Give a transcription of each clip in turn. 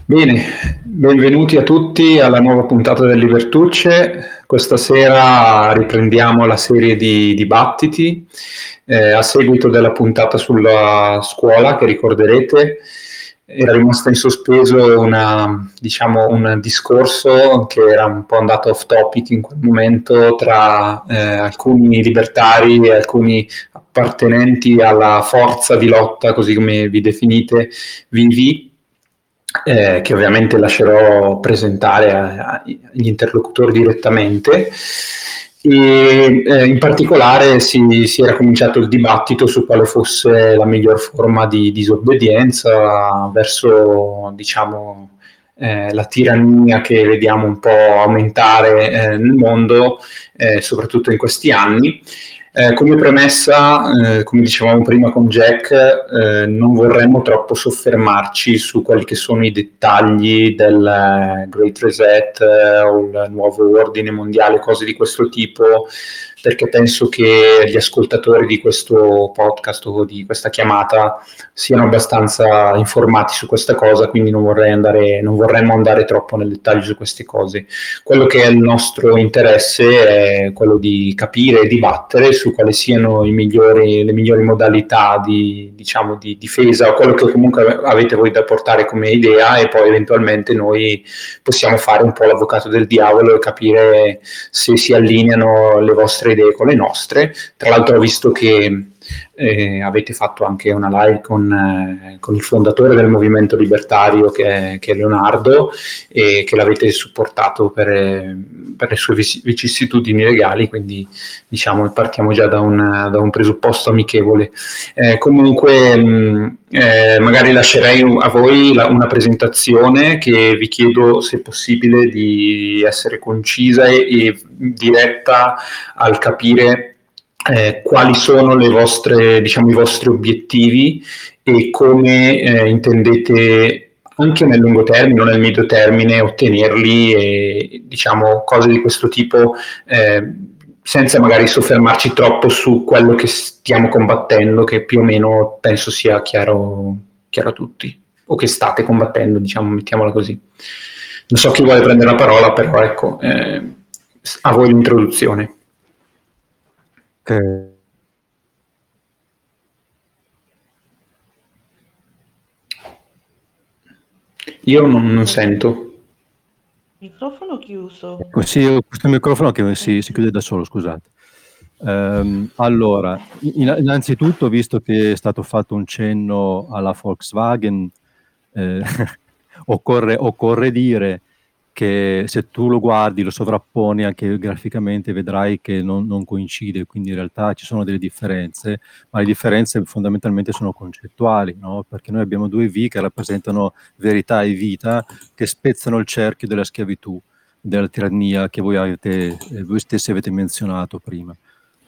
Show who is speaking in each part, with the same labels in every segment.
Speaker 1: Bene, benvenuti a tutti alla nuova puntata del Libertucce. Questa sera riprendiamo la serie di dibattiti a seguito della puntata sulla scuola che ricorderete. Era rimasta in sospeso un discorso che era un po' andato off topic in quel momento tra alcuni libertari e alcuni appartenenti alla forza di lotta, così come vi definite, vivi, che ovviamente lascerò presentare agli interlocutori direttamente. E in particolare si era cominciato il dibattito su quale fosse la miglior forma di disobbedienza verso, diciamo, la tirannia che vediamo un po' aumentare nel mondo, soprattutto in questi anni. Come premessa, come dicevamo prima con Jack, non vorremmo troppo soffermarci su quelli che sono i dettagli del Great Reset o il nuovo ordine mondiale, cose di questo tipo, perché penso che gli ascoltatori di questo podcast o di questa chiamata siano abbastanza informati su questa cosa, quindi non vorremmo andare troppo nel dettaglio su queste cose. Quello che è il nostro interesse è quello di capire e dibattere su quali siano le migliori modalità di difesa, o quello che comunque avete voi da portare come idea, e poi eventualmente noi possiamo fare un po' l'avvocato del diavolo e capire se si allineano le vostre idee con le nostre. Tra l'altro ho visto che avete fatto anche una live con il fondatore del movimento libertario che è Leonardo, e che l'avete supportato per le sue vicissitudini legali, quindi diciamo partiamo già da un presupposto amichevole. Comunque magari lascerei a voi una presentazione che vi chiedo, se possibile, di essere concisa e diretta al capire quali sono i vostri obiettivi e come intendete anche nel lungo termine o nel medio termine ottenerli, e diciamo cose di questo tipo, senza magari soffermarci troppo su quello che stiamo combattendo, che più o meno penso sia chiaro a tutti, o che state combattendo, diciamo, mettiamola così. Non so chi vuole prendere la parola, però ecco, a voi l'introduzione.
Speaker 2: Okay.
Speaker 1: Io non sento.
Speaker 3: Microfono chiuso.
Speaker 2: Sì, ho questo microfono che si chiude da solo, scusate. Allora, innanzitutto, visto che è stato fatto un cenno alla Volkswagen, occorre dire che se tu lo guardi, lo sovrapponi anche graficamente, vedrai che non coincide, quindi in realtà ci sono delle differenze, ma le differenze fondamentalmente sono concettuali, no? Perché noi abbiamo due V che rappresentano verità e vita, che spezzano il cerchio della schiavitù, della tirannia che voi stessi avete menzionato prima.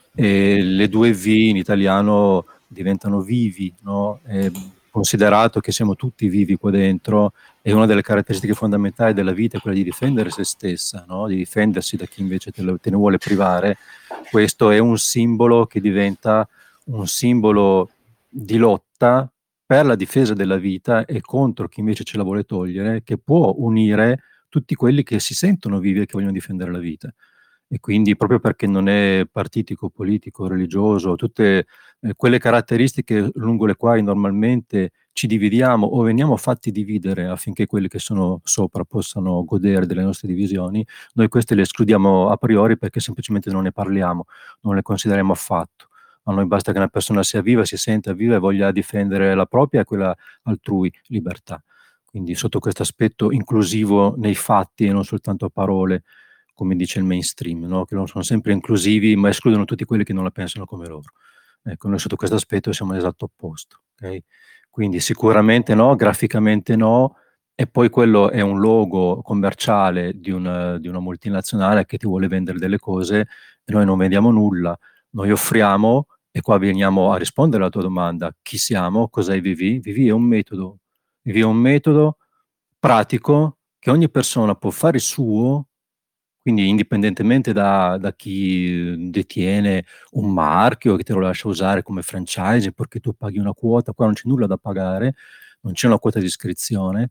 Speaker 2: E le due V in italiano diventano vivi, no? Considerato che siamo tutti vivi qua dentro, e una delle caratteristiche fondamentali della vita è quella di difendere se stessa, no? Di difendersi da chi invece te ne vuole privare. Questo è un simbolo che diventa un simbolo di lotta per la difesa della vita e contro chi invece ce la vuole togliere, che può unire tutti quelli che si sentono vivi e che vogliono difendere la vita. E quindi, proprio perché non è partitico, politico, religioso, tutte quelle caratteristiche lungo le quali normalmente ci dividiamo o veniamo fatti dividere affinché quelli che sono sopra possano godere delle nostre divisioni, noi queste le escludiamo a priori perché semplicemente non ne parliamo, non le consideriamo affatto. A noi basta che una persona sia viva, si senta viva e voglia difendere la propria e quella altrui libertà. Quindi sotto questo aspetto inclusivo nei fatti e non soltanto a parole, come dice il mainstream, no? Che non sono sempre inclusivi, ma escludono tutti quelli che non la pensano come loro. Ecco, noi sotto questo aspetto siamo all'esatto opposto, okay? Quindi sicuramente no, graficamente no, e poi quello è un logo commerciale di una multinazionale che ti vuole vendere delle cose, e noi non vendiamo nulla, noi offriamo, e qua veniamo a rispondere alla tua domanda: chi siamo, cos'è il VV? VV è un metodo, VV è un metodo pratico che ogni persona può fare suo, quindi indipendentemente da chi detiene un marchio che te lo lascia usare come franchise, perché tu paghi una quota. Qua non c'è nulla da pagare, non c'è una quota di iscrizione,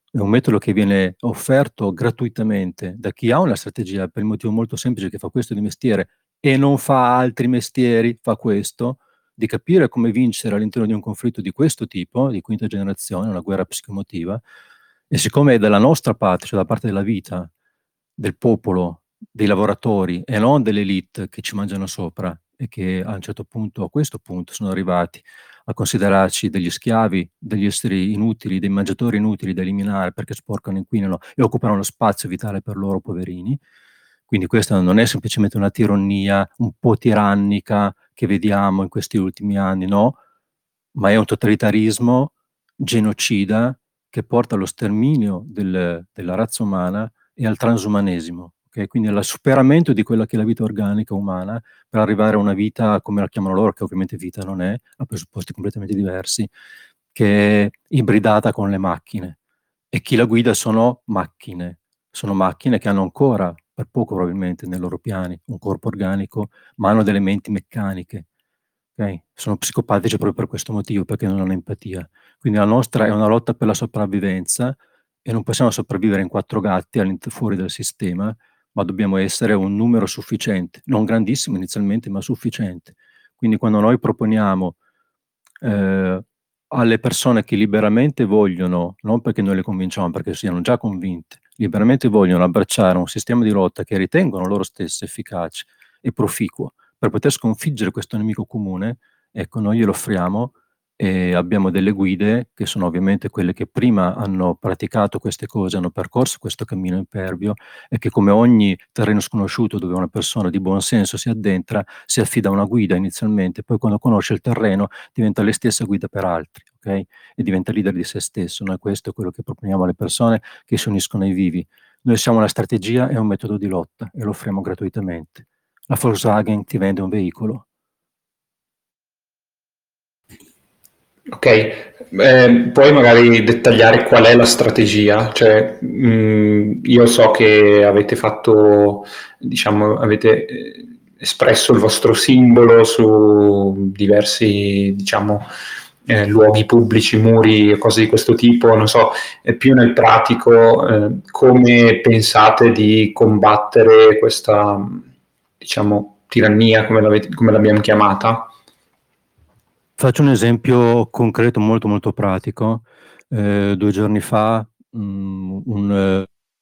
Speaker 2: è un metodo che viene offerto gratuitamente da chi ha una strategia, per il motivo molto semplice che fa questo di mestiere e non fa altri mestieri, fa questo, di capire come vincere all'interno di un conflitto di questo tipo, di quinta generazione, una guerra psicomotiva, e siccome è dalla nostra parte, cioè da parte della vita, del popolo, dei lavoratori e non dell'elite che ci mangiano sopra e che a un certo punto, a questo punto, sono arrivati a considerarci degli schiavi, degli esseri inutili, dei mangiatori inutili da eliminare perché sporcano, inquinano e occupano lo spazio vitale per loro, poverini. Quindi questa non è semplicemente una tirannia un po' tirannica che vediamo in questi ultimi anni, no, ma è un totalitarismo genocida che porta allo sterminio della razza umana e al transumanesimo, okay? Quindi al superamento di quella che è la vita organica umana per arrivare a una vita, come la chiamano loro, che ovviamente vita non è, ha presupposti completamente diversi, che è ibridata con le macchine. E chi la guida sono macchine che hanno ancora, per poco probabilmente, nei loro piani, un corpo organico, ma hanno delle menti meccaniche. Okay? Sono psicopatici proprio per questo motivo, perché non hanno empatia. Quindi la nostra è una lotta per la sopravvivenza e non possiamo sopravvivere in 4 gatti fuori dal sistema, ma dobbiamo essere un numero sufficiente, non grandissimo inizialmente, ma sufficiente. Quindi quando noi proponiamo alle persone che liberamente vogliono, non perché noi le convinciamo, perché siano già convinte, liberamente vogliono abbracciare un sistema di lotta che ritengono loro stesse efficace e proficuo per poter sconfiggere questo nemico comune, ecco, noi glielo offriamo e abbiamo delle guide che sono ovviamente quelle che prima hanno praticato queste cose, hanno percorso questo cammino impervio e che come ogni terreno sconosciuto dove una persona di buon senso si addentra, si affida a una guida inizialmente, poi quando conosce il terreno diventa lei stessa guida per altri, ok? E diventa leader di se stesso. Noi questo è quello che proponiamo alle persone che si uniscono ai vivi. Noi siamo una strategia e un metodo di lotta e lo offriamo gratuitamente. La Volkswagen ti vende un veicolo.
Speaker 1: Ok, puoi magari dettagliare qual è la strategia? Cioè, io so che avete fatto, diciamo, avete espresso il vostro simbolo su diversi, diciamo, luoghi pubblici, muri, cose di questo tipo. Non so, più nel pratico, come pensate di combattere questa, diciamo, tirannia, come l'abbiamo chiamata?
Speaker 2: Faccio un esempio concreto molto molto pratico. 2 giorni fa un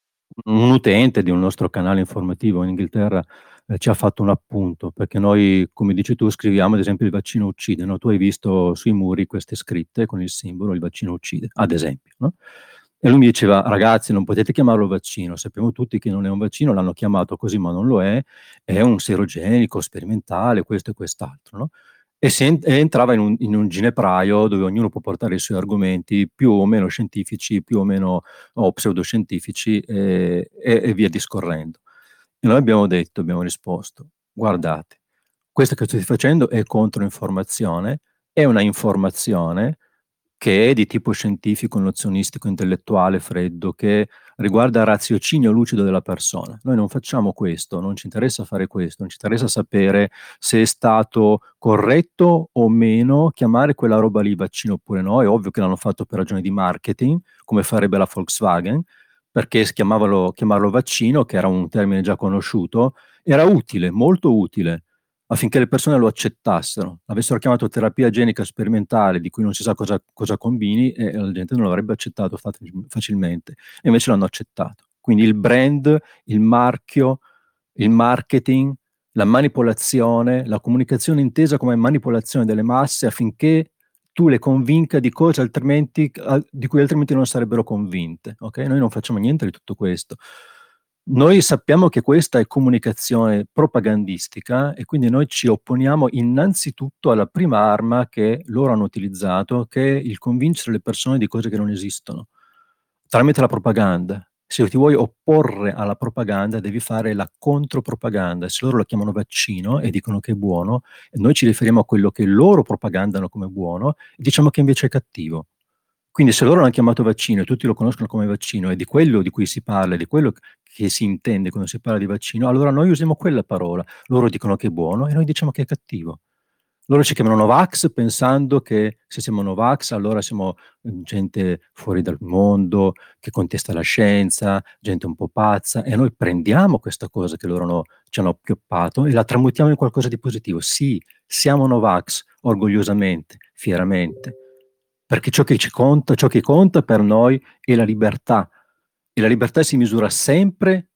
Speaker 2: utente di un nostro canale informativo in Inghilterra ci ha fatto un appunto, perché noi, come dici tu, scriviamo ad esempio il vaccino uccide, no? Tu hai visto sui muri queste scritte con il simbolo il vaccino uccide, ad esempio, no? E lui mi diceva, ragazzi, non potete chiamarlo vaccino, sappiamo tutti che non è un vaccino, l'hanno chiamato così ma non lo è un serogenico, sperimentale, questo e quest'altro, no? E entrava in un ginepraio dove ognuno può portare i suoi argomenti più o meno scientifici, più o meno pseudoscientifici e via discorrendo. E noi abbiamo risposto, guardate, questo che state facendo è controinformazione, è una informazione che è di tipo scientifico, nozionistico, intellettuale, freddo, che riguarda il raziocinio lucido della persona. Noi non facciamo questo, non ci interessa fare questo, non ci interessa sapere se è stato corretto o meno chiamare quella roba lì vaccino oppure no. È ovvio che l'hanno fatto per ragioni di marketing, come farebbe la Volkswagen, perché chiamarlo vaccino, che era un termine già conosciuto, era utile, molto utile, affinché le persone lo accettassero. Avessero chiamato terapia genica sperimentale, di cui non si sa cosa combini, e la gente non l'avrebbe accettato facilmente. E invece l'hanno accettato. Quindi il brand, il marchio, il marketing, la manipolazione, la comunicazione intesa come manipolazione delle masse affinché tu le convinca di cose di cui altrimenti non sarebbero convinte. Okay? Noi non facciamo niente di tutto questo. Noi sappiamo che questa è comunicazione propagandistica e quindi noi ci opponiamo innanzitutto alla prima arma che loro hanno utilizzato, che è il convincere le persone di cose che non esistono, tramite la propaganda. Se ti vuoi opporre alla propaganda devi fare la contropropaganda. Se loro la chiamano vaccino e dicono che è buono, e noi ci riferiamo a quello che loro propagandano come buono e diciamo che invece è cattivo. Quindi se loro l'hanno chiamato vaccino e tutti lo conoscono come vaccino e di quello di cui si parla, di quello che si intende quando si parla di vaccino, allora noi usiamo quella parola. Loro dicono che è buono e noi diciamo che è cattivo. Loro ci chiamano Novax pensando che se siamo Novax allora siamo gente fuori dal mondo, che contesta la scienza, gente un po' pazza, e noi prendiamo questa cosa che loro ci hanno appioppato e la tramutiamo in qualcosa di positivo. Sì, siamo Novax, orgogliosamente, fieramente, perché ciò che conta per noi è la libertà, e la libertà si misura sempre,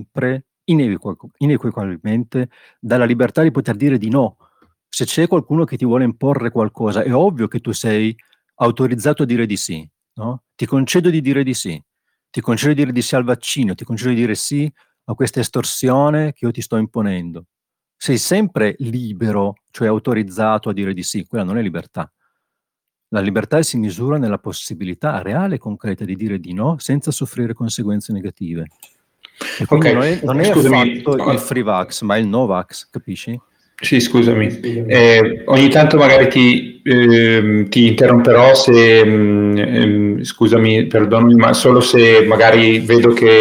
Speaker 2: inequivocabilmente, dalla libertà di poter dire di no. Se c'è qualcuno che ti vuole imporre qualcosa, è ovvio che tu sei autorizzato a dire di sì, no? Ti concedo di dire di sì, ti concedo di dire di sì al vaccino, ti concedo di dire sì a questa estorsione che io ti sto imponendo. Sei sempre libero, cioè autorizzato a dire di sì, quella non è libertà. La libertà si misura nella possibilità reale e concreta di dire di no senza soffrire conseguenze negative. E quindi non è
Speaker 1: scusami.
Speaker 2: affatto il free vax, ma il no vax, capisci?
Speaker 1: Sì, scusami. Ogni tanto magari ti interromperò se, scusami, perdonami, ma solo se magari vedo che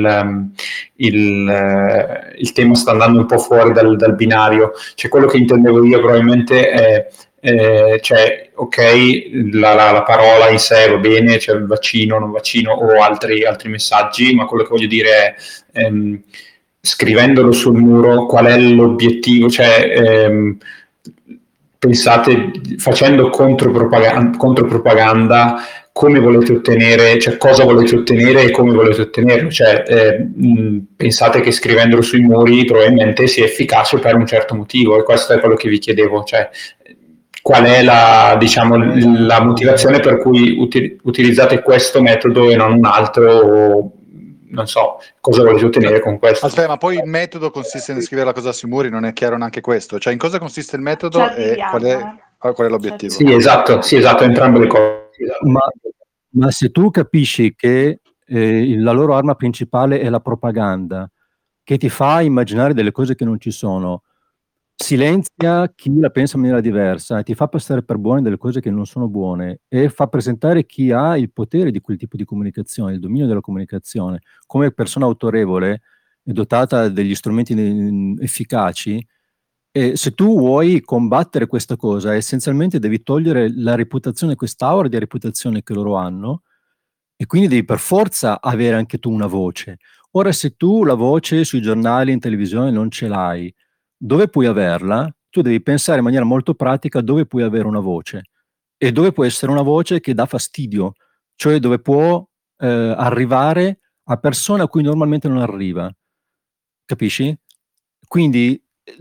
Speaker 1: il tema sta andando un po' fuori dal binario. Cioè, quello che intendevo io probabilmente è, cioè, ok, la parola in sé va bene, cioè vaccino, non vaccino o altri messaggi, ma quello che voglio dire è... scrivendolo sul muro, qual è l'obiettivo? Cioè, pensate, facendo contropropaganda, come volete ottenere, cioè cosa volete ottenere e come volete ottenerlo? Cioè, pensate che scrivendolo sui muri probabilmente sia efficace per un certo motivo, e questo è quello che vi chiedevo. Cioè, qual è la motivazione per cui utilizzate questo metodo e non un altro? O, non so, cosa volete ottenere con questo?
Speaker 4: Aspetta, ma poi il metodo consiste nel scrivere la cosa sui muri, non è chiaro neanche questo? Cioè, in cosa consiste il metodo e qual è l'obiettivo?
Speaker 1: Sì, esatto, entrambe le cose.
Speaker 2: Ma se tu capisci che la loro arma principale è la propaganda, che ti fa immaginare delle cose che non ci sono, silenzia chi la pensa in maniera diversa, ti fa passare per buone delle cose che non sono buone e fa presentare chi ha il potere di quel tipo di comunicazione, il dominio della comunicazione, come persona autorevole e dotata degli strumenti efficaci. E se tu vuoi combattere questa cosa, essenzialmente devi togliere la reputazione, quest'aura di reputazione che loro hanno, e quindi devi per forza avere anche tu una voce. Ora, se tu la voce sui giornali, in televisione non ce l'hai, dove puoi averla? Tu devi pensare in maniera molto pratica dove puoi avere una voce e dove può essere una voce che dà fastidio, cioè dove può arrivare a persone a cui normalmente non arriva. Capisci? Quindi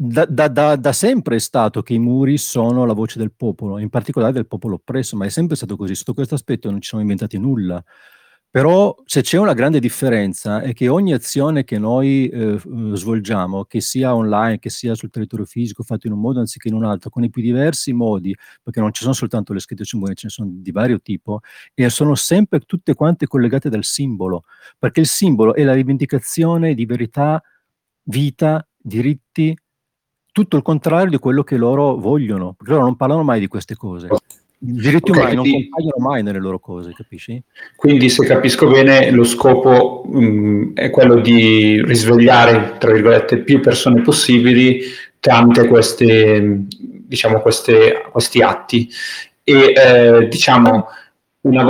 Speaker 2: da sempre è stato che i muri sono la voce del popolo, in particolare del popolo oppresso, ma è sempre stato così. Sotto questo aspetto non ci siamo inventati nulla. Però se c'è una grande differenza è che ogni azione che noi svolgiamo, che sia online, che sia sul territorio fisico, fatto in un modo anziché in un altro, con i più diversi modi, perché non ci sono soltanto le scritte sui muri, ce ne sono di vario tipo, e sono sempre tutte quante collegate dal simbolo, perché il simbolo è la rivendicazione di verità, vita, diritti, tutto il contrario di quello che loro vogliono, perché loro non parlano mai di queste cose. I diritti umani non compaiono mai nelle loro cose, capisci?
Speaker 1: Quindi, se capisco bene, lo scopo è quello di risvegliare, tra virgolette, più persone possibili tramite questi atti. E diciamo, una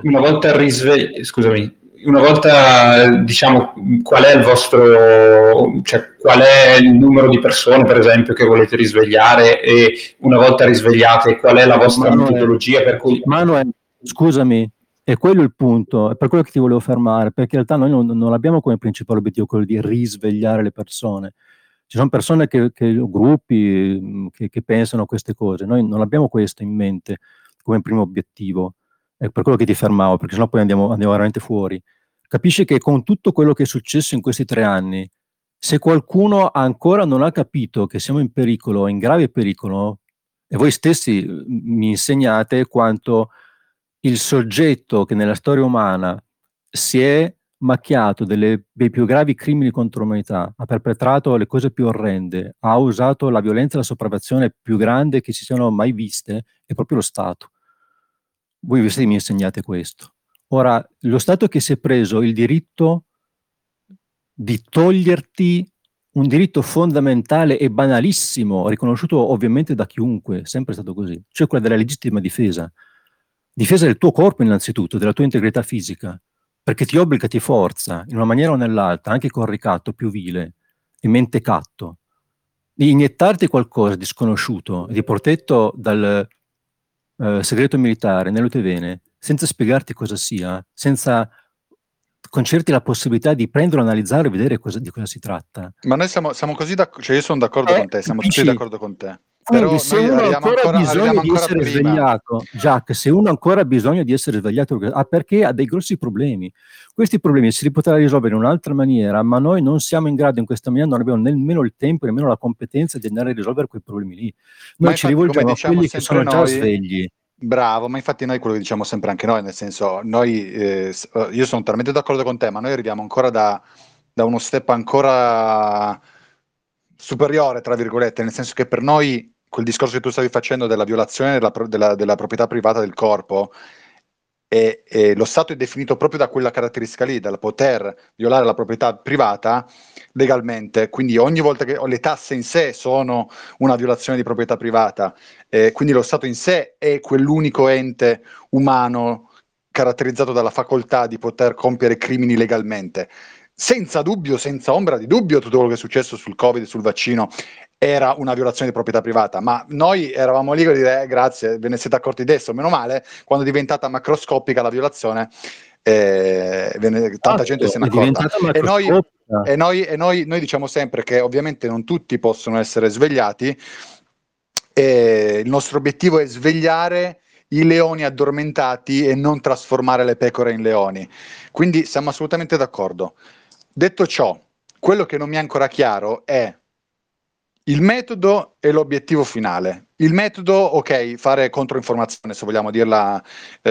Speaker 1: volta diciamo qual è il vostro, cioè qual è il numero di persone, per esempio, che volete risvegliare, e una volta risvegliate qual è la vostra metodologia per cui...
Speaker 2: Manuel, scusami, è quello il punto, è per quello che ti volevo fermare, perché in realtà noi non abbiamo come principale obiettivo quello di risvegliare le persone. Ci sono persone gruppi che pensano a queste cose, noi non abbiamo questo in mente come primo obiettivo, è per quello che ti fermavo, perché sennò poi andiamo veramente fuori. Capisci che con tutto quello che è successo in questi 3 anni, se qualcuno ancora non ha capito che siamo in pericolo, in grave pericolo, e voi stessi mi insegnate quanto il soggetto che nella storia umana si è macchiato dei più gravi crimini contro l'umanità, ha perpetrato le cose più orrende, ha usato la violenza e la sopraffazione più grande che si siano mai viste, è proprio lo Stato. Voi mi insegnate questo. Ora, lo Stato che si è preso il diritto di toglierti un diritto fondamentale e banalissimo, riconosciuto ovviamente da chiunque, sempre stato così, cioè quella della legittima difesa. Difesa del tuo corpo innanzitutto, della tua integrità fisica, perché ti obbliga, ti forza, in una maniera o nell'altra, anche con ricatto più vile e mentecatto, di iniettarti qualcosa di sconosciuto e di protetto dal segreto militare nelle tue vene, senza spiegarti cosa sia, senza concederti la possibilità di prenderlo, analizzare e vedere di cosa si tratta.
Speaker 4: Ma noi siamo così d'accordo, cioè io sono d'accordo con te, siamo tutti d'accordo con te.
Speaker 2: Quindi
Speaker 4: Però
Speaker 2: se
Speaker 4: noi
Speaker 2: uno
Speaker 4: arriviamo
Speaker 2: ancora ha bisogno di
Speaker 4: ancora
Speaker 2: essere
Speaker 4: prima.
Speaker 2: svegliato, Jacques, se uno ancora ha bisogno di essere svegliato, perché ha dei grossi problemi. Questi problemi si potrà risolvere in un'altra maniera, ma noi non siamo in grado in questa maniera, non abbiamo nemmeno il tempo, nemmeno la competenza di andare a risolvere quei problemi lì. Noi ci rivolgiamo a quelli che sono già svegli.
Speaker 4: Bravo, ma infatti noi quello che diciamo sempre anche noi, nel senso, noi, io sono talmente d'accordo con te, ma noi arriviamo ancora da uno step ancora superiore, tra virgolette, nel senso che per noi quel discorso che tu stavi facendo della violazione della proprietà privata del corpo, e lo Stato è definito proprio da quella caratteristica lì, dal poter violare la proprietà privata legalmente, quindi ogni volta che le tasse in sé sono una violazione di proprietà privata, quindi lo Stato in sé è quell'unico ente umano caratterizzato dalla facoltà di poter compiere crimini legalmente. Senza dubbio, senza ombra di dubbio, tutto quello che è successo sul Covid, sul vaccino, era una violazione di proprietà privata, ma noi eravamo lì a dire grazie, ve ne siete accorti adesso, meno male, quando è diventata macroscopica la violazione, tanta gente se ne è accorta. E noi diciamo sempre che ovviamente non tutti possono essere svegliati, e il nostro obiettivo è svegliare i leoni addormentati e non trasformare le pecore in leoni. Quindi siamo assolutamente d'accordo. Detto ciò, quello che non mi è ancora chiaro è il metodo e l'obiettivo finale. Il metodo, ok, fare controinformazione, se vogliamo dirla,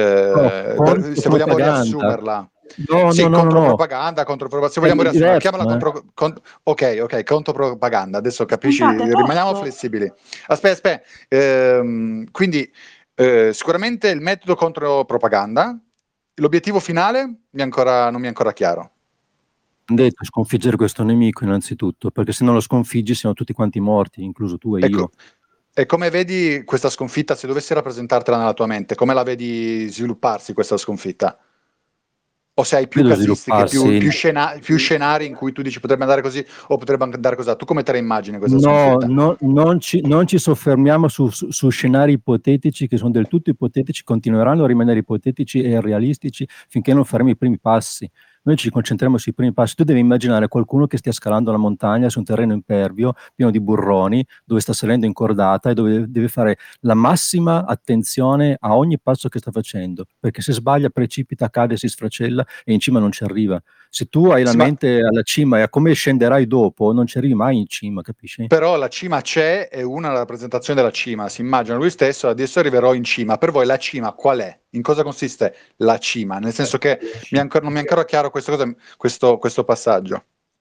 Speaker 4: se vogliamo riassumerla. Contropropaganda, se vogliamo riassumere, chiamala contropropaganda. Adesso capisci, rimaniamo flessibili. Aspetta, quindi sicuramente il metodo contropropaganda, l'obiettivo finale non mi è ancora chiaro.
Speaker 2: Detto sconfiggere questo nemico innanzitutto, perché se non lo sconfiggi siamo tutti quanti morti, incluso tu e io.
Speaker 4: E come vedi questa sconfitta, se dovessi rappresentartela nella tua mente, come la vedi svilupparsi questa sconfitta? O se hai più casistiche, più scenari in cui tu dici potrebbe andare così o potrebbe andare così? Tu come te la immagini questa sconfitta?
Speaker 2: Non ci soffermiamo su scenari ipotetici che sono del tutto ipotetici, continueranno a rimanere ipotetici e realistici finché non faremo i primi passi. Noi ci concentriamo sui primi passi. Tu devi immaginare qualcuno che stia scalando la montagna su un terreno impervio, pieno di burroni, dove sta salendo in cordata e dove deve fare la massima attenzione a ogni passo che sta facendo, perché se sbaglia, precipita, cade, si sfracella e in cima non ci arriva. Se tu hai la mente alla cima e a come scenderai dopo, non ci arrivi mai in cima, capisci?
Speaker 4: Però la cima c'è, è una rappresentazione della cima, si immagina lui stesso, adesso arriverò in cima. Per voi la cima qual è? In cosa consiste la cima? Nel senso che non mi è ancora chiaro questo passaggio.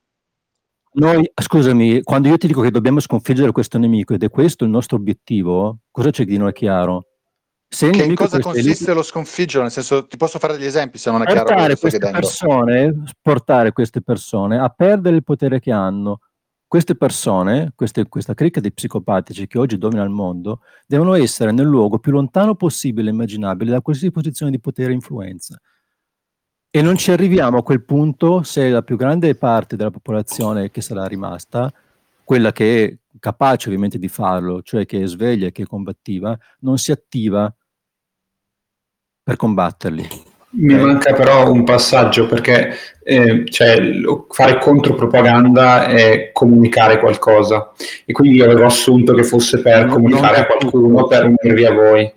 Speaker 2: Noi, scusami, quando io ti dico che dobbiamo sconfiggere questo nemico ed è questo il nostro obiettivo, cosa c'è che non è chiaro?
Speaker 4: Che in cosa consiste lo sconfiggere? Nel senso, ti posso fare degli esempi se non è chiaro quello che stai chiedendo.
Speaker 2: Portare queste persone a perdere il potere che hanno. Queste persone, questa cricca di psicopatici che oggi domina il mondo, devono essere nel luogo più lontano possibile, immaginabile, da qualsiasi posizione di potere e influenza. E non ci arriviamo a quel punto se la più grande parte della popolazione che sarà rimasta, quella che è capace ovviamente di farlo, cioè che è sveglia e che è combattiva, non si attiva per combatterli.
Speaker 1: Mi manca però un passaggio, perché fare contropropaganda è comunicare qualcosa, e quindi io avevo assunto che fosse per comunicare a qualcuno, per unirvi a voi.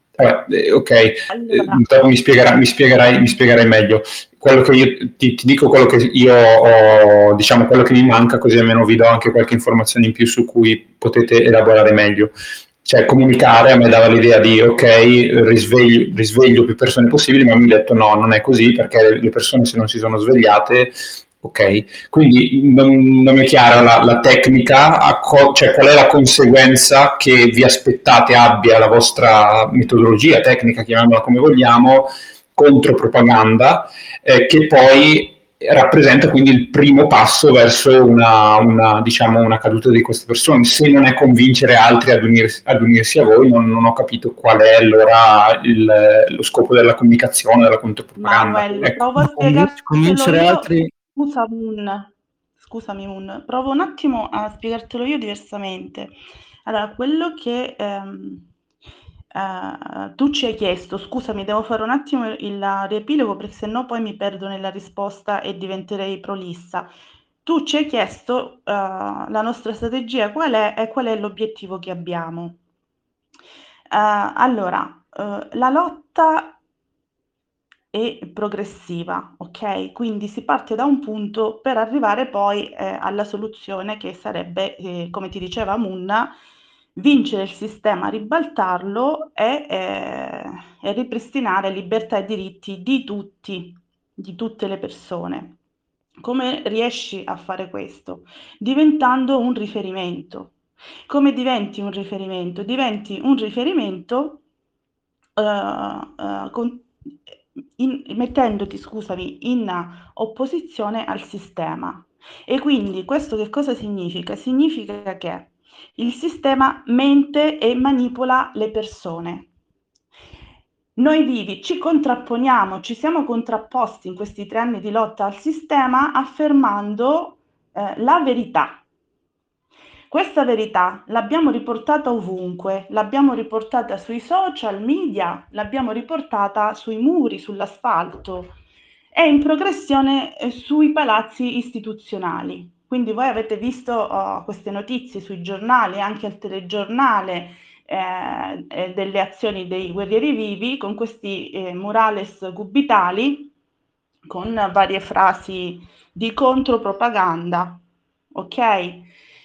Speaker 1: Dopo mi spiegherai meglio. Quello che io ti dico, quello che io ho, diciamo, quello che mi manca, così almeno vi do anche qualche informazione in più su cui potete elaborare meglio. Cioè, comunicare a me dava l'idea di risveglio più persone possibili, ma mi ha detto no, non è così, perché le persone, se non si sono svegliate, quindi non mi è chiara la tecnica, cioè qual è la conseguenza che vi aspettate abbia la vostra metodologia tecnica, chiamiamola come vogliamo, contropropaganda, che poi rappresenta quindi il primo passo verso diciamo, una caduta di queste persone. Se non è convincere altri ad unirsi a voi, non ho capito qual è allora lo scopo della comunicazione, della contropropaganda.
Speaker 3: Manuel,
Speaker 1: Ecco.
Speaker 3: provo a spiegartelo
Speaker 2: Convincere
Speaker 3: io.
Speaker 2: altri.
Speaker 3: Scusami, Moon, provo un attimo a spiegartelo io diversamente. Allora, quello che tu ci hai chiesto, scusami, devo fare un attimo il riepilogo perché sennò poi mi perdo nella risposta e diventerei prolissa. Tu ci hai chiesto la nostra strategia qual è e qual è l'obiettivo che abbiamo. Allora, la lotta è progressiva, ok? Quindi si parte da un punto per arrivare poi alla soluzione che sarebbe, come ti diceva Munna, vincere il sistema, ribaltarlo e ripristinare libertà e diritti di tutti, di tutte le persone. Come riesci a fare questo? Diventando un riferimento. Come diventi un riferimento? Diventi un riferimento mettendoti, scusami, in opposizione al sistema. E quindi questo che cosa significa? Significa che il sistema mente e manipola le persone. Noi vivi ci contrapponiamo, ci siamo contrapposti in questi 3 anni di lotta al sistema affermando la verità. Questa verità l'abbiamo riportata ovunque, l'abbiamo riportata sui social media, l'abbiamo riportata sui muri, sull'asfalto e in progressione sui palazzi istituzionali. Quindi voi avete visto queste notizie sui giornali, anche al telegiornale, delle azioni dei guerrieri vivi con questi murales cubitali con varie frasi di contropropaganda, ok?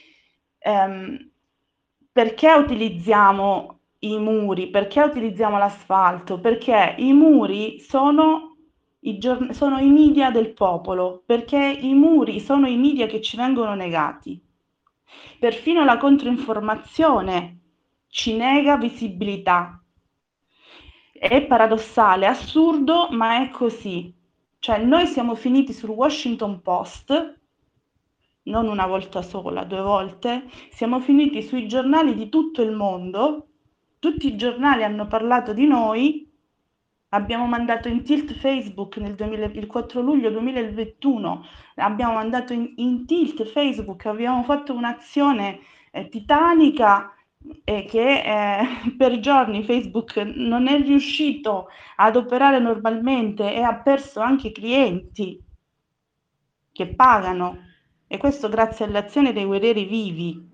Speaker 3: Perché utilizziamo i muri? Perché utilizziamo l'asfalto? Perché i muri sono i media del popolo, perché i muri sono i media che ci vengono negati. Perfino la controinformazione ci nega visibilità. È paradossale, assurdo, ma è così. Cioè noi siamo finiti sul Washington Post, non una volta sola, 2 volte, siamo finiti sui giornali di tutto il mondo, tutti i giornali hanno parlato di noi, abbiamo mandato in tilt Facebook il 4 luglio 2021, abbiamo mandato in tilt Facebook, abbiamo fatto un'azione titanica che per giorni Facebook non è riuscito ad operare normalmente e ha perso anche clienti che pagano. E questo grazie all'azione dei guerrieri vivi.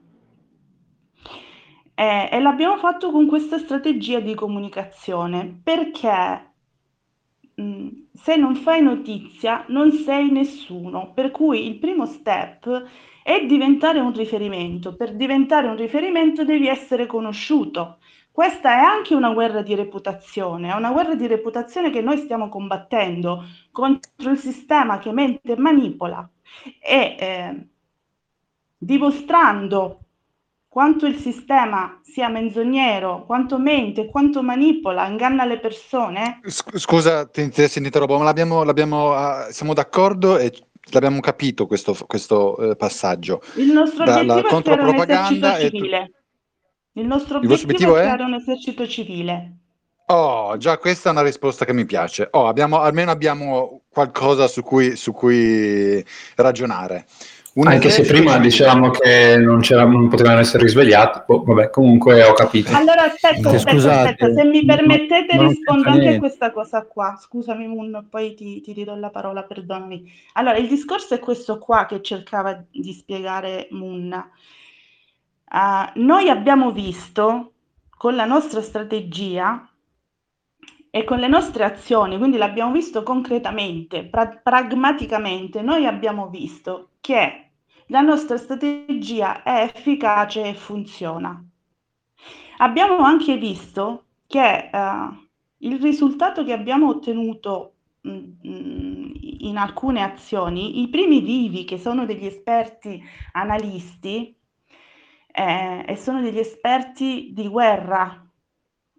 Speaker 3: E l'abbiamo fatto con questa strategia di comunicazione, perché se non fai notizia non sei nessuno, per cui il primo step è diventare un riferimento. Per diventare un riferimento devi essere conosciuto. Questa è anche una guerra di reputazione, è una guerra di reputazione che noi stiamo combattendo contro il sistema che mente e manipola e dimostrando quanto il sistema sia menzognero, quanto mente, quanto manipola, inganna le persone.
Speaker 4: Scusa, ti interrompo, ma siamo d'accordo e l'abbiamo capito questo passaggio.
Speaker 3: Il nostro obiettivo è creare un esercito
Speaker 4: e
Speaker 3: civile. Il nostro
Speaker 4: il vostro
Speaker 3: obiettivo
Speaker 4: obiettivo
Speaker 3: è
Speaker 4: è?
Speaker 3: creare un esercito civile.
Speaker 4: Oh, già questa è una risposta che mi piace. Oh, almeno abbiamo qualcosa su cui ragionare. Un
Speaker 1: Anche se
Speaker 4: esercito
Speaker 1: prima
Speaker 4: civile.
Speaker 1: dicevamo che non potevano essere risvegliati, vabbè, comunque ho capito.
Speaker 3: Allora aspetta, se mi permettete
Speaker 2: non
Speaker 3: rispondo
Speaker 2: c'entra
Speaker 3: anche a
Speaker 2: niente.
Speaker 3: questa cosa qua. Scusami Mun, poi ti ridò la parola, perdonami. Allora, il discorso è questo qua che cercava di spiegare Mun. Noi abbiamo visto con la nostra strategia e con le nostre azioni, quindi l'abbiamo visto concretamente, pragmaticamente, noi abbiamo visto che la nostra strategia è efficace e funziona. Abbiamo anche visto che il risultato che abbiamo ottenuto in alcune azioni, i primi vivi, che sono degli esperti analisti e sono degli esperti di guerra,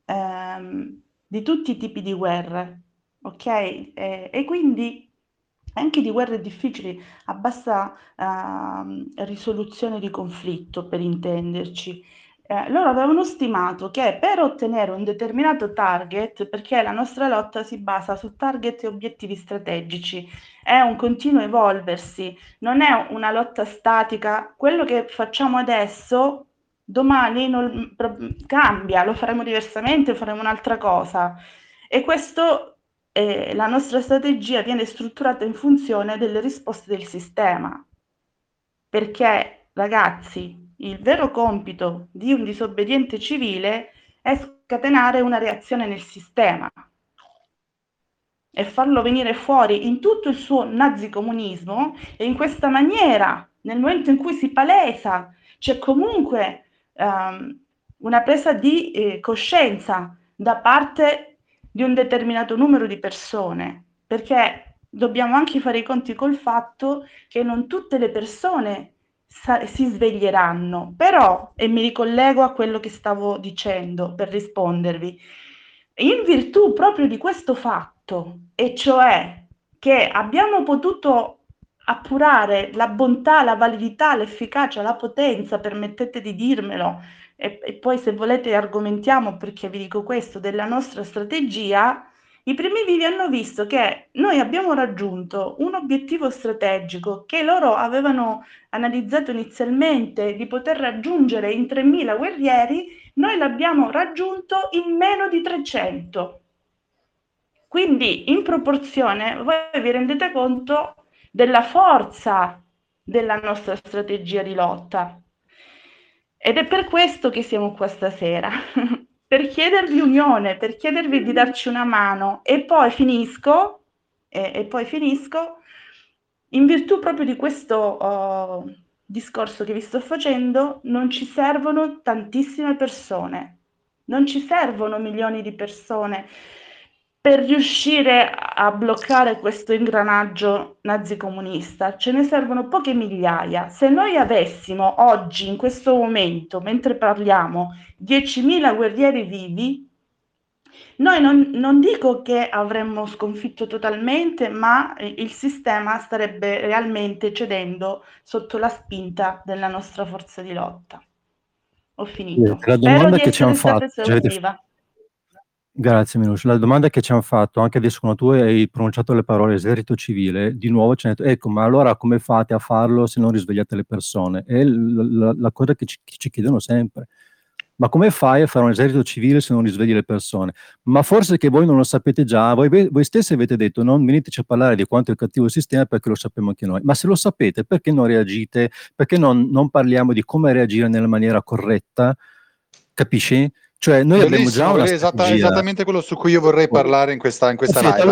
Speaker 3: di tutti i tipi di guerre, ok? E quindi anche di guerre difficili, a bassa risoluzione di conflitto, per intenderci. Loro avevano stimato che per ottenere un determinato target, perché la nostra lotta si basa su target e obiettivi strategici, è un continuo evolversi, non è una lotta statica. Quello che facciamo adesso, domani cambia, lo faremo diversamente, faremo un'altra cosa. E questo, la nostra strategia viene strutturata in funzione delle risposte del sistema. Perché, ragazzi, il vero compito di un disobbediente civile è scatenare una reazione nel sistema e farlo venire fuori in tutto il suo nazicomunismo, e in questa maniera, nel momento in cui si palesa, c'è comunque una presa di coscienza da parte di un determinato numero di persone, perché dobbiamo anche fare i conti col fatto che non tutte le persone si sveglieranno, però, e mi ricollego a quello che stavo dicendo per rispondervi, in virtù proprio di questo fatto, e cioè che abbiamo potuto appurare la bontà, la validità, l'efficacia, la potenza, permettete di dirmelo, e poi se volete argomentiamo perché vi dico questo, della nostra strategia. I primi vivi hanno visto che noi abbiamo raggiunto un obiettivo strategico che loro avevano analizzato inizialmente di poter raggiungere in 3.000 guerrieri, noi l'abbiamo raggiunto in meno di 300. Quindi in proporzione voi vi rendete conto della forza della nostra strategia di lotta. Ed è per questo che siamo qua stasera, per chiedervi unione, per chiedervi di darci una mano. E poi finisco, in virtù proprio di questo discorso che vi sto facendo, non ci servono tantissime persone, non ci servono milioni di persone per riuscire a bloccare questo ingranaggio nazicomunista. Ce ne servono poche migliaia. Se noi avessimo oggi, in questo momento, mentre parliamo, 10.000 guerrieri vivi, noi non dico che avremmo sconfitto totalmente, ma il sistema starebbe realmente cedendo sotto la spinta della nostra forza di lotta. Ho finito.
Speaker 2: La
Speaker 3: Spero
Speaker 2: domanda
Speaker 3: di
Speaker 2: che ci hanno
Speaker 3: essere stata
Speaker 2: fatto,
Speaker 3: esaustiva.
Speaker 2: grazie Minus. La domanda che ci hanno fatto, anche adesso quando tu hai pronunciato le parole esercito civile, di nuovo ci hanno detto, ecco, ma allora come fate a farlo se non risvegliate le persone? È la cosa che ci chiedono sempre. Ma come fai a fare un esercito civile se non risvegli le persone? Ma forse che voi non lo sapete già, voi stessi avete detto non veniteci a parlare di quanto è cattivo il sistema perché lo sappiamo anche noi. Ma se lo sapete, perché non reagite? Perché non parliamo di come reagire nella maniera corretta? Capisci? Cioè noi abbiamo già una strategia.
Speaker 4: Esattamente quello su cui io vorrei parlare in questa live.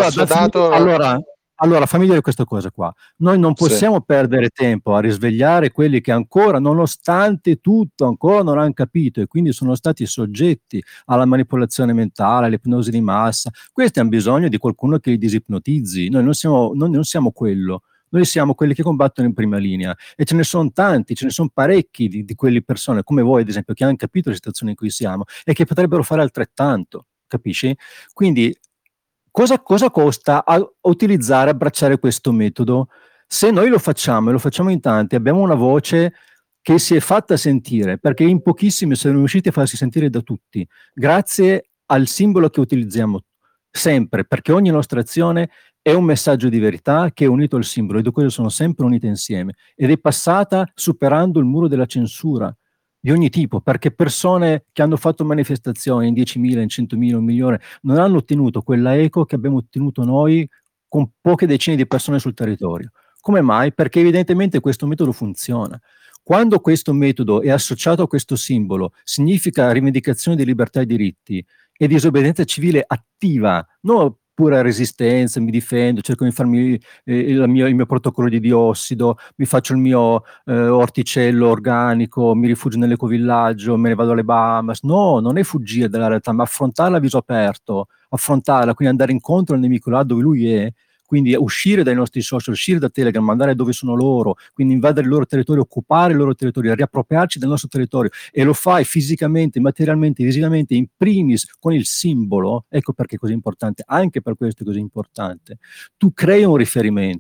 Speaker 2: Allora, fammi dire questa cosa qua. Noi non possiamo perdere tempo a risvegliare quelli che ancora, nonostante tutto, ancora non hanno capito e quindi sono stati soggetti alla manipolazione mentale, all'ipnosi di massa. Questi hanno bisogno di qualcuno che li disipnotizzi. Noi non siamo quello. Noi siamo quelli che combattono in prima linea e ce ne sono tanti, ce ne sono parecchi di quelle persone, come voi ad esempio, che hanno capito la situazione in cui siamo e che potrebbero fare altrettanto, capisci? Quindi cosa costa a utilizzare, abbracciare questo metodo? Se noi lo facciamo e lo facciamo in tanti, abbiamo una voce che si è fatta sentire, perché in pochissimi sono riusciti a farsi sentire da tutti, grazie al simbolo che utilizziamo sempre, perché ogni nostra azione è un messaggio di verità che è unito al simbolo, e due cose sono sempre unite insieme, ed è passata superando il muro della censura di ogni tipo, perché persone che hanno fatto manifestazioni in 10.000, in 100.000, 1.000.000, non hanno ottenuto quella eco che abbiamo ottenuto noi con poche decine di persone sul territorio. Come mai? Perché evidentemente questo metodo funziona. Quando questo metodo è associato a questo simbolo, significa rivendicazione di libertà e diritti e disobbedienza civile attiva, non pura resistenza, mi difendo, cerco di farmi il mio protocollo di diossido, mi faccio il mio orticello organico, mi rifugio nell'ecovillaggio, me ne vado alle Bahamas. No, non è fuggire dalla realtà, ma affrontarla a viso aperto, affrontarla, quindi andare incontro al nemico là dove lui è, quindi uscire dai nostri social, uscire da Telegram, andare dove sono loro, quindi invadere il loro territorio, occupare il loro territorio, riappropriarci del nostro territorio, e lo fai fisicamente, materialmente, visivamente, in primis con il simbolo. Ecco perché è così importante, anche per questo è così importante. Tu crei un riferimento,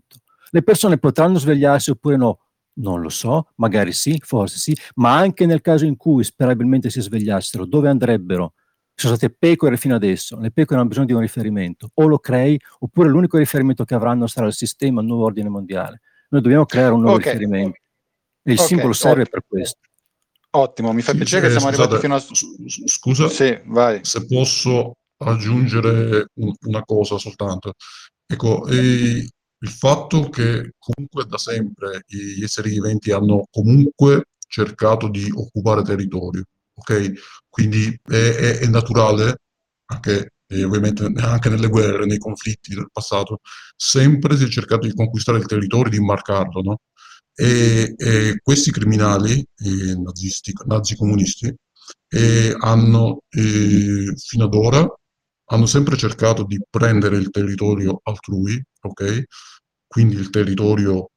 Speaker 2: Le persone potranno svegliarsi oppure no? Non lo so, magari sì, forse sì, ma anche nel caso in cui sperabilmente si svegliassero, dove andrebbero? Sono state pecore fino adesso, le pecore hanno bisogno di un riferimento, o lo crei, oppure l'unico riferimento che avranno sarà il sistema, il nuovo ordine mondiale. Noi dobbiamo creare un nuovo riferimento e il simbolo serve per questo.
Speaker 4: Ottimo, mi fa piacere che siamo arrivati fino a...
Speaker 5: Scusa,
Speaker 4: sì, vai.
Speaker 5: Se posso aggiungere una cosa soltanto. Ecco, il fatto che comunque da sempre gli esseri viventi hanno comunque cercato di occupare territorio, ok? Quindi è naturale, anche ovviamente anche nelle guerre, nei conflitti del passato, sempre si è cercato di conquistare il territorio, di immarcarlo, no? E questi criminali, nazi comunisti, hanno fino ad ora hanno sempre cercato di prendere il territorio altrui, ok? Quindi il territorio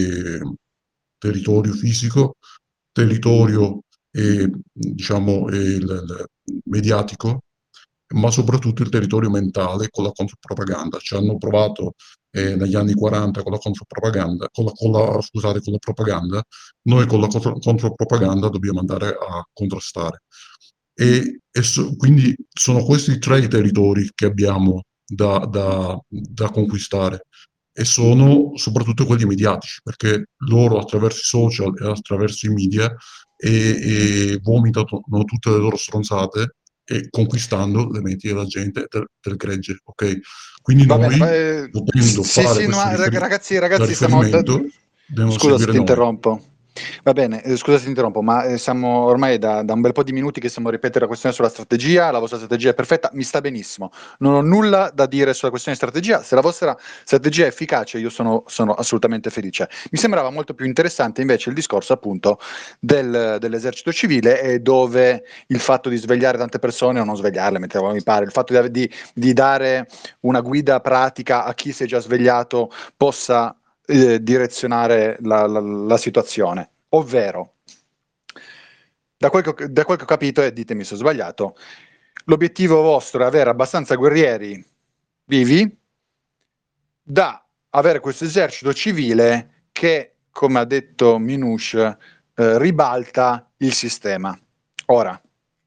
Speaker 5: fisico, territorio diciamo mediatico, ma soprattutto il territorio mentale con la contropropaganda. Ci hanno provato negli anni 40 con la contropropaganda, scusate, con la propaganda, noi con la contropropaganda dobbiamo andare a contrastare. Quindi sono questi 3 i territori che abbiamo da conquistare e sono soprattutto quelli mediatici, perché loro attraverso i social e attraverso i media vomitano tutte le loro stronzate e conquistando le menti della gente del gregge, ok? Quindi noi, potendo fare questo riferimento, dobbiamo
Speaker 4: scusa se ti
Speaker 5: noi.
Speaker 4: interrompo. Va bene, scusa se ti interrompo, ma siamo ormai da un bel po' di minuti che stiamo a ripetere la questione sulla strategia, la vostra strategia è perfetta, mi sta benissimo, non ho nulla da dire sulla questione di strategia, se la vostra strategia è efficace io sono assolutamente felice. Mi sembrava molto più interessante invece il discorso appunto dell'esercito civile e dove il fatto di svegliare tante persone o non svegliarle, mi pare, il fatto di dare una guida pratica a chi si è già svegliato possa direzionare la situazione, ovvero da quel che ho capito, e ditemi se ho sbagliato, l'obiettivo vostro è avere abbastanza guerrieri vivi da avere questo esercito civile che, come ha detto Minouche, ribalta il sistema. Ora,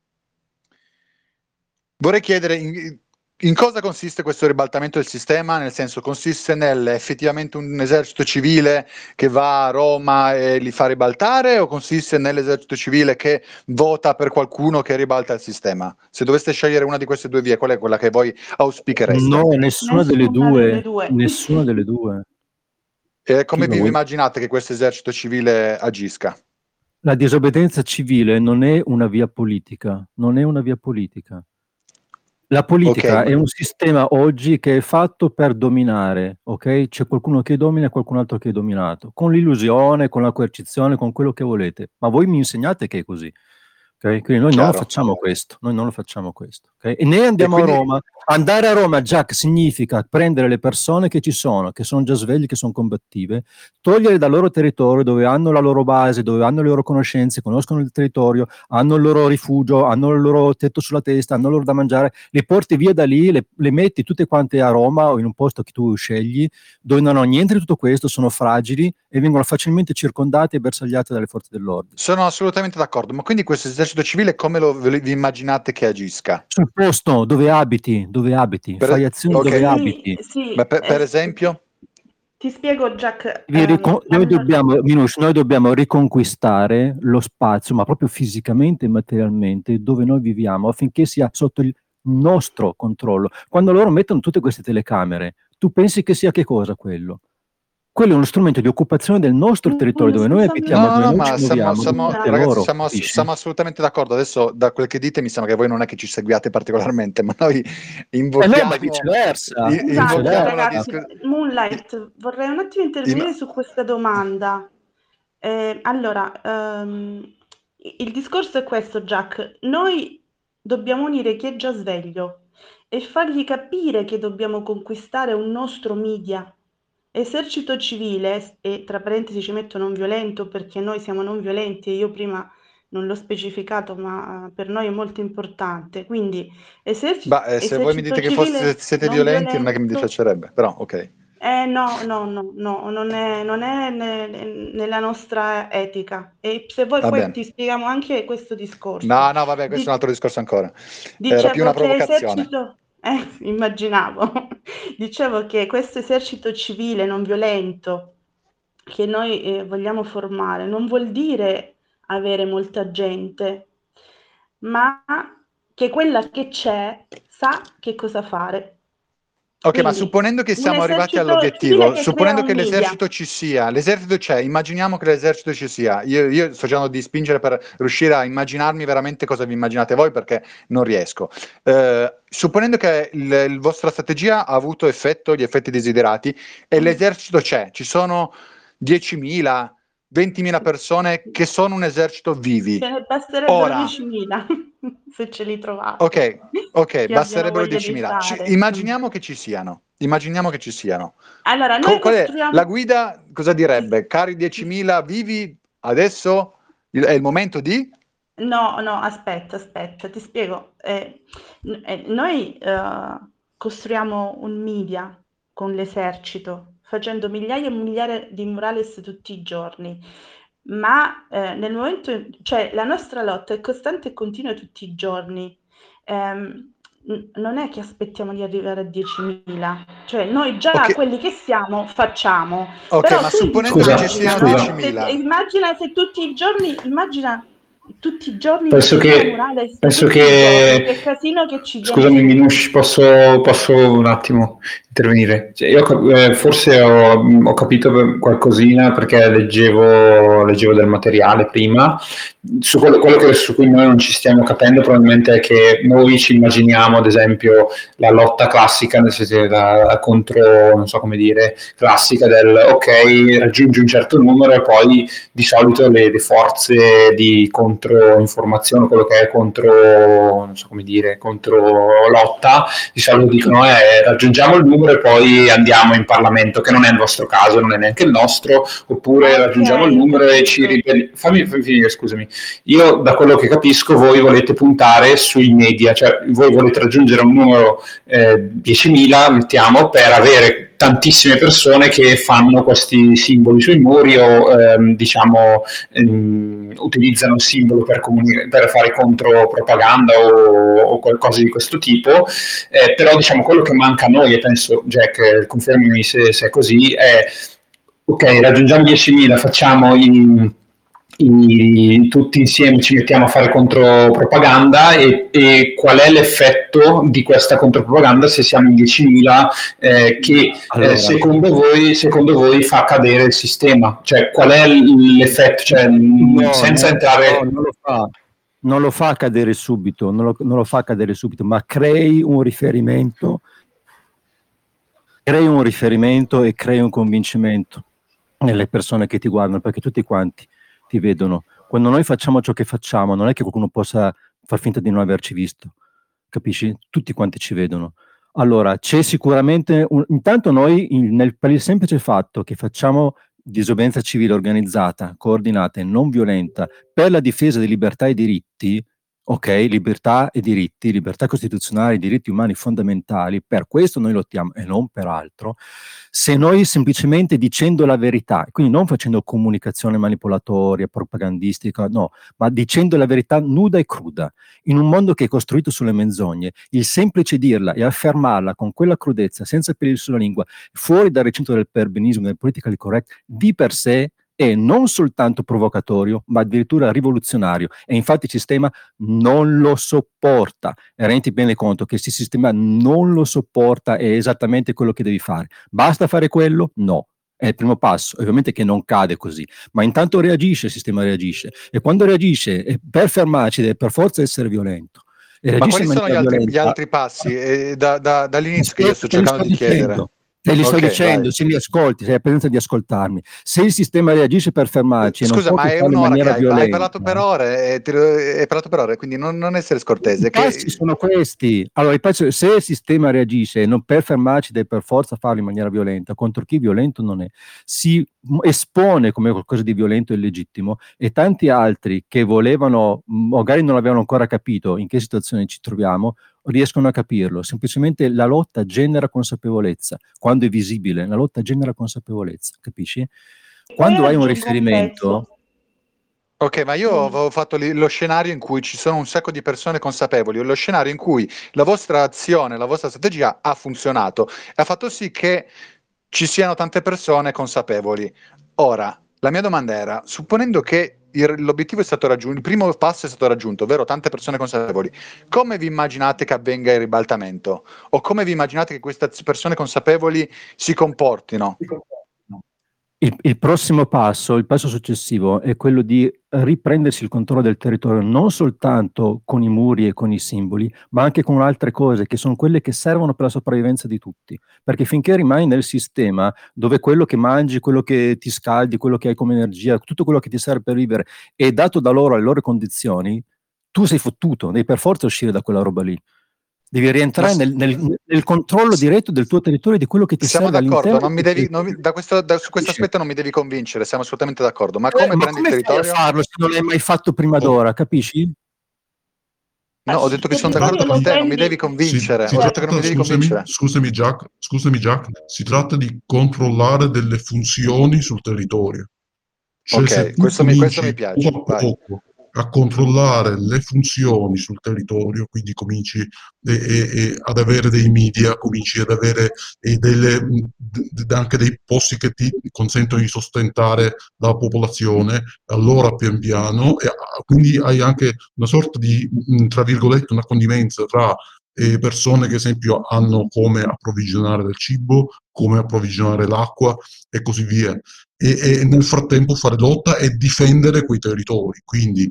Speaker 4: vorrei chiedere in cosa consiste questo ribaltamento del sistema, nel senso consiste effettivamente un esercito civile che va a Roma e li fa ribaltare o consiste nell'esercito civile che vota per qualcuno che ribalta il sistema? Se doveste scegliere una di queste 2 vie, qual è quella che voi auspichereste?
Speaker 2: No, nessuna delle due. Nessuna delle due.
Speaker 4: Come vi immaginate che questo esercito civile agisca?
Speaker 2: La disobbedienza civile non è una via politica, non è una via politica. La politica è un sistema oggi che è fatto per dominare, ok? C'è qualcuno che domina e qualcun altro che è dominato, con l'illusione, con la coercizione, con quello che volete. Ma voi mi insegnate che è così, ok? Quindi noi non lo facciamo questo, ok? E ne andiamo a Roma. Andare a Roma, Jack, significa prendere le persone che ci sono, che sono già sveglie, che sono combattive, togliere dal loro territorio dove hanno la loro base, dove hanno le loro conoscenze, conoscono il territorio, hanno il loro rifugio, hanno il loro tetto sulla testa, hanno loro da mangiare, le porti via da lì, le metti tutte quante a Roma o in un posto che tu scegli, dove non hanno niente di tutto questo, sono fragili e vengono facilmente circondate e bersagliate dalle forze dell'ordine.
Speaker 4: Sono assolutamente d'accordo, ma quindi questo esercito civile come vi immaginate che agisca?
Speaker 2: Sul posto dove abiti, fai azioni dove abiti.
Speaker 3: Sì,
Speaker 4: per esempio?
Speaker 3: Ti spiego, Jack.
Speaker 2: Noi dobbiamo riconquistare lo spazio, ma proprio fisicamente e materialmente, dove noi viviamo, affinché sia sotto il nostro controllo. Quando loro mettono tutte queste telecamere, tu pensi che sia che cosa quello? Quello è uno strumento di occupazione del nostro territorio, dove noi abitiamo, dove noi ci muoviamo.
Speaker 4: Ragazzi, siamo assolutamente d'accordo. Adesso, da quel che dite, mi sembra che voi non è che ci seguiate particolarmente, ma noi invochiamo...
Speaker 2: ma viceversa.
Speaker 3: Ragazzi, Moonlight, vorrei un attimo intervenire su questa domanda. Allora, il discorso è questo, Jack. Noi dobbiamo unire chi è già sveglio e fargli capire che dobbiamo conquistare un nostro media. Esercito civile, e tra parentesi ci metto non violento perché noi siamo non violenti e io prima non l'ho specificato, ma per noi è molto importante. Quindi
Speaker 4: se voi mi dite che siete violenti non è che mi dispiacerebbe, però ok.
Speaker 3: No, non è nella nostra etica. E se vuoi
Speaker 4: Va
Speaker 3: poi
Speaker 4: bene.
Speaker 3: ti spieghiamo anche questo discorso.
Speaker 4: No, vabbè, questo è un altro discorso ancora. Era più una
Speaker 3: Dicevo che
Speaker 4: provocazione.
Speaker 3: esercito, immaginavo, dicevo che questo esercito civile non violento che noi vogliamo formare non vuol dire avere molta gente, ma che quella che c'è sa che cosa fare.
Speaker 4: Ok, ma
Speaker 3: Quindi
Speaker 4: supponendo che
Speaker 3: un
Speaker 4: siamo arrivati
Speaker 3: esercito civile
Speaker 4: all'obiettivo,
Speaker 3: che crea
Speaker 4: supponendo
Speaker 3: un
Speaker 4: che
Speaker 3: media.
Speaker 4: l'esercito ci sia, l'esercito c'è, immaginiamo che l'esercito ci sia. Io sto cercando di spingere per riuscire a immaginarmi veramente cosa vi immaginate voi, perché non riesco. Supponendo che la vostra strategia ha avuto gli effetti desiderati, e l'esercito c'è, ci sono 10.000, 20.000 persone che sono un esercito vivi.
Speaker 3: Ce ne basterebbero
Speaker 4: Ora,
Speaker 3: 10.000 se ce li trovate.
Speaker 4: ok,
Speaker 3: Che abbiano
Speaker 4: basterebbero
Speaker 3: voglia di
Speaker 4: 10.000.
Speaker 3: fare.
Speaker 4: Immaginiamo che ci siano.
Speaker 3: Allora, noi
Speaker 4: Qual è
Speaker 3: costruiamo.
Speaker 4: la guida? Cosa direbbe? Cari 10.000 vivi, adesso è il momento di?
Speaker 3: No, aspetta, ti spiego. Noi costruiamo un media con l'esercito, facendo migliaia e migliaia di murales tutti i giorni, ma nel momento, cioè la nostra lotta è costante e continua tutti i giorni. Non è che aspettiamo di arrivare a 10.000, cioè noi già
Speaker 4: Ok,
Speaker 3: quelli che siamo facciamo,
Speaker 4: ok,
Speaker 3: però
Speaker 4: ma
Speaker 3: tu
Speaker 4: supponendo che ci
Speaker 3: immagina,
Speaker 4: siano
Speaker 3: no?
Speaker 4: 10.000,
Speaker 3: Immagina se tutti i giorni, tutti i giorni
Speaker 1: Penso
Speaker 3: 10.000
Speaker 1: che,
Speaker 3: murales,
Speaker 1: penso
Speaker 3: tutti i giorni,
Speaker 1: che,
Speaker 3: che casino che ci viene
Speaker 1: scusami
Speaker 3: su.
Speaker 1: Minush, posso un attimo intervenire? Cioè, io forse ho capito qualcosina perché leggevo del materiale prima. Su quello su cui noi non ci stiamo capendo probabilmente è che noi ci immaginiamo, ad esempio, la lotta classica, nel senso contro, non so come dire, classica del ok, raggiungi un certo numero e poi di solito le forze di controinformazione, quello che è contro, non so come dire, contro lotta, di solito dicono raggiungiamo il numero e poi andiamo in Parlamento, che non è il vostro caso, non è neanche il nostro, oppure raggiungiamo il
Speaker 3: Ok, ho
Speaker 1: numero e ci
Speaker 3: capito.
Speaker 1: ribelliamo. Fammi finire, scusami. Io da quello che capisco voi volete puntare sui media, cioè voi volete raggiungere un numero 10.000, mettiamo, per avere tantissime persone che fanno questi simboli sui muri o diciamo utilizzano il simbolo per fare contropropaganda o qualcosa di questo tipo, però diciamo quello che manca a noi, e penso Jack confermami se è così, è ok, raggiungiamo 10.000, facciamo tutti insieme ci mettiamo a fare contropropaganda e qual è l'effetto di questa contropropaganda se siamo in 10.000 che
Speaker 2: Allora,
Speaker 1: secondo voi fa cadere il sistema? Cioè qual è l'effetto? Cioè, senza entrare...
Speaker 2: No, non lo fa cadere subito, non lo fa cadere subito, ma crei un riferimento e crei un convincimento nelle persone che ti guardano, perché tutti quanti ti vedono. Quando noi facciamo ciò che facciamo, non è che qualcuno possa far finta di non averci visto, capisci? Tutti quanti ci vedono. Allora, c'è sicuramente intanto noi, per il semplice fatto che facciamo disobbedienza civile organizzata, coordinata e non violenta per la difesa di libertà e diritti, ok, libertà e diritti, libertà costituzionali, diritti umani fondamentali, per questo noi lottiamo e non per altro. Se noi semplicemente dicendo la verità, quindi non facendo comunicazione manipolatoria, propagandistica, no, ma dicendo la verità nuda e cruda, in un mondo che è costruito sulle menzogne, il semplice dirla e affermarla con quella crudezza, senza peli sulla lingua, fuori dal recinto del perbenismo, del politically correct, di per sé è non soltanto provocatorio, ma addirittura rivoluzionario. E infatti il sistema non lo sopporta. E rendi bene conto che se il sistema non lo sopporta è esattamente quello che devi fare. Basta fare quello? No. È il primo passo, ovviamente che non cade così, ma intanto reagisce, il sistema reagisce, e quando reagisce, per fermarci deve per forza essere violento. E
Speaker 4: ma
Speaker 2: reagisce
Speaker 4: quali
Speaker 2: in
Speaker 4: sono
Speaker 2: maniera
Speaker 4: gli altri passi? Dall'inizio che io sto
Speaker 2: te li
Speaker 4: cercando
Speaker 2: sto
Speaker 4: di chiedere.
Speaker 2: dicendo. Te li sto
Speaker 4: Ok,
Speaker 2: dicendo,
Speaker 4: vai.
Speaker 2: se mi ascolti, se hai la presenza di ascoltarmi. Se il sistema reagisce per fermarci e non
Speaker 4: Scusa,
Speaker 2: può
Speaker 4: ma
Speaker 2: che
Speaker 4: è
Speaker 2: farlo in
Speaker 4: un'ora che
Speaker 2: maniera
Speaker 4: hai
Speaker 2: violenta,
Speaker 4: parlato per ore, hai parlato per ore, quindi non essere
Speaker 2: i
Speaker 4: scortese.
Speaker 2: passi sono questi. Allora, se il sistema reagisce non per fermarci deve per forza farlo in maniera violenta, contro chi violento non è, si espone come qualcosa di violento e illegittimo, e tanti altri che volevano, magari non avevano ancora capito in che situazione ci troviamo, riescono a capirlo. Semplicemente la lotta genera consapevolezza. Quando è visibile, la lotta genera consapevolezza, capisci? Quando hai un riferimento...
Speaker 4: Ok, ma io avevo fatto lo scenario in cui ci sono un sacco di persone consapevoli, lo scenario in cui la vostra azione, la vostra strategia ha funzionato e ha fatto sì che ci siano tante persone consapevoli. Ora, la mia domanda era, supponendo che l'obiettivo è stato raggiunto, il primo passo è stato raggiunto, ovvero tante persone consapevoli, come vi immaginate che avvenga il ribaltamento? O come vi immaginate che queste persone consapevoli si comportino?
Speaker 2: Il prossimo passo, il passo successivo, è quello di riprendersi il controllo del territorio, non soltanto con i muri e con i simboli, ma anche con altre cose che sono quelle che servono per la sopravvivenza di tutti. Perché finché rimani nel sistema dove quello che mangi, quello che ti scaldi, quello che hai come energia, tutto quello che ti serve per vivere è dato da loro alle loro condizioni, tu sei fottuto, devi per forza uscire da quella roba lì. Devi rientrare nel controllo diretto del tuo territorio e di quello che ti
Speaker 4: siamo
Speaker 2: serve
Speaker 4: d'accordo,
Speaker 2: all'interno.
Speaker 4: su questo aspetto non mi devi convincere, siamo assolutamente d'accordo. Ma come prendi il territorio?
Speaker 2: Fai a farlo se non l'hai mai fatto prima d'ora, capisci?
Speaker 4: No, ho detto che sono d'accordo con te, non mi devi convincere. Ho detto che non mi devi convincere.
Speaker 5: Scusami Jack, si tratta di controllare delle funzioni sul territorio. Cioè,
Speaker 4: Ok,
Speaker 5: se tu
Speaker 4: questo mi
Speaker 5: cominci
Speaker 4: piace.
Speaker 5: poco a poco a controllare le funzioni sul territorio, quindi cominci ad avere dei media, cominci ad avere anche dei posti che ti consentono di sostentare la popolazione, allora pian piano, quindi hai anche una sorta di, tra virgolette, una connivenza tra persone che, ad esempio, hanno come approvvigionare del cibo, come approvvigionare l'acqua e così via. E nel frattempo fare lotta e difendere quei territori, quindi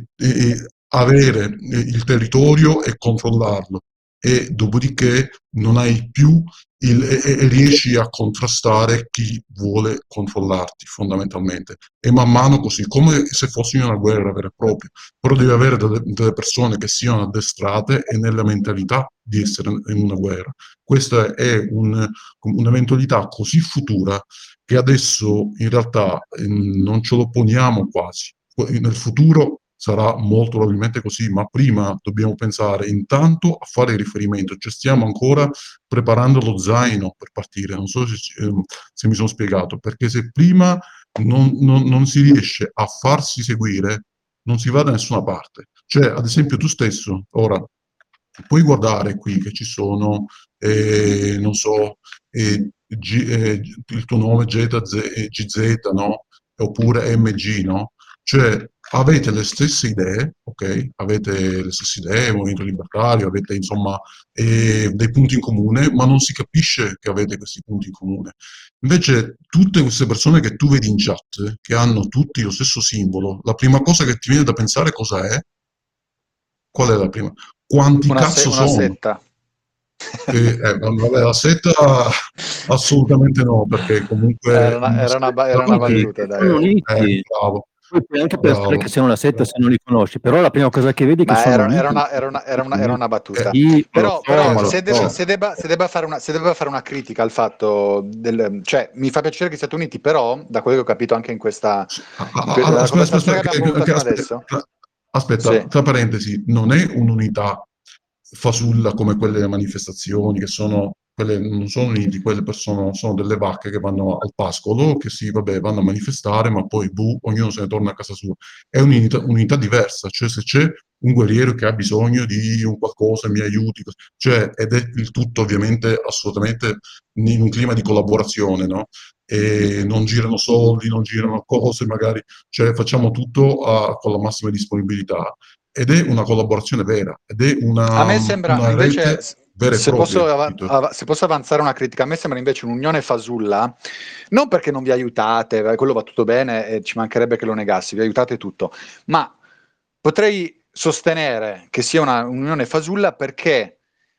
Speaker 5: avere il territorio e controllarlo, e dopodiché non hai più e riesci a contrastare chi vuole controllarti fondamentalmente, e man mano così, come se fossi in una guerra vera e propria, però devi avere delle persone che siano addestrate e nella mentalità di essere in una guerra. Questa è un'eventualità così futura che adesso in realtà non ce lo poniamo quasi. Nel futuro sarà molto probabilmente così, ma prima dobbiamo pensare intanto a fare riferimento, cioè stiamo ancora preparando lo zaino per partire, non so se mi sono spiegato, perché se prima non si riesce a farsi seguire, non si va da nessuna parte. Cioè, ad esempio, tu stesso, ora, puoi guardare qui che ci sono, non so, il tuo nome GZ, no? Oppure MG, no? Cioè, avete le stesse idee, ok? Avete le stesse idee, Movimento Libertario, avete insomma dei punti in comune, ma non si capisce che avete questi punti in comune. Invece, tutte queste persone che tu vedi in chat, che hanno tutti lo stesso simbolo, la prima cosa che ti viene da pensare cosa è? Qual è la prima? Quanti cazzo
Speaker 4: Una
Speaker 5: sono?
Speaker 4: setta.
Speaker 5: Vabbè, la setta assolutamente no, perché comunque
Speaker 4: Era una battuta, dai.
Speaker 5: Bravo.
Speaker 2: Poi puoi anche pensare che siano una setta se non li conosci, però la prima cosa che vedi è che
Speaker 4: Ma
Speaker 2: sono
Speaker 4: era una battuta.
Speaker 2: Sì,
Speaker 4: Però
Speaker 2: so.
Speaker 4: se debba fare una critica al fatto cioè mi fa piacere che siate uniti, però da quello che ho capito anche in questa dalla conversazione che abbiamo avuto fino adesso.
Speaker 5: Aspetta,
Speaker 4: Sì.
Speaker 5: tra parentesi, non è un'unità fasulla come quelle delle manifestazioni, che sono quelle, non sono uniti, quelle sono delle vacche che vanno al pascolo, che sì, vabbè, vanno a manifestare, ma poi ognuno se ne torna a casa sua. È un'unità diversa, cioè se c'è un guerriero che ha bisogno di un qualcosa, mi aiuti, cioè, ed è il tutto ovviamente assolutamente in un clima di collaborazione, no? E non girano soldi, non girano cose, magari, cioè facciamo tutto con la massima disponibilità, ed è una collaborazione vera, ed è
Speaker 4: A me sembra
Speaker 5: una
Speaker 4: invece,
Speaker 5: rete vera e
Speaker 4: se
Speaker 5: propria.
Speaker 4: posso avanzare una critica, a me sembra invece un'unione fasulla, non perché non vi aiutate, quello va tutto bene e ci mancherebbe che lo negassi, vi aiutate tutto, ma potrei sostenere che sia un'unione fasulla perché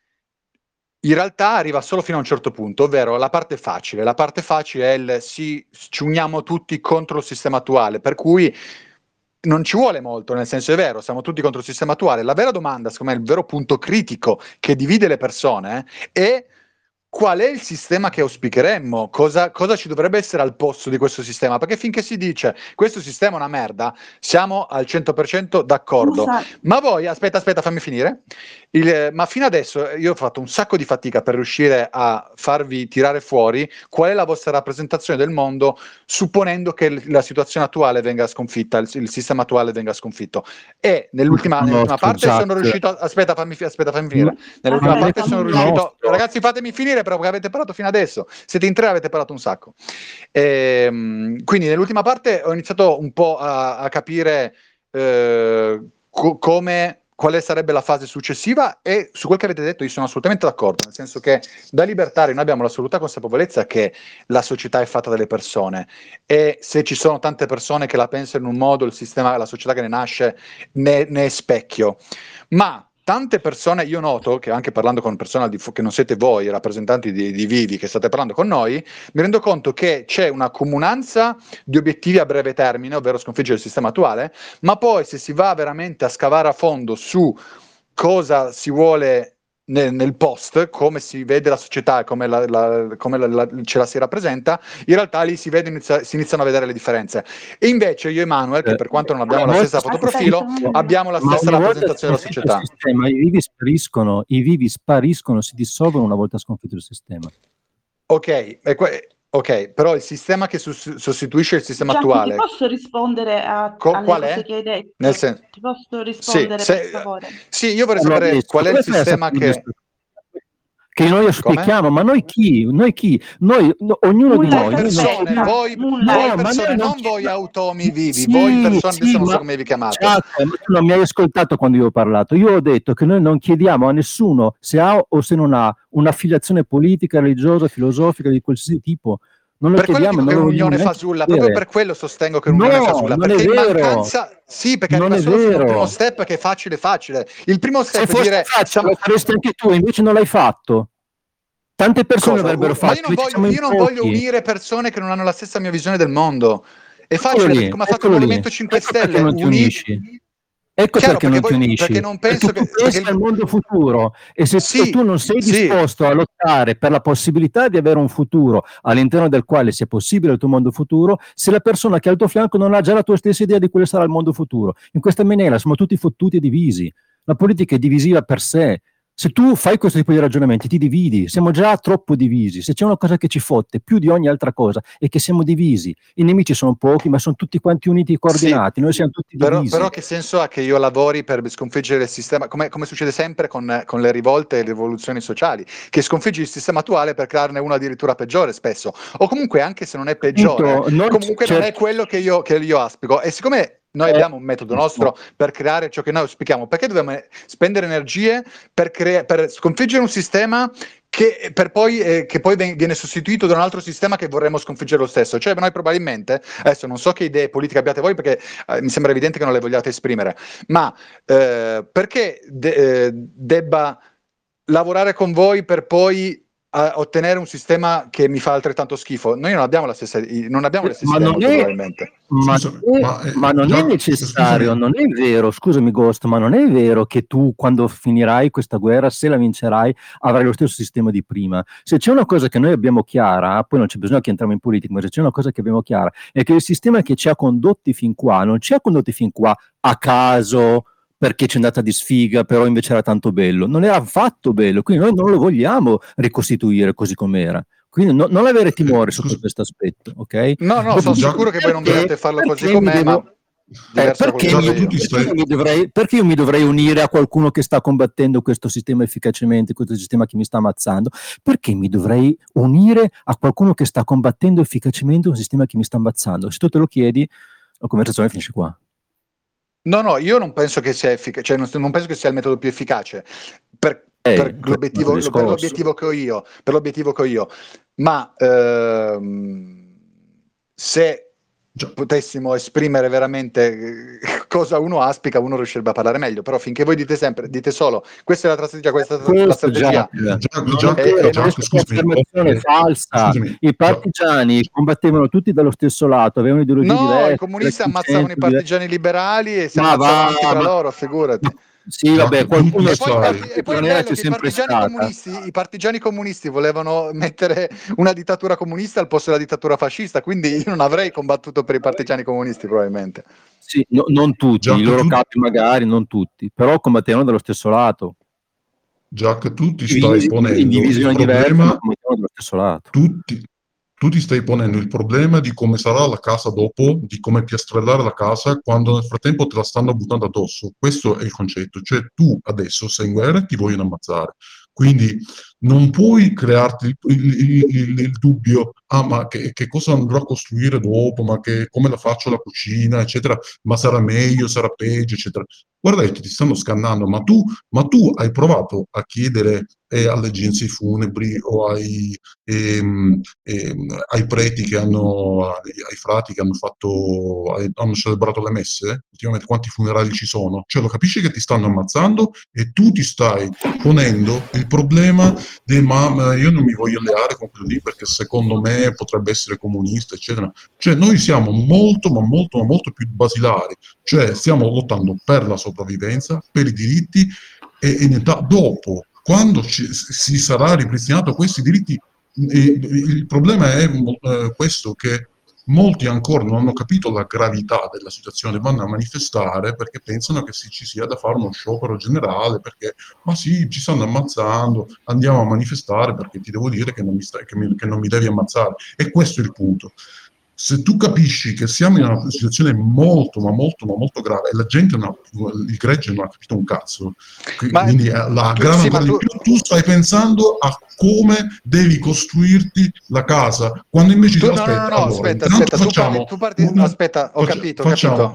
Speaker 4: in realtà arriva solo fino a un certo punto, ovvero la parte facile. La parte facile è ci uniamo tutti contro il sistema attuale, per cui non ci vuole molto, nel senso è vero, siamo tutti contro il sistema attuale. La vera domanda, secondo me, il vero punto critico che divide le persone è qual è il sistema che auspicheremmo, cosa ci dovrebbe essere al posto di questo sistema, perché finché si dice questo sistema è una merda, siamo al 100% d'accordo.
Speaker 3: Scusa,
Speaker 4: Ma voi, aspetta, fammi finire. Ma fino adesso io ho fatto un sacco di fatica per riuscire a farvi tirare fuori qual è la vostra rappresentazione del mondo, supponendo che la situazione attuale venga sconfitta, il sistema attuale venga sconfitto. E nell'ultima parte sono riuscito. Aspetta, fammi finire. Nell'ultima parte sono riuscito. Ragazzi, fatemi finire, però, perché avete parlato fino adesso. Siete in 3, avete parlato un sacco. Quindi nell'ultima parte ho iniziato un po' a capire quale sarebbe la fase successiva, e su quel che avete detto io sono assolutamente d'accordo, nel senso che da libertari noi abbiamo l'assoluta consapevolezza che la società è fatta dalle persone, e se ci sono tante persone che la pensano in un modo, il sistema, la società che ne nasce ne è specchio. Ma tante persone, io noto che anche parlando con persone che non siete voi, rappresentanti di Vivi, che state parlando con noi, mi rendo conto che c'è una comunanza di obiettivi a breve termine, ovvero sconfiggere il sistema attuale, ma poi se si va veramente a scavare a fondo su cosa si vuole nel post, come si vede la società, come ce la si rappresenta, in realtà lì si iniziano a vedere le differenze. E invece io e Manuel, che per quanto non abbiamo la stessa fotoprofilo, abbiamo la stessa rappresentazione della società.
Speaker 2: I vivi spariscono, si dissolvono una volta sconfitto il sistema.
Speaker 4: Ok, però il sistema che sostituisce il sistema attuale.
Speaker 3: Ti posso rispondere alle cose che hai detto?
Speaker 4: Nel senso,
Speaker 3: ti posso rispondere, per favore?
Speaker 4: Sì, io vorrei sapere qual è il sistema che
Speaker 2: noi auspichiamo, ma noi chi? Ognuno di noi.
Speaker 4: Voi persone, non voi automi vivi, voi persone, adesso non so come vi chiamate.
Speaker 2: Ma tu non mi hai ascoltato quando io ho parlato. Io ho detto che noi non chiediamo a nessuno se ha o se non ha un'affiliazione politica, religiosa, filosofica di qualsiasi tipo. Non lo chiediamo,
Speaker 4: che è un'unione fasulla, proprio per quello sostengo che è un'unione fasulla, perché in mancanza, sì, perché arriva solo fino al primo step, che è facile. Il primo step è dire
Speaker 2: lo faresti anche tu, invece non l'hai fatto. Tante persone avrebbero fatto.
Speaker 4: Ma io non voglio unire persone che non hanno la stessa mia visione del mondo. È facile, come ha fatto il Movimento 5 Stelle,
Speaker 2: non ti unisci. Ecco perché non ti unisci,
Speaker 4: perché non penso
Speaker 2: perché tu pensi al mondo futuro, e se tu non sei disposto a lottare per la possibilità di avere un futuro all'interno del quale sia possibile il tuo mondo futuro, se la persona che è al tuo fianco non ha già la tua stessa idea di quale sarà il mondo futuro, in questa maniera siamo tutti fottuti e divisi. La politica è divisiva per sé. Se tu fai questo tipo di ragionamenti ti dividi, siamo già troppo divisi. Se c'è una cosa che ci fotte più di ogni altra cosa è che siamo divisi. I nemici sono pochi, ma sono tutti quanti uniti e coordinati. Noi siamo tutti divisi.
Speaker 4: Però che senso ha che io lavori per sconfiggere il sistema, come succede sempre con le rivolte e le rivoluzioni sociali, che sconfiggi il sistema attuale per crearne uno addirittura peggiore spesso, o comunque anche se non è peggiore, comunque non è quello che io aspico. E siccome noi abbiamo un metodo nostro per creare ciò che noi auspichiamo, perché dobbiamo spendere energie per sconfiggere un sistema che poi viene sostituito da un altro sistema che vorremmo sconfiggere lo stesso? Cioè noi probabilmente, adesso non so che idee politiche abbiate voi, perché mi sembra evidente che non le vogliate esprimere, ma perché debba lavorare con voi per poi a ottenere un sistema che mi fa altrettanto schifo? Noi non abbiamo le stesse idee, probabilmente.
Speaker 2: Ma non è necessario, non è vero, scusami Ghost, ma non è vero che tu quando finirai questa guerra, se la vincerai, avrai lo stesso sistema di prima. Se c'è una cosa che noi abbiamo chiara, poi non c'è bisogno che entriamo in politica, ma se c'è una cosa che abbiamo chiara, è che il sistema che ci ha condotti fin qua, non ci ha condotti fin qua a caso, perché c'è andata di sfiga, però invece era tanto bello. Non era affatto bello, quindi noi non lo vogliamo ricostituire così com'era. Quindi non avere timore sotto questo aspetto, ok?
Speaker 4: No, sono sicuro che voi non vogliate farlo così com'è, ma...
Speaker 2: Perché io mi dovrei unire a qualcuno che sta combattendo questo sistema efficacemente, questo sistema che mi sta ammazzando? Perché mi dovrei unire a qualcuno che sta combattendo efficacemente un sistema che mi sta ammazzando? Se tu te lo chiedi, la conversazione finisce qua.
Speaker 4: No, io non penso che sia efficace, cioè non penso che sia il metodo più efficace per l'obiettivo che ho io. Ma se potessimo esprimere veramente cosa uno aspica, uno riuscirebbe a parlare meglio. Però finché voi dite solo questa è la strategia, questa è la strategia,
Speaker 2: è falsa. I partigiani combattevano tutti dallo stesso lato, avevano ideologie diverse.
Speaker 4: I comunisti ammazzavano i partigiani liberali e si ammazzavano anche tra loro, figurati.
Speaker 2: Sì, vabbè, qualcuno
Speaker 4: E poi è bello
Speaker 2: c'è
Speaker 4: che
Speaker 2: sempre stata.
Speaker 4: i partigiani comunisti volevano mettere una dittatura comunista al posto della dittatura fascista, quindi io non avrei combattuto per i partigiani comunisti probabilmente.
Speaker 2: Sì, non tutti,
Speaker 5: Già
Speaker 2: i
Speaker 5: che
Speaker 2: loro
Speaker 5: tu-
Speaker 2: capi magari, non tutti, però combattevano dallo stesso lato.
Speaker 5: Già che tu ti stai
Speaker 2: In
Speaker 5: ponendo il
Speaker 2: divisioni diverse, ma
Speaker 5: problema,
Speaker 2: combattevano dallo stesso lato.
Speaker 5: tu ti stai ponendo il problema di come sarà la casa dopo, di come piastrellare la casa quando nel frattempo te la stanno buttando addosso. Questo è il concetto, cioè tu adesso sei in guerra e ti vogliono ammazzare. Quindi non puoi crearti il dubbio, ma che cosa andrò a costruire dopo, ma come la faccio la cucina, eccetera, ma sarà meglio, sarà peggio, eccetera. Guarda che ti stanno scannando, ma tu hai provato a chiedere alle agenzie funebri o ai preti ai frati che hanno celebrato le messe, ultimamente quanti funerali ci sono? Cioè lo capisci che ti stanno ammazzando e tu ti stai ponendo il problema ma io non mi voglio alleare con quello lì perché secondo me potrebbe essere comunista, eccetera. Cioè noi siamo molto, ma molto, ma molto più basilari, cioè stiamo lottando per la sopravvivenza, per i diritti e dopo, quando si sarà ripristinato questi diritti, il problema è questo, che molti ancora non hanno capito la gravità della situazione, vanno a manifestare perché pensano che ci sia da fare uno sciopero generale, perché ma sì, ci stanno ammazzando, andiamo a manifestare perché ti devo dire che non mi devi ammazzare. E questo è il punto. Se tu capisci che siamo in una situazione molto, ma molto, ma molto grave e la gente, il gregge non ha capito un cazzo, quindi la aggrava ancora di più, tu stai pensando a come devi costruirti la casa, quando invece
Speaker 4: aspetta, ho capito.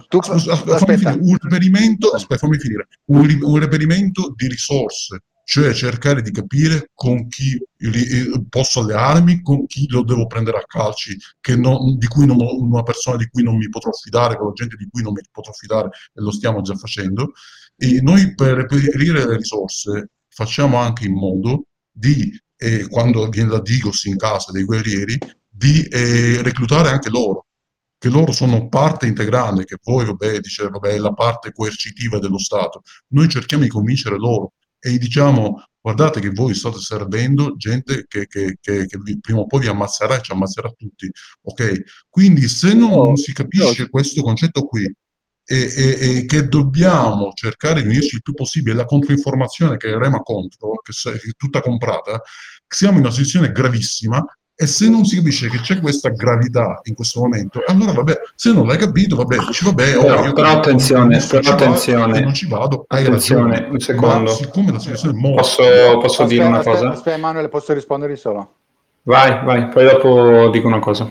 Speaker 5: Fammi finire. Un reperimento di risorse, cioè cercare di capire con chi posso allearmi, con chi lo devo prendere a calci, una persona di cui non mi potrò fidare, con la gente di cui non mi potrò fidare, e lo stiamo già facendo. E noi per reperire le risorse facciamo anche in modo di, quando viene la Digos in casa dei guerrieri, di reclutare anche loro, che loro sono parte integrante, che poi dice è la parte coercitiva dello Stato. Noi cerchiamo di convincere loro e gli diciamo: guardate che voi state servendo gente che prima o poi vi ammazzerà e ci ammazzerà tutti, ok? Quindi se non si capisce questo concetto qui e che dobbiamo cercare di unirci il più possibile, la controinformazione che è rema contro, che è tutta comprata, siamo in una situazione gravissima. E se non si capisce che c'è questa gravità in questo momento, allora se non l'hai capito, dici
Speaker 1: però attenzione,
Speaker 5: non ci vado, hai
Speaker 1: attenzione,
Speaker 5: ragione.
Speaker 1: un secondo.
Speaker 5: Ma siccome la situazione è molto...
Speaker 1: Posso dire una cosa?
Speaker 4: Aspetta Emanuele, posso rispondere solo?
Speaker 1: Vai, poi dopo dico una cosa.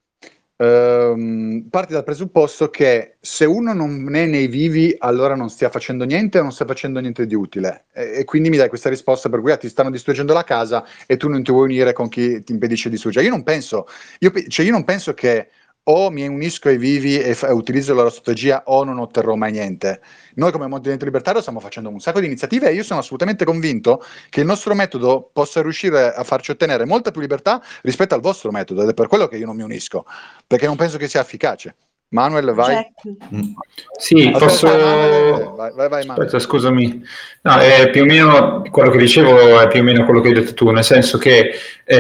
Speaker 4: Parti dal presupposto che se uno non è nei vivi, allora non stia facendo niente o non stia facendo niente di utile, e quindi mi dai questa risposta per cui ti stanno distruggendo la casa e tu non ti vuoi unire con chi ti impedisce di distruggere. Io non penso che o mi unisco ai vivi e utilizzo la loro strategia o non otterrò mai niente. Noi come Movimento Libertario stiamo facendo un sacco di iniziative e io sono assolutamente convinto che il nostro metodo possa riuscire a farci ottenere molta più libertà rispetto al vostro metodo, ed è per quello che io non mi unisco, perché non penso che sia efficace. Manuel, vai.
Speaker 1: Sì, posso...
Speaker 4: Vai, Manuel.
Speaker 1: Aspetta, scusami. No, più o meno quello che dicevo è più o meno quello che hai detto tu, nel senso che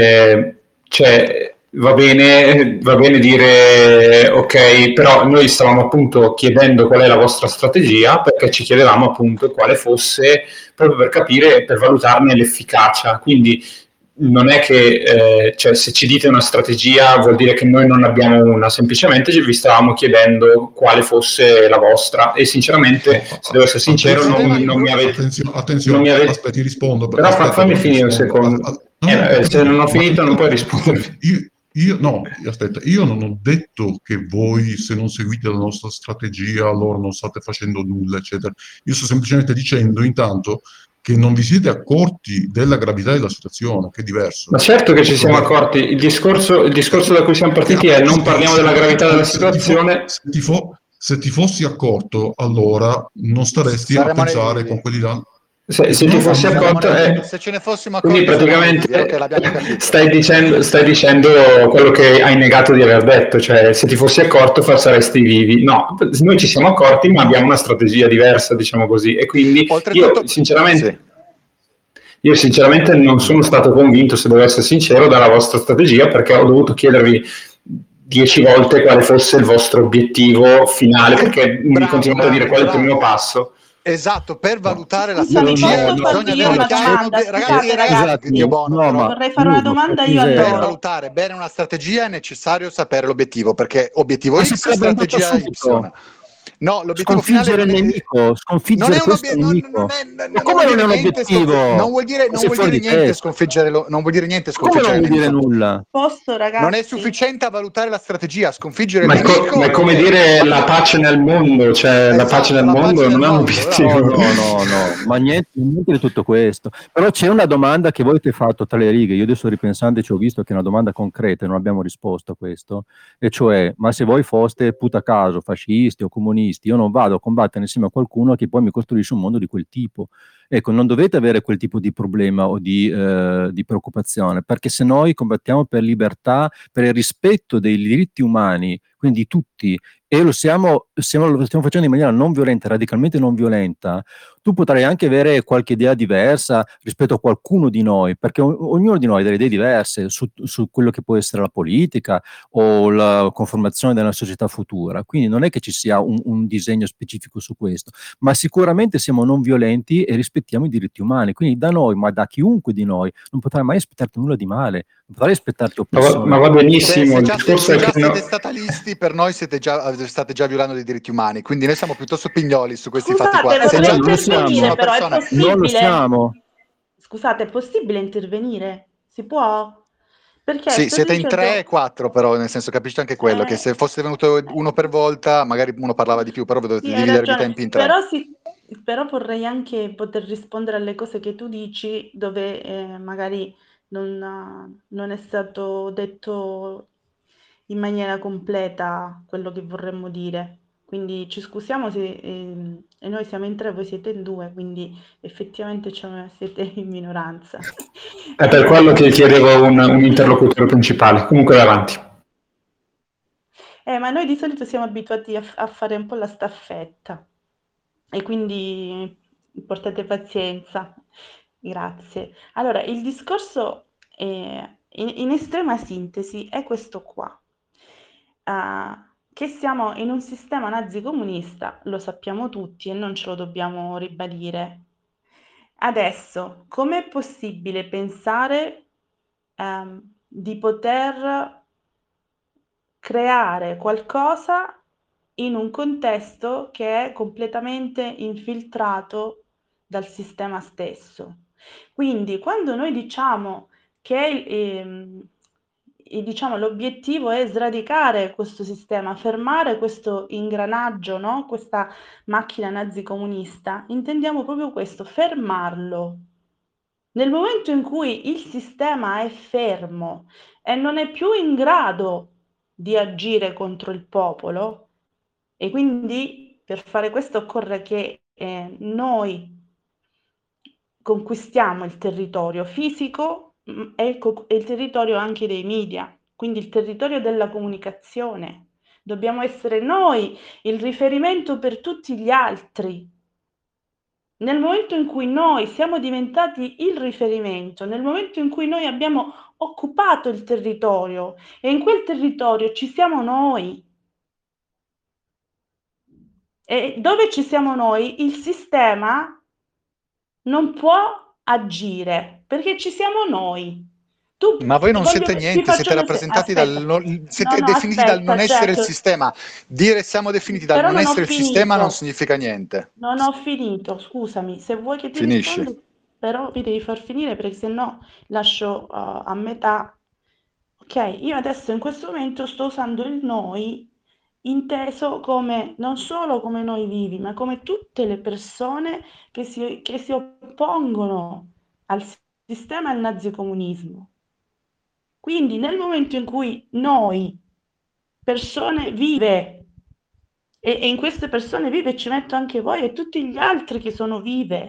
Speaker 1: va bene dire ok, però noi stavamo appunto chiedendo qual è la vostra strategia, perché ci chiedevamo appunto quale fosse, proprio per capire, per valutarne l'efficacia. Quindi non è che se ci dite una strategia vuol dire che noi non abbiamo una, semplicemente vi stavamo chiedendo quale fosse la vostra, e sinceramente, se devo essere sincero, non mi avete...
Speaker 5: Attenzione, aspetta, ti rispondo.
Speaker 1: Però fammi finire un secondo. Se non ho finito non puoi rispondere.
Speaker 5: Io non ho detto che voi, se non seguite la nostra strategia, allora non state facendo nulla, eccetera. Io sto semplicemente dicendo intanto che non vi siete accorti della gravità della situazione, che è diverso.
Speaker 1: Ma certo che ci siamo accorti. Il discorso da cui siamo partiti è non parliamo della gravità della situazione.
Speaker 5: Se ti fossi accorto, allora non staresti a pensare con quelli là.
Speaker 1: Se ti fossi accorto,
Speaker 4: se ce ne fossimo
Speaker 1: quindi
Speaker 4: accorti,
Speaker 1: praticamente
Speaker 4: che l'abbiamo capito.
Speaker 1: stai dicendo quello che hai negato di aver detto, cioè se ti fossi accorto saresti vivi. No, noi ci siamo accorti, ma abbiamo una strategia diversa, diciamo così, e quindi
Speaker 4: Oltretutto,
Speaker 1: io sinceramente non sono stato convinto, se devo essere sincero, dalla vostra strategia, perché ho dovuto chiedervi 10 volte quale fosse il vostro obiettivo finale, perché mi continuate a dire qual è il primo passo.
Speaker 4: Esatto, per valutare la
Speaker 3: Scusami,
Speaker 4: strategia
Speaker 3: posso
Speaker 4: bisogna
Speaker 3: farvi
Speaker 4: avere
Speaker 3: una
Speaker 4: chiaro,
Speaker 3: domanda?
Speaker 4: ragazzi, Dio buono, però
Speaker 3: vorrei fare una domanda io a
Speaker 4: per
Speaker 3: loro.
Speaker 4: valutare bene una strategia è necessario sapere l'obiettivo, perché obiettivo
Speaker 2: Ma
Speaker 4: X, strategia Y. No, l'obiettivo
Speaker 2: sconfiggere
Speaker 4: finale
Speaker 2: il nemico, sconfiggere questo nemico.
Speaker 4: Ma come non è un obiettivo? Non vuol dire niente sconfiggere, non vuol dire niente sconfiggere il nemico.
Speaker 2: Non vuol dire nulla.
Speaker 3: Posto, ragazzi.
Speaker 4: Non è sufficiente a valutare la strategia, sconfiggere il
Speaker 1: nemico. Ma è come dire la pace nel mondo, cioè la pace nel mondo non è un obiettivo.
Speaker 2: No, ma niente di tutto questo. Però c'è una domanda che voi avete fatto tra le righe, io adesso ripensando ci ho visto che è una domanda concreta e non abbiamo risposto a questo, e cioè, ma se voi foste puta caso fascisti o comunisti, io non vado a combattere insieme a qualcuno che poi mi costruisce un mondo di quel tipo. Ecco, non dovete avere quel tipo di problema o di preoccupazione, perché se noi combattiamo per libertà, per il rispetto dei diritti umani, quindi tutti, e lo stiamo facendo in maniera non violenta, radicalmente non violenta, tu potrai anche avere qualche idea diversa rispetto a qualcuno di noi, perché ognuno di noi ha delle idee diverse su quello che può essere la politica o la conformazione della società futura, quindi non è che ci sia un disegno specifico su questo, ma sicuramente siamo non violenti e rispettiamo i diritti umani, quindi da noi, ma da chiunque di noi, non potrai mai aspettarti nulla di male, non potrai aspettarti oppressione.
Speaker 1: Ma va benissimo,
Speaker 4: se già siete statalisti, per noi state già violando dei diritti umani, quindi noi siamo piuttosto pignoli su questi fatti qua.
Speaker 3: Vorrei intervenire, però è possibile.
Speaker 2: Non lo siamo.
Speaker 3: Scusate, è possibile intervenire? Si può? Perché
Speaker 4: sì, siete in 3 e 4, però nel senso capisci anche quello, che se fosse venuto uno per volta magari uno parlava di più, però dovete dividervi i tempi in 3.
Speaker 3: Però vorrei anche poter rispondere alle cose che tu dici dove magari non è stato detto in maniera completa quello che vorremmo dire. Quindi ci scusiamo se e noi siamo in 3, voi siete in 2, quindi effettivamente siete in minoranza.
Speaker 1: È per quello che chiedevo un interlocutore principale. Comunque vai avanti.
Speaker 3: Ma noi di solito siamo abituati a fare un po' la staffetta e quindi portate pazienza. Grazie. Allora, il discorso in estrema sintesi è questo qua. Che siamo in un sistema nazi-comunista, lo sappiamo tutti e non ce lo dobbiamo ribadire. Adesso, com'è possibile pensare di poter creare qualcosa in un contesto che è completamente infiltrato dal sistema stesso? Quindi, quando noi diciamo che diciamo, l'obiettivo è sradicare questo sistema, fermare questo ingranaggio, no? Questa macchina nazi-comunista, intendiamo proprio questo, fermarlo. Nel momento in cui il sistema è fermo e non è più in grado di agire contro il popolo, e quindi per fare questo occorre che noi conquistiamo il territorio fisico e il territorio anche dei media, quindi il territorio della comunicazione. Dobbiamo essere noi il riferimento per tutti gli altri. Nel momento in cui noi siamo diventati il riferimento, nel momento in cui noi abbiamo occupato il territorio e in quel territorio ci siamo noi, e dove ci siamo noi, il sistema non può agire perché ci siamo noi.
Speaker 4: Ma voi non siete niente, siete rappresentati siete definiti dal non essere il sistema. Dire siamo definiti dal non essere il sistema non significa niente.
Speaker 3: Non ho finito, scusami, se vuoi che ti rispondo, però mi devi far finire perché sennò lascio a metà. Ok, io adesso in questo momento sto usando il noi inteso come non solo come noi vivi, ma come tutte le persone che si oppongono al sistema e al nazicomunismo. Quindi nel momento in cui noi, persone vive, e in queste persone vive ci metto anche voi e tutti gli altri che sono vive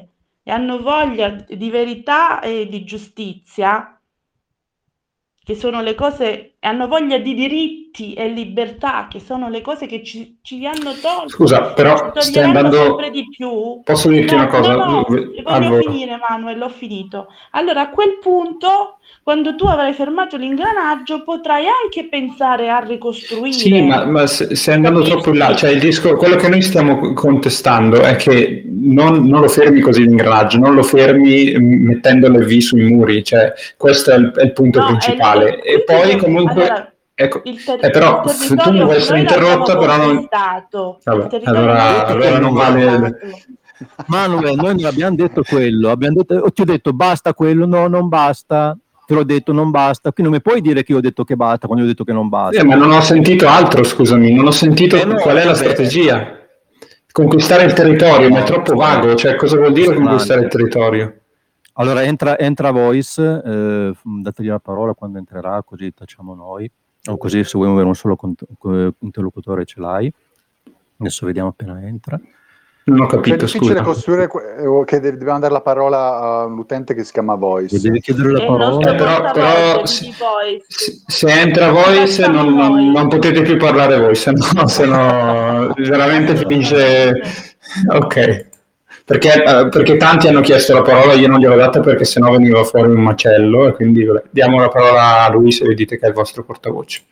Speaker 3: e hanno voglia di verità e di giustizia, che sono le cose, e hanno voglia di diritti e libertà, che sono le cose che ci hanno tolto,
Speaker 1: Scusa, però
Speaker 3: ci
Speaker 1: stai
Speaker 3: toglieranno
Speaker 1: andando...
Speaker 3: sempre di più.
Speaker 1: Posso dirti una cosa?
Speaker 3: No,
Speaker 1: Al
Speaker 3: voglio
Speaker 1: volo.
Speaker 3: finire, Manuel, ho finito. Allora, a quel punto, quando tu avrai fermato l'ingranaggio, potrai anche pensare a ricostruire.
Speaker 1: Sì, ma stai andando
Speaker 3: Capisci?
Speaker 1: troppo in là. Cioè, quello che noi stiamo contestando è che non lo fermi così l'ingranaggio, non lo fermi mettendo le V sui muri. Cioè, questo è il punto
Speaker 3: No,
Speaker 1: principale. E
Speaker 3: qui
Speaker 1: poi
Speaker 3: c'è-
Speaker 1: comunque...
Speaker 3: allora,
Speaker 1: Ecco,
Speaker 3: il
Speaker 1: però se tu
Speaker 3: territorio
Speaker 1: non vuoi essere
Speaker 3: noi l'abbiamo
Speaker 1: interrotta, però non...
Speaker 3: contestato. Il
Speaker 1: Vabbè,
Speaker 3: territorio
Speaker 1: allora
Speaker 3: noi
Speaker 1: non
Speaker 3: l'abbiamo
Speaker 1: vale...
Speaker 3: contestato.
Speaker 2: Manuel, noi non abbiamo detto quello, ti ho detto basta quello, no, non basta, te l'ho detto non basta, quindi non mi puoi dire che io ho detto che basta quando io ho detto che non basta.
Speaker 1: Ma non ho sentito altro, scusami, non ho sentito
Speaker 2: no,
Speaker 1: qual è la strategia. Conquistare il territorio, ma è troppo vago, cioè cosa vuol dire conquistare il territorio?
Speaker 2: Allora entra Voice, dategli la parola quando entrerà, così tacciamo noi, o così se vuoi avere un solo interlocutore ce l'hai. Adesso vediamo appena entra.
Speaker 1: Non ho capito,
Speaker 4: È difficile
Speaker 1: scusa.
Speaker 4: costruire che dobbiamo dare la parola a un utente che si chiama Voice.
Speaker 2: Devi chiedere la
Speaker 3: E il nostro
Speaker 2: parola.
Speaker 1: però
Speaker 3: portavoce di Voice.
Speaker 1: se entra Voice non potete più parlare voi, se no veramente finisce... Ok. Perché tanti hanno chiesto la parola, io non gliel'ho data perché sennò veniva fuori un macello, e quindi vabbè, diamo la parola a lui se vi dite che è il vostro portavoce.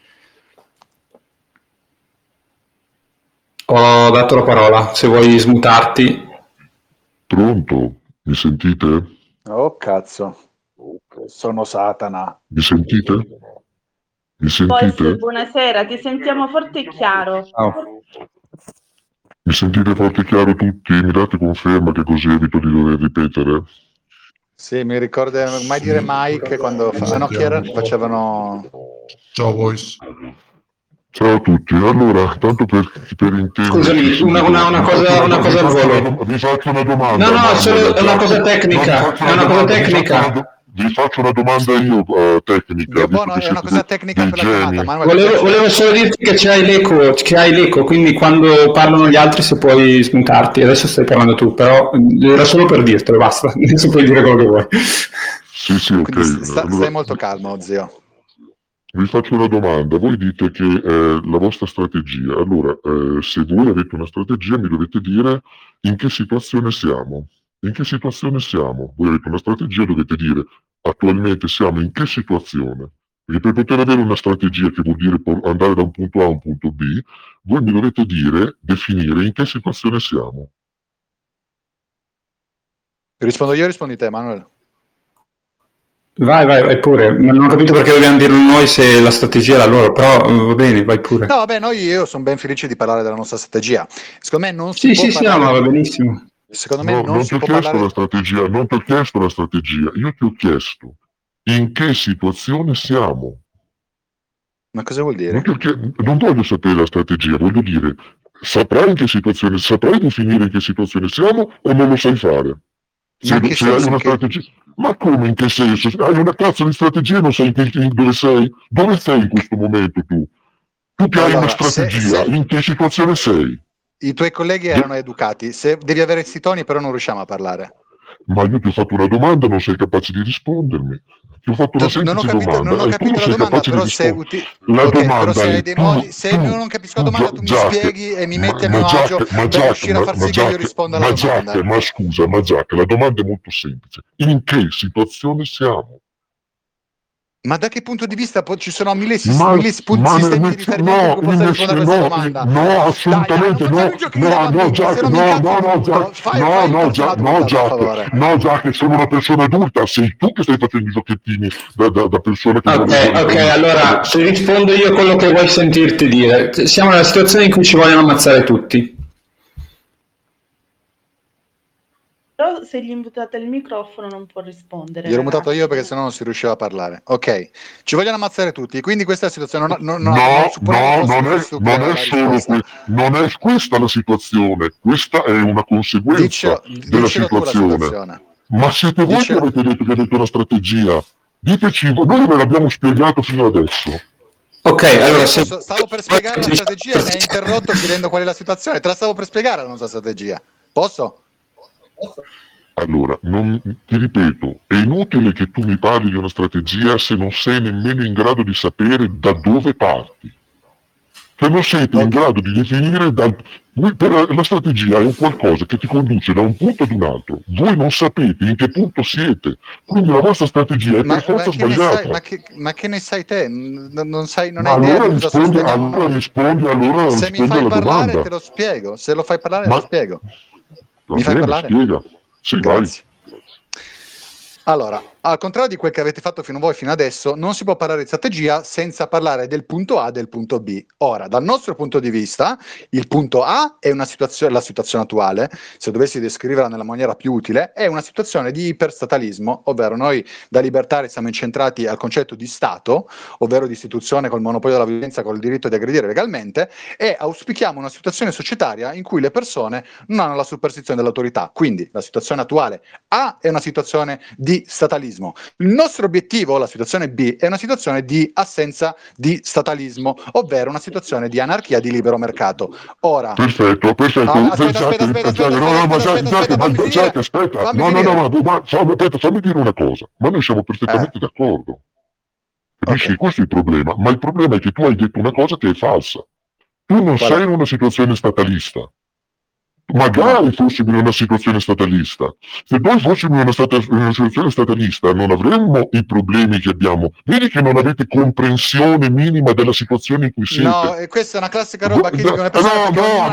Speaker 1: Ho dato la parola, se vuoi smutarti.
Speaker 6: Pronto? Mi sentite?
Speaker 4: Oh cazzo, sono Satana.
Speaker 6: Mi sentite? Mi
Speaker 3: Voice,
Speaker 6: sentite?
Speaker 3: buonasera, ti sentiamo forte e chiaro.
Speaker 6: Mi sentite forte e chiaro tutti? Mi date conferma che così evito di dover ripetere?
Speaker 4: Sì, mi ricorda mai dire Mike quando chi era? Facevano...
Speaker 5: Ciao Voice.
Speaker 6: Ciao a tutti, allora, tanto per intendere...
Speaker 1: Scusami, una cosa al volo.
Speaker 6: Vi faccio una domanda.
Speaker 1: No, è una cosa tecnica, è una cosa tecnica.
Speaker 6: Vi faccio una domanda io tecnica.
Speaker 4: Buono, è una cosa tecnica per la chiamata.
Speaker 1: Manuel, volevo solo dirti che c'hai l'eco, quindi quando parlano gli altri se puoi smutarti. Adesso stai parlando tu, però era solo per dirtelo, basta. Adesso puoi dire quello che vuoi.
Speaker 6: Sì, ok.
Speaker 4: Stai molto calmo, zio.
Speaker 6: Vi faccio una domanda, voi dite che la vostra strategia, allora se voi avete una strategia mi dovete dire in che situazione siamo, voi avete una strategia, dovete dire attualmente siamo in che situazione, perché per poter avere una strategia che vuol dire andare da un punto A a un punto B, voi mi dovete definire in che situazione siamo.
Speaker 4: Rispondo io o rispondi te, Manuel?
Speaker 1: Vai pure, non ho capito perché dobbiamo dirlo noi se la strategia è la loro, però va bene, vai pure.
Speaker 4: No, vabbè, io sono ben felice di parlare della nostra strategia. Secondo me non si
Speaker 1: può parlare... no, ma va benissimo.
Speaker 4: Secondo me
Speaker 6: non ti ho chiesto la strategia, non ti ho chiesto la strategia, io ti ho chiesto in che situazione siamo.
Speaker 4: Ma cosa vuol dire?
Speaker 6: Non voglio sapere la strategia, voglio dire, saprai definire in che situazione siamo o non lo sai fare? Se hai una strategia... Ma come, in che senso? Hai una cazzo di strategia e non sai dove sei? Dove sei in questo momento tu? Tu che hai una strategia, in che situazione sei?
Speaker 4: I tuoi colleghi erano educati, se devi avere questi toni però non riusciamo a parlare.
Speaker 6: Ma io ti ho fatto una domanda, non sei capace di rispondermi. Ti ho fatto una semplice domanda.
Speaker 4: Non ho capito la domanda, però se hai dei modi, se io non capisco la domanda tu mi spieghi e mi metti a mio agio per riuscire a far sì che io risponda alla domanda.
Speaker 6: Ma scusa, la domanda è molto semplice. In che situazione siamo?
Speaker 4: Ma da che punto di vista ci sono mille sistemi di riferimento che possa rispondere a questa domanda?
Speaker 6: No, assolutamente no, Giacomo, sono una persona adulta, sei tu che stai facendo i giochettini da persona che...
Speaker 1: Ok, allora, se rispondo io quello che vuoi sentirti dire, siamo nella situazione in cui ci vogliono ammazzare tutti.
Speaker 3: Però se gli imputate il microfono non può rispondere.
Speaker 4: Gli ero mutato io perché sennò non si riusciva a parlare. Ok, ci vogliono ammazzare tutti, quindi questa è la situazione. Non
Speaker 6: è questa la situazione, questa è una conseguenza della situazione. Ma siete voi che avete detto una strategia? Diteci, noi ve l'abbiamo spiegato fino adesso.
Speaker 1: Ok, allora
Speaker 4: stavo per spiegare la strategia e mi hai interrotto chiedendo qual è la situazione. Te la stavo per spiegare la nostra strategia. Posso?
Speaker 6: Allora, ti ripeto, è inutile che tu mi parli di una strategia se non sei nemmeno in grado di sapere da dove parti. Se non siete in grado di definire la strategia è un qualcosa che ti conduce da un punto ad un altro. Voi non sapete in che punto siete, quindi la vostra strategia è per forza sbagliata.
Speaker 4: Ma che ne sai te? Non hai
Speaker 6: allora
Speaker 4: idea di cosa
Speaker 6: rispondi
Speaker 4: sosteniamo. Se mi fai parlare
Speaker 6: domanda.
Speaker 4: te lo spiego, se lo fai parlare lo spiego. Mi fai parlare?
Speaker 6: Spiega. Sì,
Speaker 4: grazie. Allora, al contrario di quel che avete fatto fino adesso, non si può parlare di strategia senza parlare del punto A e del punto B. Ora, dal nostro punto di vista, il punto A è la situazione attuale, se dovessi descriverla nella maniera più utile, è una situazione di iperstatalismo, ovvero noi da libertari siamo incentrati al concetto di Stato, ovvero di istituzione col monopolio della violenza, col diritto di aggredire legalmente, e auspichiamo una situazione societaria in cui le persone non hanno la superstizione dell'autorità. Quindi la situazione attuale A è una situazione di statalismo. Il nostro obiettivo, la situazione B, è una situazione di assenza di statalismo, ovvero una situazione di anarchia di libero mercato. Ora,
Speaker 6: perfetto. Fammi dire una cosa, ma noi siamo perfettamente d'accordo. Capisci? Questo è il problema, ma il problema è che tu hai detto una cosa che è falsa. Tu non sei in una situazione statalista. Magari fossimo in una situazione statalista. Se noi fossimo in una situazione statalista non avremmo i problemi che abbiamo. Vedi che non avete comprensione minima della situazione in cui siete.
Speaker 4: No, questa è una classica roba che dicono le persone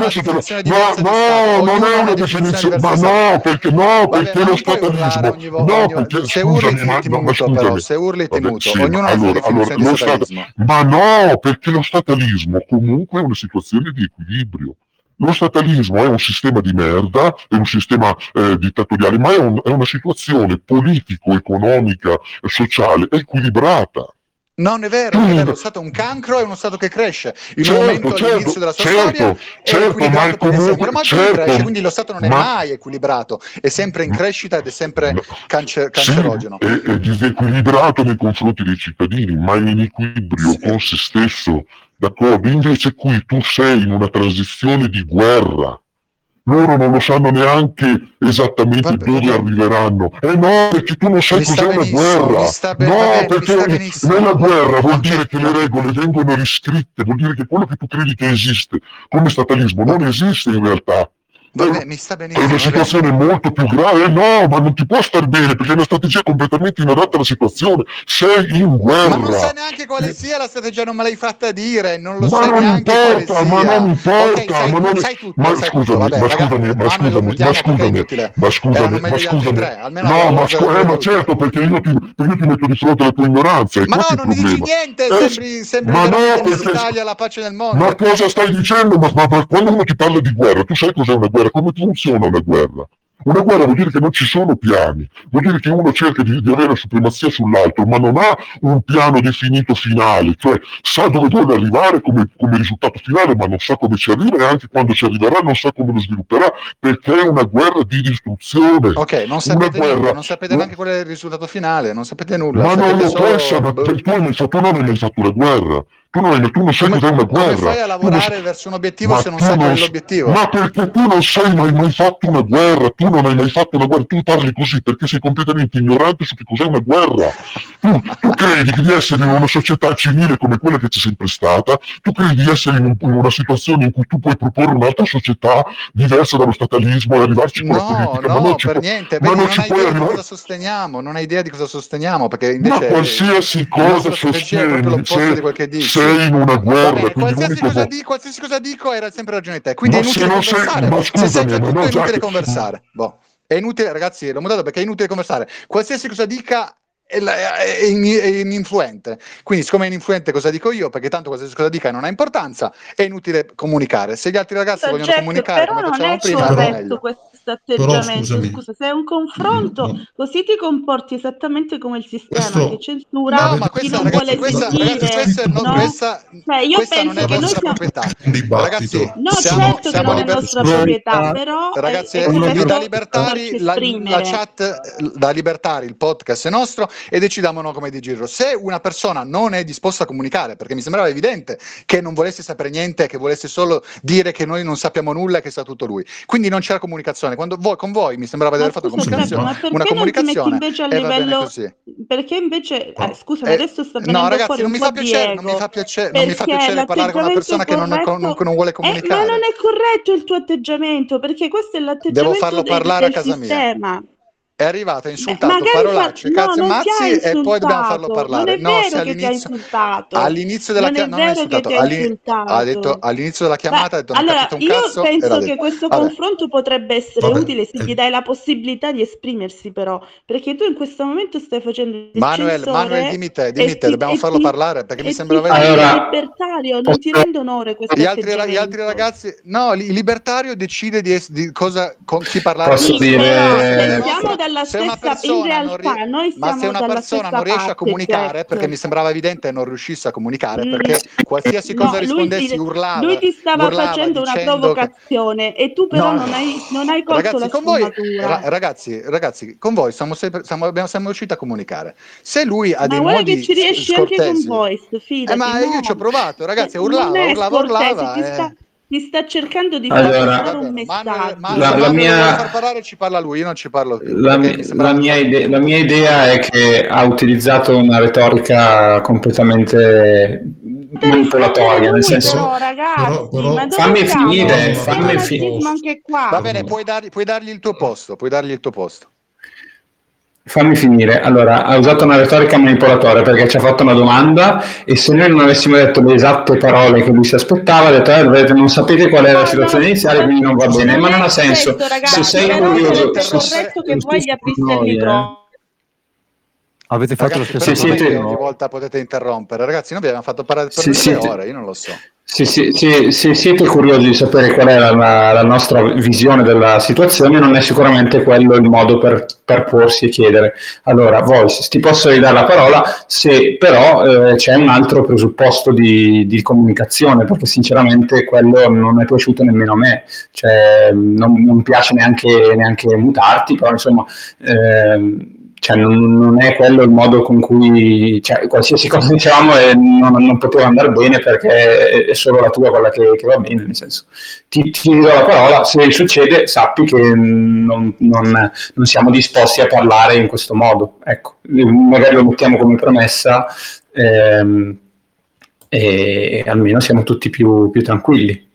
Speaker 6: non è una definizione. Ma no, perché lo statalismo.
Speaker 4: Se urli ti muto. Ognuno ha una definizione di statalismo.
Speaker 6: Ma no, perché lo statalismo comunque è una situazione di equilibrio. Lo statalismo è un sistema di merda, è un sistema dittatoriale, ma è una situazione politico-economica, sociale equilibrata.
Speaker 4: Non è vero, lo Stato è un cancro, è uno Stato che cresce. In un momento all'inizio della sua storia è equilibrato perché sempre cresce, quindi lo Stato non è mai equilibrato, è sempre in crescita ed è sempre cancerogeno.
Speaker 6: È disequilibrato nei confronti dei cittadini, ma in equilibrio con se stesso. D'accordo? Invece qui tu sei in una transizione di guerra. Loro non lo sanno neanche esattamente dove arriveranno. No, perché tu non sai cos'è una guerra. Perché nella guerra vuol dire che le regole vengono riscritte, vuol dire che quello che tu credi che esiste come statalismo non esiste in realtà.
Speaker 4: Vabbè, mi sta benissimo.
Speaker 6: È una situazione molto più grave. No, ma non ti può star bene perché è una strategia completamente inadatta alla situazione. Sei in guerra.
Speaker 4: Ma non sai neanche quale sia la strategia, non me l'hai fatta dire, non lo sai neanche quale sia.
Speaker 6: Ma non importa, ma scusami. Ma certo, perché io ti metto di fronte alla tua ignoranza.
Speaker 4: Ma no, non mi dici niente, sembri l'Italia, la pace nel mondo.
Speaker 6: Ma cosa stai dicendo? Ma quando uno ti parla di guerra, tu sai cos'è una guerra? Come funziona una guerra? Una guerra vuol dire che non ci sono piani, vuol dire che uno cerca di avere supremazia sull'altro, ma non ha un piano definito finale, cioè sa dove vuole arrivare come risultato finale, ma non sa come ci arriva e anche quando ci arriverà non sa come lo svilupperà, perché è una guerra di distruzione.
Speaker 4: Ok, non sapete neanche qual è il risultato finale, non sapete nulla.
Speaker 6: Ma non lo pensa, ma tu non hai mai fatto una guerra. Tu non sai cos'è una guerra.
Speaker 4: Come fai a lavorare verso un obiettivo se non sai qual è l'obiettivo?
Speaker 6: Ma perché tu non hai mai fatto una guerra, tu parli così perché sei completamente ignorante su che cos'è una guerra. Tu credi di essere in una società civile come quella che c'è sempre stata, tu credi di essere in una situazione in cui tu puoi proporre un'altra società diversa dallo statalismo e arrivarci con la politica.
Speaker 4: No, per niente, non hai idea di cosa sosteniamo, non hai idea di cosa sosteniamo, perché invece
Speaker 6: ma qualsiasi cosa sostieni, sei in una guerra.
Speaker 4: Vabbè, qualsiasi cosa dico era sempre ragione te, quindi è inutile conversare. Se sai già tutto è inutile conversare. È inutile, ragazzi, l'ho mutato perché è inutile conversare. Qualsiasi cosa dica è ininfluente, quindi siccome è ininfluente cosa dico io, perché tanto qualsiasi cosa dica non ha importanza, è inutile comunicare. Se gli altri ragazzi vogliono comunicare come facevamo prima, è meglio.
Speaker 3: Questo atteggiamento, scusa, se è un confronto così ti comporti esattamente come il sistema che censura chi non vuole sentire.
Speaker 4: Questa non è vostra proprietà, ragazzi.
Speaker 3: No, certo che non è vostra proprietà, però
Speaker 4: ragazzi, da libertari la chat, da libertari il podcast è nostro e decidiamo come dirlo. Se una persona non è disposta a comunicare, perché mi sembrava evidente che non volesse sapere niente, che volesse solo dire che noi non sappiamo nulla e che sa tutto lui, quindi non c'era comunicazione. comunicazione. Quando con voi mi sembrava di aver fatto
Speaker 3: ma perché
Speaker 4: una comunicazione
Speaker 3: non ti metti invece a
Speaker 4: e va bene
Speaker 3: livello
Speaker 4: così.
Speaker 3: Perché invece scusami, adesso sta venendo
Speaker 4: No, ragazzi,
Speaker 3: fuori
Speaker 4: non
Speaker 3: un
Speaker 4: mi
Speaker 3: po'
Speaker 4: fa
Speaker 3: di
Speaker 4: piacere,
Speaker 3: ego,
Speaker 4: non mi fa piacere
Speaker 3: perché
Speaker 4: parlare con una persona che non vuole
Speaker 3: ma
Speaker 4: comunicare.
Speaker 3: non è corretto il tuo atteggiamento, perché questo è
Speaker 4: Devo
Speaker 3: l'atteggiamento
Speaker 4: farlo parlare a
Speaker 3: del
Speaker 4: casa mia.
Speaker 3: sistema.
Speaker 4: È arrivato, ha insultato,
Speaker 3: Magari
Speaker 4: parolacce, cazzo e
Speaker 3: non ti ha
Speaker 4: mazzi e poi dobbiamo farlo
Speaker 3: insultato, non
Speaker 4: parlare.
Speaker 3: è
Speaker 4: No, se
Speaker 3: vero che ti ha insultato,
Speaker 4: all'inizio della
Speaker 3: non è
Speaker 4: chiamata non ha
Speaker 3: vero che
Speaker 4: insultato,
Speaker 3: ti ha
Speaker 4: ha detto
Speaker 3: insultato.
Speaker 4: all'inizio della chiamata ha detto non
Speaker 3: Allora,
Speaker 4: capito un
Speaker 3: io
Speaker 4: cazzo e
Speaker 3: penso
Speaker 4: l'ha
Speaker 3: che
Speaker 4: detto.
Speaker 3: questo
Speaker 4: Vabbè.
Speaker 3: confronto potrebbe essere
Speaker 5: Vabbè,
Speaker 3: utile se gli dai la possibilità di esprimersi, però, perché tu in questo momento stai facendo il
Speaker 4: Manuel,
Speaker 3: censore
Speaker 4: dimmi te, dobbiamo farlo parlare perché mi
Speaker 3: e
Speaker 4: sembra
Speaker 3: ti fai
Speaker 1: Allora,
Speaker 3: il libertario, non ti rende onore questo
Speaker 4: gli altri
Speaker 3: atteggiamento.
Speaker 4: ragazzi, no, il libertario decide di cosa con chi parlare.
Speaker 1: Posso
Speaker 3: Sì,
Speaker 1: dire-
Speaker 3: però siamo dalla
Speaker 4: se una
Speaker 3: stessa, in
Speaker 4: persona non
Speaker 3: realtà noi
Speaker 4: ma se
Speaker 3: siamo
Speaker 4: una
Speaker 3: dalla
Speaker 4: persona
Speaker 3: stessa
Speaker 4: non riesce a
Speaker 3: parte,
Speaker 4: comunicare,
Speaker 3: Jack.
Speaker 4: perché mi sembrava evidente non riuscisse a comunicare, perché qualsiasi
Speaker 3: No,
Speaker 4: cosa rispondessi
Speaker 3: lui ti stava facendo una
Speaker 4: dicendo
Speaker 3: provocazione e tu però
Speaker 4: No,
Speaker 3: non hai colto
Speaker 4: ragazzi,
Speaker 3: la
Speaker 4: con voi,
Speaker 3: sfumatura.
Speaker 4: ragazzi, con voi siamo riusciti a comunicare. Se lui ha
Speaker 3: Ma
Speaker 4: dei
Speaker 3: guarda
Speaker 4: modi
Speaker 3: che ci riesci anche con
Speaker 4: scortesi,
Speaker 3: Voice, fidati.
Speaker 4: ma io
Speaker 3: no.
Speaker 4: ci ho provato, ragazzi,
Speaker 3: Non è scortese,
Speaker 4: urlava.
Speaker 3: ti sta cercando di
Speaker 1: Allora,
Speaker 3: far passare un
Speaker 4: Manuel,
Speaker 3: messaggio.
Speaker 1: la mia-
Speaker 4: lo vuole far parlare, ci parla lui, io non ci parlo più.
Speaker 1: La
Speaker 4: perché mi sembrava
Speaker 1: mia
Speaker 4: troppo-
Speaker 1: la mia idea è che ha utilizzato una retorica completamente manipolatoria, nel senso.
Speaker 3: Però, ragazzi,
Speaker 5: però-
Speaker 3: ma dove
Speaker 1: Fammi
Speaker 3: siamo?
Speaker 1: finire,
Speaker 3: Il
Speaker 1: fammi
Speaker 3: nazismo anche qua.
Speaker 4: Va bene, puoi dargli il tuo posto,
Speaker 1: Fammi finire. Allora, ha usato una retorica manipolatoria perché ci ha fatto una domanda e se noi non avessimo detto le esatte parole che lui si aspettava, ha detto non sapete qual è la situazione iniziale, quindi non va bene. Ma non ha senso.
Speaker 3: Questo, ragazzi,
Speaker 1: Se sei
Speaker 3: però
Speaker 1: curioso,
Speaker 3: sarebbe corretto che voi gli apriste il microfono.
Speaker 2: Avete fatto
Speaker 4: Ragazzi,
Speaker 2: lo
Speaker 4: però
Speaker 2: stesso
Speaker 4: non è che
Speaker 1: siete-
Speaker 4: ogni volta potete interrompere. Ragazzi, noi vi abbiamo fatto parlare per
Speaker 1: Sì,
Speaker 4: 2
Speaker 1: siete-
Speaker 4: ore, io non lo so.
Speaker 1: Se siete curiosi di sapere qual è la nostra visione della situazione, non è sicuramente quello il modo per porsi e chiedere. Allora, voi ti posso ridare la parola se però c'è un altro presupposto di comunicazione, perché sinceramente quello non è piaciuto nemmeno a me, cioè, non piace neanche mutarti, però insomma cioè non è quello il modo con cui, cioè, qualsiasi cosa dicevamo non poteva andare bene perché è solo la tua quella che va bene, nel senso ti do la parola, se succede sappi che non siamo disposti a parlare in questo modo, ecco, magari lo mettiamo come premessa e almeno siamo tutti più tranquilli.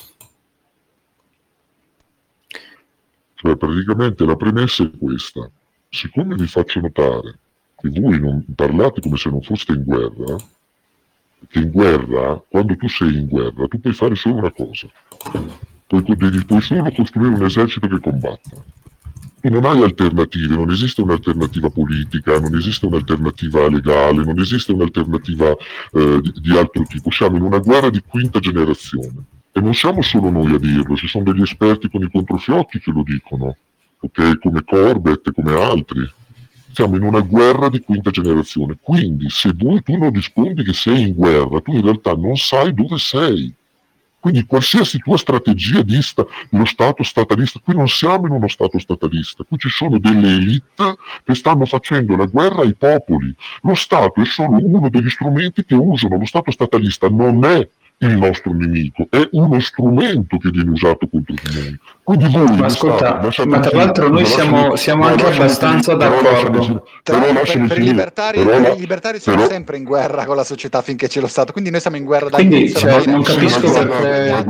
Speaker 6: Cioè, praticamente la premessa è questa. Siccome vi faccio notare che voi non parlate come se non foste in guerra, che in guerra, quando tu sei in guerra, tu puoi fare solo una cosa. Puoi solo costruire un esercito che combatta. Tu non hai alternative, non esiste un'alternativa politica, non esiste un'alternativa legale, non esiste un'alternativa di altro tipo. Siamo in una guerra di quinta generazione. E non siamo solo noi a dirlo, ci sono degli esperti con i controfiocchi che lo dicono, ok? Come Corbett, come altri. Siamo in una guerra di quinta generazione. Quindi, se tu non rispondi che sei in guerra, tu in realtà non sai dove sei. Quindi qualsiasi tua strategia di lo Stato statalista, qui non siamo in uno Stato statalista, qui ci sono delle elite che stanno facendo la guerra ai popoli. Lo Stato è solo uno degli strumenti che usano. Lo Stato statalista non è il nostro nemico, è uno strumento che viene usato contro di noi. Quindi voi,
Speaker 1: ma ascolta, ma tra l'altro noi siamo anche abbastanza d'accordo.
Speaker 4: Per i libertari sono sempre in guerra con la società finché c'è lo Stato, quindi noi siamo in guerra da inizio alla fine.
Speaker 1: Non capisco perché...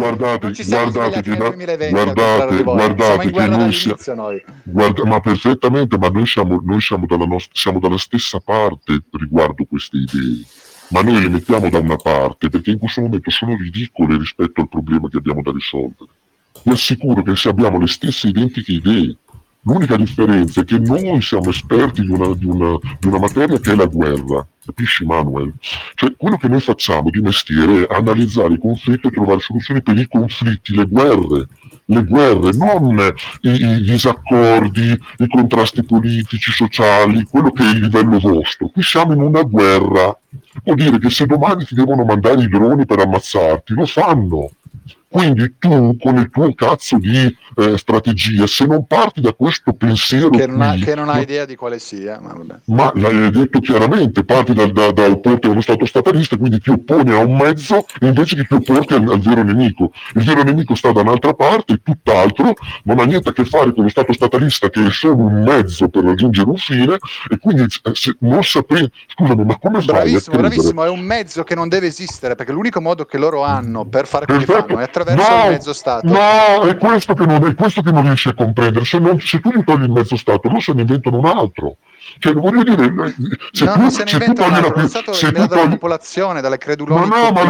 Speaker 6: Guardate che noi siamo, ma perfettamente, ma noi siamo dalla stessa parte riguardo queste idee. Ma noi le mettiamo da una parte perché in questo momento sono ridicole rispetto al problema che abbiamo da risolvere. Vi assicuro che se abbiamo le stesse identiche idee, l'unica differenza è che noi siamo esperti di una materia che è la guerra, capisci Manuel? Cioè quello che noi facciamo di mestiere è analizzare i conflitti e trovare soluzioni per i conflitti, le guerre, non i disaccordi, i contrasti politici, sociali, quello che è il livello vostro. Qui siamo in una guerra. Vuol dire che se domani ti devono mandare i droni per ammazzarti, lo fanno. Quindi tu, con il tuo cazzo di strategia, se non parti da questo pensiero
Speaker 4: che non ha idea di quale sia, ma vabbè.
Speaker 6: Ma l'hai detto chiaramente, parti dal opporti a uno Stato statalista, quindi ti opponi a un mezzo invece che ti opporti al vero nemico. Il vero nemico sta da un'altra parte, è tutt'altro, non ha niente a che fare con lo Stato statalista che è solo un mezzo per raggiungere un fine, e quindi non sapere, scusami, ma come fai a credere?
Speaker 4: Bravissimo, è un mezzo che non deve esistere, perché l'unico modo che loro hanno per fare quello che fanno è attraverso il mezzo Stato.
Speaker 6: No, è questo che non riesci a comprendere. Se tu gli togli il mezzo Stato, loro se ne inventano un altro. Cioè, voglio dire,
Speaker 4: non se ne inventano un altro, lo Stato è inventato dalla popolazione, dalle creduloni,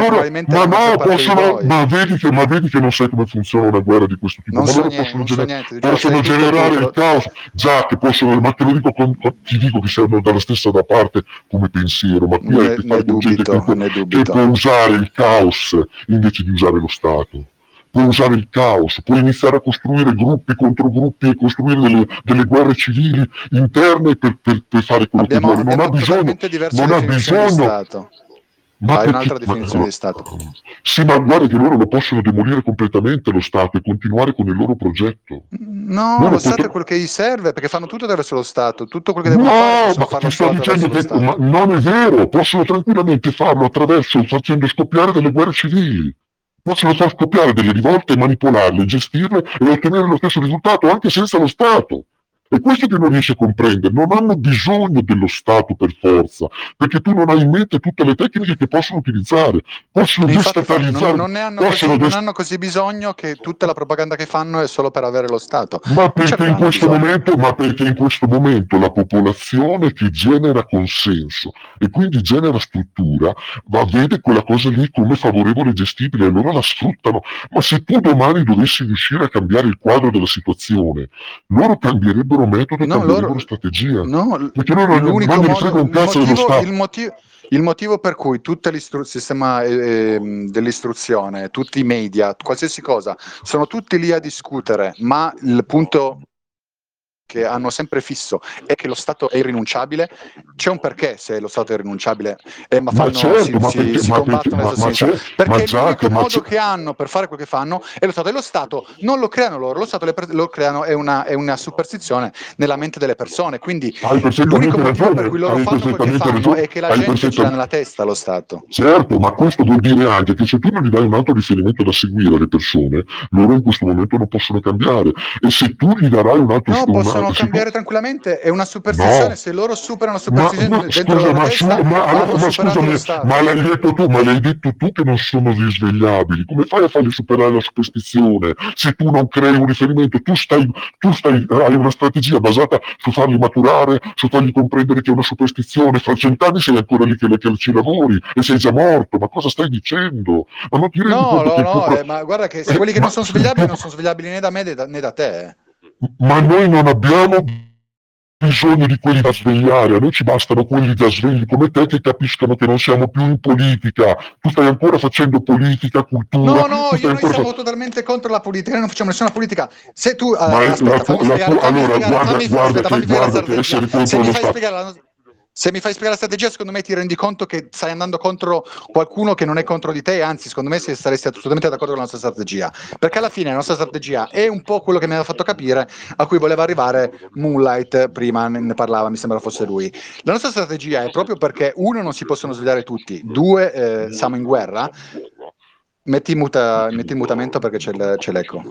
Speaker 6: ma vedi che non sai come funziona una guerra di questo tipo. Possono generare il caos, già che possono, ma te lo dico, ti dico che siamo dalla stessa da parte come pensiero, ma qui hai a che fare con gente che può usare il caos invece di usare lo Stato. Puoi usare il caos, puoi iniziare a costruire gruppi contro gruppi e costruire delle guerre civili interne per fare quello che vuole. Non ha bisogno.
Speaker 4: Ma hai un'altra definizione di Stato.
Speaker 6: Sì, ma guarda che loro lo possono demolire completamente lo Stato e continuare con il loro progetto.
Speaker 4: No, lo Stato è quello che gli serve, perché fanno tutto attraverso lo Stato. Tutto quello che devono fare possono farlo solo attraverso lo Stato.
Speaker 6: Ma non è vero, possono tranquillamente farlo facendo scoppiare delle guerre civili. Possono far scoppiare delle rivolte, manipolarle, gestirle e ottenere lo stesso risultato anche senza lo Stato. E questo che non riesci a comprendere, non hanno bisogno dello Stato per forza, perché tu non hai in mente tutte le tecniche che possono utilizzare, possono destatalizzare.
Speaker 4: Non hanno così bisogno che tutta la propaganda che fanno è solo per avere lo Stato.
Speaker 6: Ma perché in questo momento la popolazione che genera consenso e quindi genera struttura, vede quella cosa lì come favorevole e gestibile e loro la sfruttano. Ma se tu domani dovessi riuscire a cambiare il quadro della situazione, loro cambierebbero metodo, cambierebbero strategia.
Speaker 4: No,
Speaker 6: perché loro non ne frega un cazzo dello Stato.
Speaker 4: Il motivo per cui tutto il sistema dell'istruzione, tutti i media, qualsiasi cosa, sono tutti lì a discutere, ma il punto che hanno sempre fisso è che lo Stato è irrinunciabile. C'è un perché se lo Stato è irrinunciabile, si combattono a sinistra, perché l'unico modo che hanno per fare quello che fanno è lo Stato, e lo Stato non lo creano loro, lo Stato lo creano, è una superstizione nella mente delle persone, quindi l'unico motivo per cui loro fanno quello che fanno è che la gente ce l'ha nella testa lo Stato.
Speaker 6: Certo, ma questo vuol dire anche che se tu non gli dai un altro riferimento da seguire alle persone, loro in questo momento non possono cambiare, e se tu gli darai un altro
Speaker 4: possono cambiare tranquillamente, è una superstizione. No. Se loro superano la superstizione dentro la testa,
Speaker 6: ma l'hai detto tu che non sono risvegliabili. Come fai a farli superare la superstizione se tu non crei un riferimento? Hai una strategia basata su farli maturare, su fargli comprendere che è una superstizione. Fra 100 anni sei ancora lì che ci lavori e sei già morto. Ma cosa stai dicendo? Ma non ti rendi conto
Speaker 4: ma guarda che se quelli che non sono svegliabili non sono svegliabili né da me né da te.
Speaker 6: Ma noi non abbiamo bisogno di quelli da svegliare, a noi ci bastano quelli da svegli come te che capiscano che non siamo più in politica. Tu stai ancora facendo politica, cultura.
Speaker 4: Noi siamo totalmente contro la politica, noi non facciamo nessuna politica. Se tu se mi fai spiegare la strategia, secondo me ti rendi conto che stai andando contro qualcuno che non è contro di te, anzi secondo me saresti assolutamente d'accordo con la nostra strategia, perché alla fine la nostra strategia è un po' quello che mi aveva fatto capire, a cui voleva arrivare Moonlight, prima ne parlava, mi sembra fosse lui. La nostra strategia è proprio perché uno, non si possono svegliare tutti, due, siamo in guerra. Metti in mutamento perché c'è l'eco.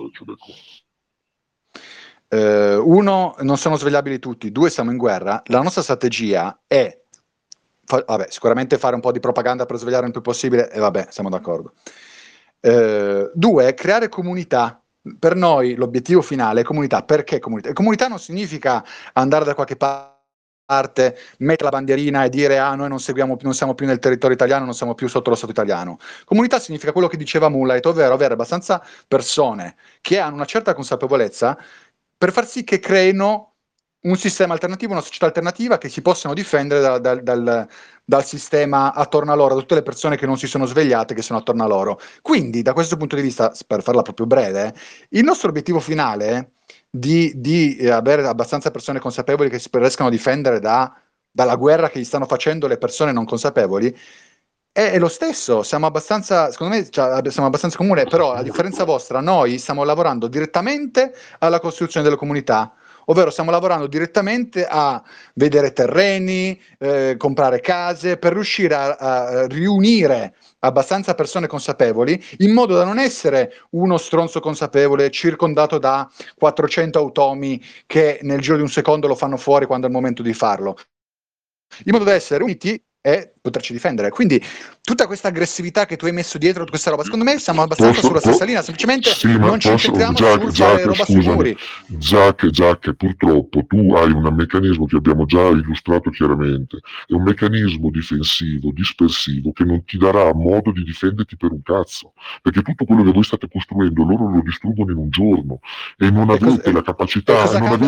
Speaker 4: Uno, non sono svegliabili tutti, due, siamo in guerra. La nostra strategia è sicuramente fare un po' di propaganda per svegliare il più possibile, e siamo d'accordo. Due, creare comunità. Per noi l'obiettivo finale è comunità. Perché comunità? Comunità non significa andare da qualche parte, mettere la bandierina e dire noi non siamo più nel territorio italiano, non siamo più sotto lo Stato italiano. Comunità significa quello che diceva Moonlight, ovvero avere abbastanza persone che hanno una certa consapevolezza per far sì che creino un sistema alternativo, una società alternativa, che si possano difendere dal sistema attorno a loro, da tutte le persone che non si sono svegliate, che sono attorno a loro. Quindi, da questo punto di vista, per farla proprio breve, il nostro obiettivo finale di avere abbastanza persone consapevoli che si riescano a difendere dalla guerra che gli stanno facendo le persone non consapevoli è lo stesso, siamo abbastanza, secondo me siamo abbastanza comune, però a differenza vostra noi stiamo lavorando direttamente alla costruzione delle comunità, ovvero stiamo lavorando direttamente a vedere terreni, comprare case, per riuscire a riunire abbastanza persone consapevoli, in modo da non essere uno stronzo consapevole circondato da 400 automi che nel giro di un secondo lo fanno fuori quando è il momento di farlo, in modo da essere uniti e poterci difendere. Quindi tutta questa aggressività che tu hai messo dietro questa roba, secondo me siamo abbastanza sulla stessa linea, semplicemente non ci concentriamo sul fare roba sui muri.
Speaker 6: Giacche, purtroppo tu hai un meccanismo che abbiamo già illustrato chiaramente, è un meccanismo difensivo, dispersivo, che non ti darà modo di difenderti per un cazzo, perché tutto quello che voi state costruendo loro lo distruggono in un giorno e non avete la capacità,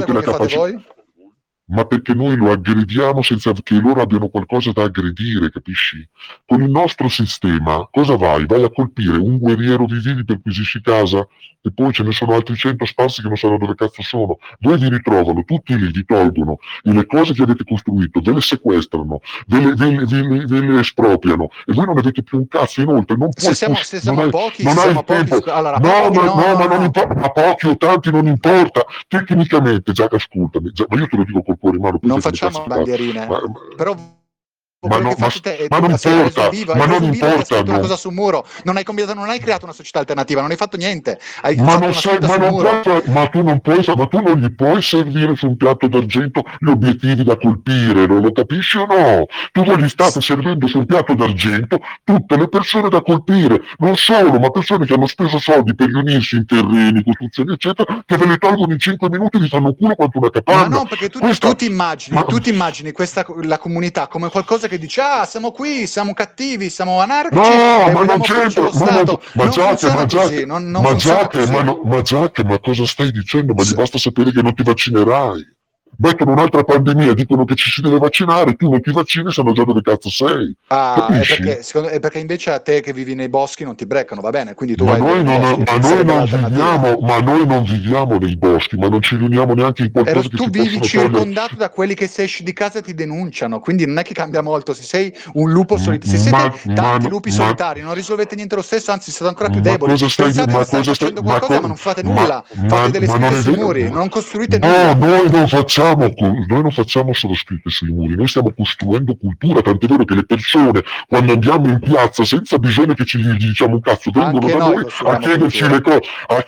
Speaker 6: ma perché noi lo aggrediamo senza che loro abbiano qualcosa da aggredire, capisci? Con il nostro sistema, cosa vai? Vai a colpire un guerriero vivi, perquisisci casa e poi ce ne sono altri 100 sparsi che non sanno dove cazzo sono. Voi vi ritrovano, tutti lì, vi tolgono le cose che avete costruito, ve le sequestrano, ve le espropriano e voi non avete più un cazzo. Inoltre non puoi...
Speaker 4: Se siamo pochi,
Speaker 6: non hai il tempo.
Speaker 4: Allora,
Speaker 6: non importa, ma pochi o tanti non importa. Tecnicamente, Giac, ascoltami, ma io te lo dico col cuore in mano.
Speaker 4: Non facciamo bandierine, però
Speaker 6: ma non importa,
Speaker 4: una cosa sul muro, non hai creato una società alternativa, non hai fatto niente,
Speaker 6: ma tu non gli puoi servire su un piatto d'argento gli obiettivi da colpire, non lo capisci o no? Tu gli state servendo su un piatto d'argento tutte le persone da colpire, non solo, ma persone che hanno speso soldi per riunirsi in terreni, costruzioni eccetera, che ve le tolgono in 5 minuti e vi fanno culo quanto una capanna.
Speaker 4: Ma no, perché tu ti immagini la comunità come qualcosa che dice siamo qui, siamo cattivi, siamo anarchici,
Speaker 6: ma non c'entra, ma Giacche, ma cosa stai dicendo? Ma gli basta sapere che non ti vaccinerai. Mettono un'altra pandemia, dicono che ci si deve vaccinare, tu non ti vaccini, sanno già dove cazzo sei.
Speaker 4: È perché invece a te che vivi nei boschi non ti breccano, va bene? Quindi tu
Speaker 6: noi non viviamo nei boschi, ma non ci riuniamo neanche in qualcosa che
Speaker 4: tu vivi circondato da quelli che se esci di casa ti denunciano, quindi non è che cambia molto. Se sei un lupo solitario, se siete tanti lupi solitari, non risolvete niente lo stesso, anzi siete ancora più deboli. Pensate che state facendo qualcosa, ma non fate nulla, fate delle scritte sui muri, non costruite nulla.
Speaker 6: Noi non facciamo solo scritte sui muri, noi stiamo costruendo cultura, tant'è vero che le persone quando andiamo in piazza senza bisogno che ci diciamo un cazzo vengono da noi a chiederci le cose.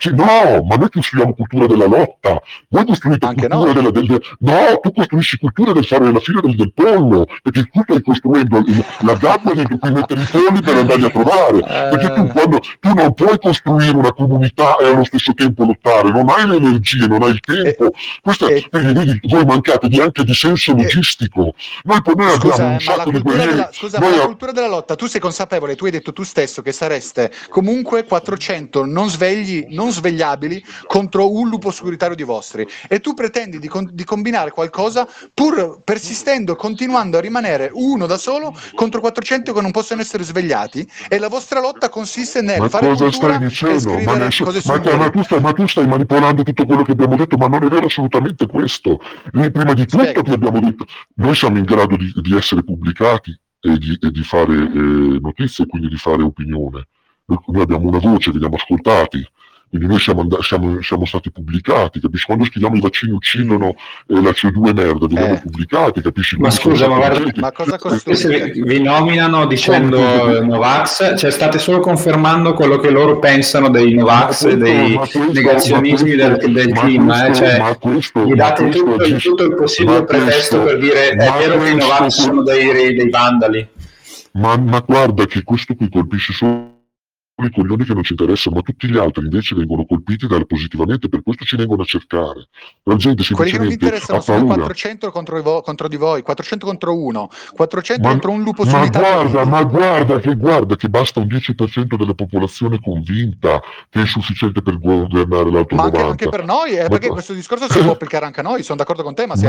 Speaker 6: No, ma noi costruiamo cultura della lotta, voi costruite cultura no, tu costruisci cultura del fare la fine del pollo, perché tu stai costruendo la gabbia dentro cui mettere i polli per andarli a trovare, perché tu non puoi costruire una comunità e allo stesso tempo lottare, non hai le energie, non hai il tempo. Questo vedi, voi mancate anche di senso logistico. Noi abbiamo un sacco di guerrieri.
Speaker 4: Ma la cultura della lotta, tu sei consapevole, tu hai detto tu stesso che sareste comunque 400 non svegliabili contro un lupo securitario di vostri, e tu pretendi di combinare qualcosa pur persistendo, continuando a rimanere uno da solo contro 400 che non possono essere svegliati, e la vostra lotta consiste nel fare cultura e scrivere cose sul muro.
Speaker 6: Ma tu stai manipolando tutto quello che abbiamo detto, ma non è vero assolutamente questo. Noi prima di tutto ti abbiamo detto, noi siamo in grado di essere pubblicati e di fare notizie, quindi di fare opinione. Noi abbiamo una voce, veniamo ascoltati, quindi noi siamo stati pubblicati, capisci? Quando scriviamo i vaccini uccidono la CO2 merda, veniamo pubblicati, capisci?
Speaker 1: Ma scusa, ma cosa costruite? Vi nominano dicendo Novax, cioè state solo confermando quello che loro pensano dei Novax e dei negazionismi del clima, gli date tutto il possibile pretesto per dire è vero che i Novax sono dei vandali.
Speaker 6: Ma guarda che questo qui colpisce solo i coglioni che non ci interessano, ma tutti gli altri invece vengono colpiti positivamente, per questo ci vengono a cercare. La gente
Speaker 4: quelli che non vi interessano sono 400 contro di voi, 400 contro 1, 400 contro un lupo solitario.
Speaker 6: Ma guarda che basta un 10% della popolazione convinta che è sufficiente per governare l'altro 90%.
Speaker 4: Ma anche per noi, perché questo discorso si può applicare anche a noi, sono d'accordo con te, ma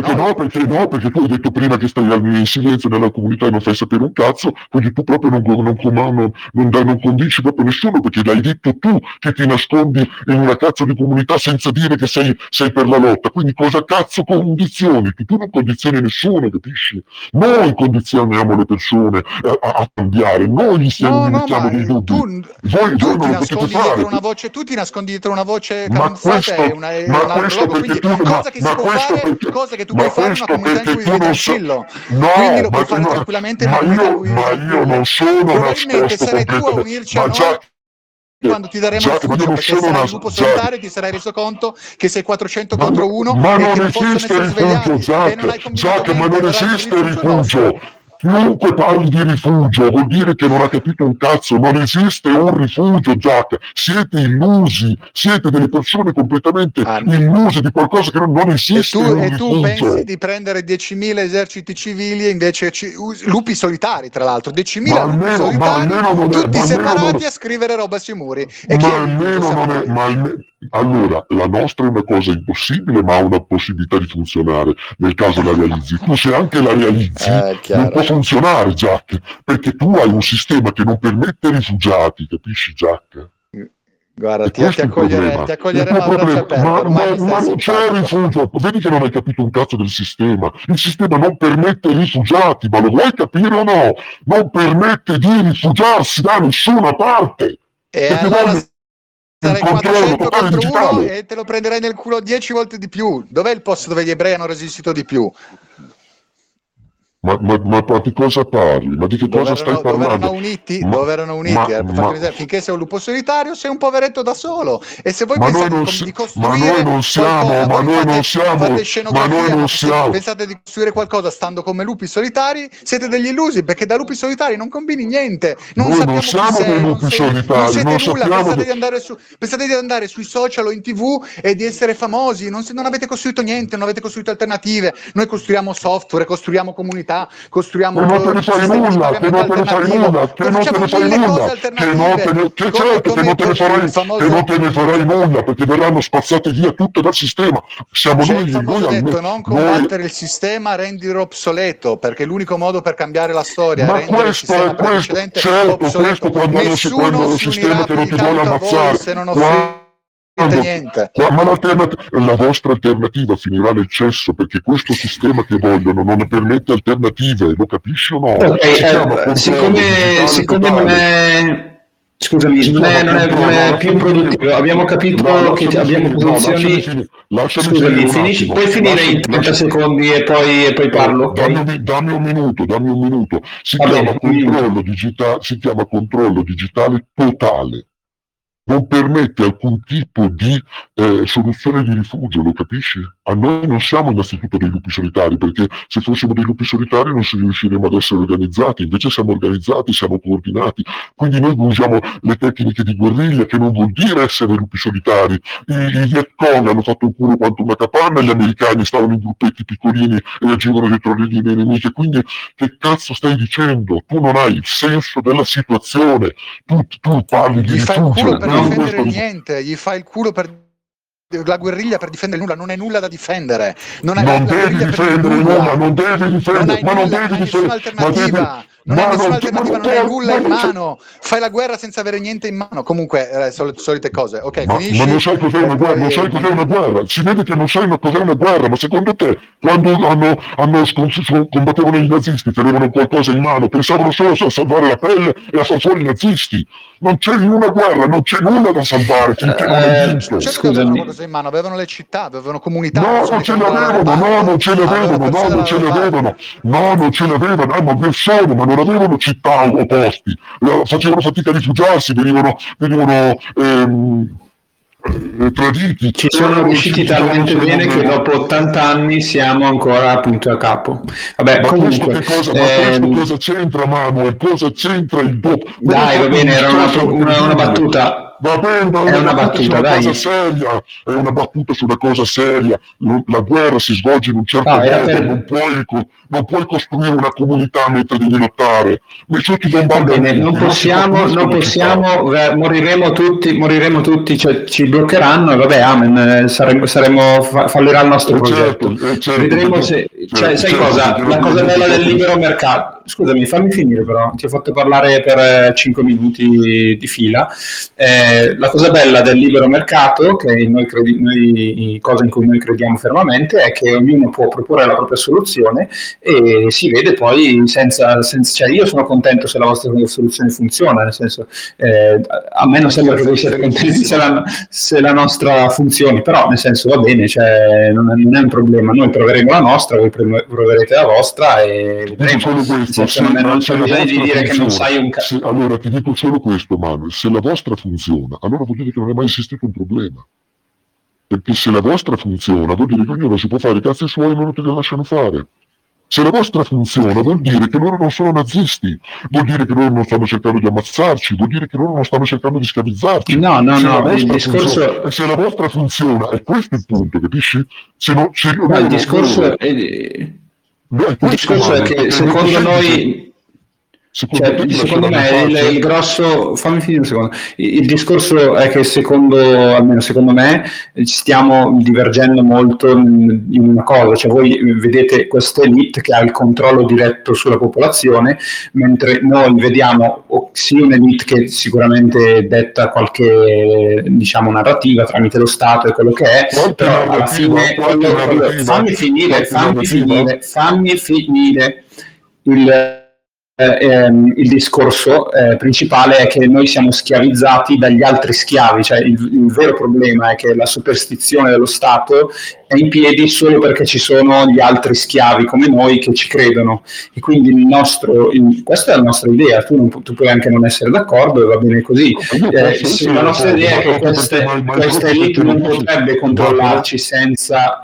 Speaker 6: perché tu hai detto prima che stai in silenzio nella comunità e non fai sapere un cazzo, quindi tu proprio non convinci proprio nessuno, perché l'hai detto tu che ti nascondi in una cazzo di comunità senza dire che sei per la lotta. Quindi cosa cazzo condizioni? Tu non condizioni nessuno, capisci? Noi condizioniamo le persone a cambiare, noi gli mettiamo dei dubbi. Voi non lo potete fare.
Speaker 4: Tu ti nascondi dietro una voce
Speaker 6: Ma
Speaker 4: camuffata e un altro logo, quindi cosa che si può fare, cosa che tu puoi fare in una comunità in cui vivi tranquillo, quindi lo puoi fare tranquillamente in una comunità in cui vivi tranquillo.
Speaker 6: Io non sono
Speaker 4: probabilmente sarai tu a unirci a noi quando ti daremo il fugio, perché sarai il lupo solitario e ti sarai reso conto che sei 400 contro 1
Speaker 6: ma
Speaker 4: e che
Speaker 6: non
Speaker 4: non possono
Speaker 6: esiste
Speaker 4: essere svegliati e non hai
Speaker 6: Zac, ma non esiste il rifugio.
Speaker 4: nostro.
Speaker 6: Chiunque parli di rifugio vuol dire che non ha capito un cazzo, non esiste un rifugio, Zac, siete illusi, siete delle persone completamente illuse di qualcosa che non esiste.
Speaker 4: E tu pensi di prendere 10.000 eserciti civili e invece lupi solitari, tra l'altro, 10.000 lupi solitari, tutti separati a scrivere roba sui muri. E chi
Speaker 6: allora, la nostra è una cosa impossibile, ma ha una possibilità di funzionare nel caso la realizzi. Tu se anche la realizzi, non può funzionare, Zac, perché tu hai un sistema che non permette rifugiati, capisci, Zac?
Speaker 4: Guarda, ti accoglieremo a braccia aperte.
Speaker 6: Ma non c'è rifugio, vedi che non hai capito un cazzo del sistema. Il sistema non permette rifugiati, ma lo vuoi capire o no? Non permette di rifugiarsi da nessuna parte.
Speaker 4: E allora sarai 400 contro 1 e te lo prenderai nel culo 10 volte di più. Dov'è il posto dove gli ebrei hanno resistito di più?
Speaker 6: Ma di cosa parli? Ma di che cosa stai parlando?
Speaker 4: Dove erano uniti? Finché sei un lupo solitario sei un poveretto da solo. E se voi pensate di costruire qualcosa stando come lupi solitari, siete degli illusi, perché da lupi solitari non combini niente.
Speaker 6: Non siamo dei lupi solitari,
Speaker 4: non siete nulla. Pensate di andare sui social o in TV e di essere famosi. Non avete costruito niente, non avete costruito alternative. Noi costruiamo software, costruiamo comunità, costruiamo
Speaker 6: che non te ne fai nulla, che non te ne farai nulla, perché verranno spazzate via tutte dal sistema. Siamo noi
Speaker 4: non combattere il sistema, rendirlo obsoleto, perché è l'unico modo per cambiare la storia.
Speaker 6: Ma questo è obsoleto, quando lo sistema che non ti vuole ammazzare,
Speaker 4: se non offrite niente.
Speaker 6: Ma la vostra alternativa finirà nel cesso, perché questo sistema che vogliono non permette alternative, lo capisci o no?
Speaker 1: Siccome non è, scusami, non è più produttivo, abbiamo capito che abbiamo posizioni. Scusami, puoi finire in 30 secondi e poi parlo.
Speaker 6: Dammi un minuto. Si chiama controllo digitale totale. Non permette alcun tipo di soluzione di rifugio, lo capisci? A noi non siamo innanzitutto dei lupi solitari, perché se fossimo dei lupi solitari non si riusciremo ad essere organizzati, invece siamo organizzati, siamo coordinati, quindi noi usiamo le tecniche di guerriglia, che non vuol dire essere lupi solitari. I Viet Cong hanno fatto un culo quanto una capanna, gli americani stavano in gruppetti piccolini e agivano dietro le linee nemiche, quindi che cazzo stai dicendo? Tu non hai il senso della situazione, tu parli di rifugio.
Speaker 4: Difendere niente, gli fai il culo per la guerriglia per difendere nulla, non è nulla da difendere. Non devi difendere nulla,
Speaker 6: non devi difendere,
Speaker 4: ma non hai nessuna alternativa. Non hai nulla in mano, fai la guerra senza avere niente in mano. Comunque, solite cose. Ok, finisci.
Speaker 6: Ma non sai cos'è una guerra, non sai cos'è una guerra. Si vede che non sai cos'è una guerra, ma secondo te, quando combattevano i nazisti, tenevano qualcosa in mano, pensavano solo a salvare la pelle e a far fuori i nazisti. Non c'è una guerra, non c'è nulla da salvare.
Speaker 4: Certo, avevano qualcosa in mano, avevano le città, avevano comunità.
Speaker 6: Non ce l'avevano, ma persone, ma non avevano città o posti, facevano fatica a rifugiarsi, venivano traditi.
Speaker 1: Ci sono riusciti talmente bene che dopo 80 anni siamo ancora punto a capo. Vabbè,
Speaker 6: ma
Speaker 1: comunque
Speaker 6: questo cosa c'entra, Manuel? Cosa c'entra il dopo?
Speaker 1: Dai, va bene, era una battuta.
Speaker 6: Va bene, è una battuta, dai. Cosa seria, è una battuta su una cosa seria. La guerra si svolge in un certo modo, non puoi costruire una comunità mentre devi lottare.
Speaker 1: Non possiamo, moriremo tutti, cioè, ci bloccheranno e vabbè, amen, fallirà il nostro progetto. Vedremo se, sai cosa? La cosa bella del libero mercato. scusami, fammi finire però, ti ho fatto parlare per 5 minuti di fila. La cosa bella del libero mercato, che cosa in cui noi crediamo fermamente, è che ognuno può proporre la propria soluzione e si vede poi cioè io sono contento se la vostra soluzione funziona, nel senso, a me non sembra che voi siate contenti se la nostra funzioni, però nel senso va bene, cioè, non è un problema, noi proveremo la nostra, voi proverete la vostra e vedremo.
Speaker 6: Solo questo,
Speaker 1: non c'è bisogno di dire che non sai un cazzo.
Speaker 6: Allora ti dico solo questo, Manuel, se la vostra funziona, allora vuol dire che non è mai esistito un problema. Perché se la vostra funziona, vuol dire che ognuno si può fare i cazzi suoi e loro te li lasciano fare. Se la vostra funziona, vuol dire che loro non sono nazisti, vuol dire che loro non stanno cercando di ammazzarci, vuol dire che loro non stanno cercando di schiavizzarci.
Speaker 1: No, il discorso...
Speaker 6: se la vostra funziona, è questo il punto, capisci?
Speaker 1: Il discorso è che secondo noi... Secondo me il grosso, fammi finire un secondo, il discorso è che almeno secondo me, stiamo divergendo molto in una cosa, cioè voi vedete questa elite che ha il controllo diretto sulla popolazione, mentre noi vediamo sì un'elite che sicuramente detta qualche, diciamo, narrativa tramite lo Stato e quello che è, però alla fine, fammi finire, il discorso principale è che noi siamo schiavizzati dagli altri schiavi, cioè il vero problema è che la superstizione dello Stato è in piedi solo perché ci sono gli altri schiavi come noi che ci credono, e quindi questa è la nostra idea, tu puoi anche non essere d'accordo e va bene così, la nostra idea è che questa elite non potrebbe controllarci senza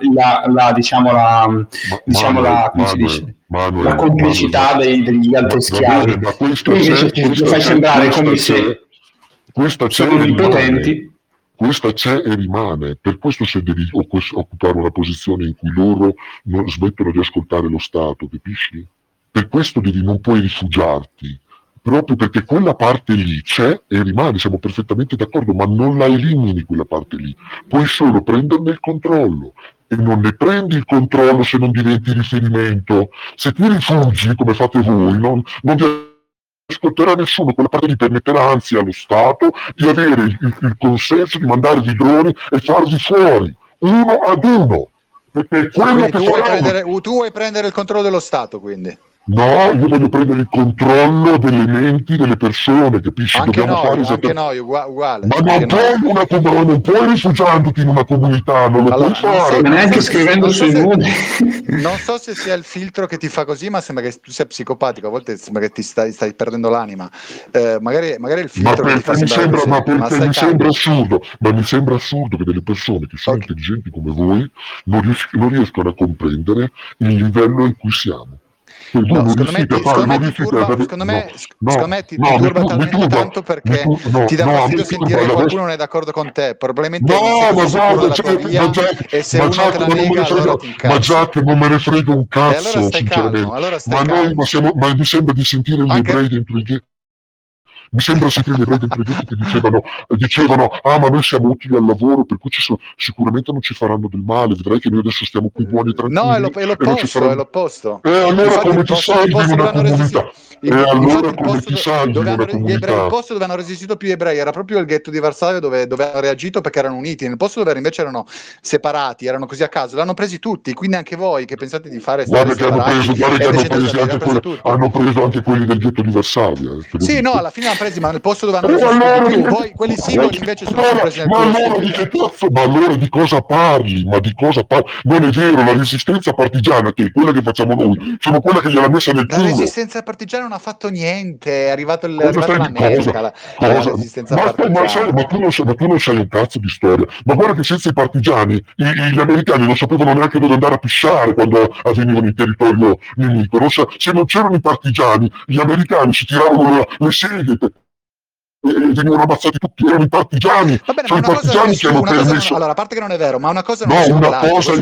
Speaker 1: come si dice? La complicità degli altri schiavi. Tu invece lo fai sembrare come se sono impotenti.
Speaker 6: Questa c'è e rimane, per questo se devi occupare una posizione in cui loro non smettono di ascoltare lo Stato, capisci? Per questo non puoi rifugiarti, proprio perché quella parte lì c'è e rimane, siamo perfettamente d'accordo, ma non la elimini quella parte lì, puoi solo prenderne il controllo. E non ne prendi il controllo se non diventi riferimento. Se ti rifugi, come fate voi, non ti ascolterà nessuno, quella parte lì permetterà anzi allo Stato di avere il consenso di mandare i droni e farli fuori, uno ad uno. Perché quello
Speaker 4: tu vuoi prendere il controllo dello Stato, quindi?
Speaker 6: No, io voglio prendere il controllo delle menti delle persone, capisci?
Speaker 4: Anche noi, uguale.
Speaker 6: Ma non puoi rifugiandoti in una comunità, non lo puoi fare.
Speaker 1: Ma neanche scrivendo sui muri.
Speaker 4: Non so se sia il filtro che ti fa così, ma sembra che tu sia psicopatico, a volte sembra che ti stai perdendo l'anima. Magari il filtro che ti fa sembrare così.
Speaker 6: Mi sembra assurdo che delle persone che sono intelligenti come voi non riescano a comprendere il livello in cui siamo.
Speaker 4: No, secondo me ti turba talmente tanto perché ti dà fastidio sentire che qualcuno non è d'accordo con te. Probabilmente e se uno te la nega allora ti incazzi.
Speaker 6: Ma già che non me ne frega un cazzo,
Speaker 4: allora stai calmo,
Speaker 6: ma mi sembra di sentire gli ebrei dentro i ghetti. Mi sembra sentire gli ebrei dentro i ghetti che dicevano ma noi siamo utili al lavoro, per cui sicuramente non ci faranno del male, vedrai che noi adesso stiamo qui buoni e tranquilli.
Speaker 4: No, è l'opposto.
Speaker 6: Allora come ti salvi in una comunità? Gli
Speaker 4: ebrei, il posto dove hanno resistito più ebrei era proprio il ghetto di Varsavia, dove hanno reagito perché erano uniti. Nel posto dove invece erano separati, erano così a caso, l'hanno presi tutti, quindi anche voi che pensate di fare
Speaker 6: hanno preso anche quelli del ghetto di Varsavia.
Speaker 4: Sì, no, alla fine hanno presi, ma nel posto dove hanno resistito più, voi quelli singoli invece sono presi nel posto.
Speaker 6: Ma allora di cosa parli? Ma di cosa parli? Non è vero, la resistenza partigiana, che è quella che facciamo noi, sono quella che gliela messa nel culo.
Speaker 4: La resistenza partigiana non ha fatto niente, è arrivata l'America, la resistenza partigiana.
Speaker 6: Ma tu non sai un cazzo di storia. Ma guarda che senza i partigiani gli americani non sapevano neanche dove andare a pisciare quando avvenivano in territorio nemico. Se non c'erano i partigiani, gli americani si tiravano le seghe venivano ammazzati tutti, erano i partigiani.
Speaker 4: Va bene,
Speaker 6: Sono
Speaker 4: ma
Speaker 6: i partigiani che hanno permesso.
Speaker 4: allora, a parte che non è vero, ma una cosa non
Speaker 6: No,
Speaker 4: esclude
Speaker 6: una
Speaker 4: l'altra.
Speaker 6: cosa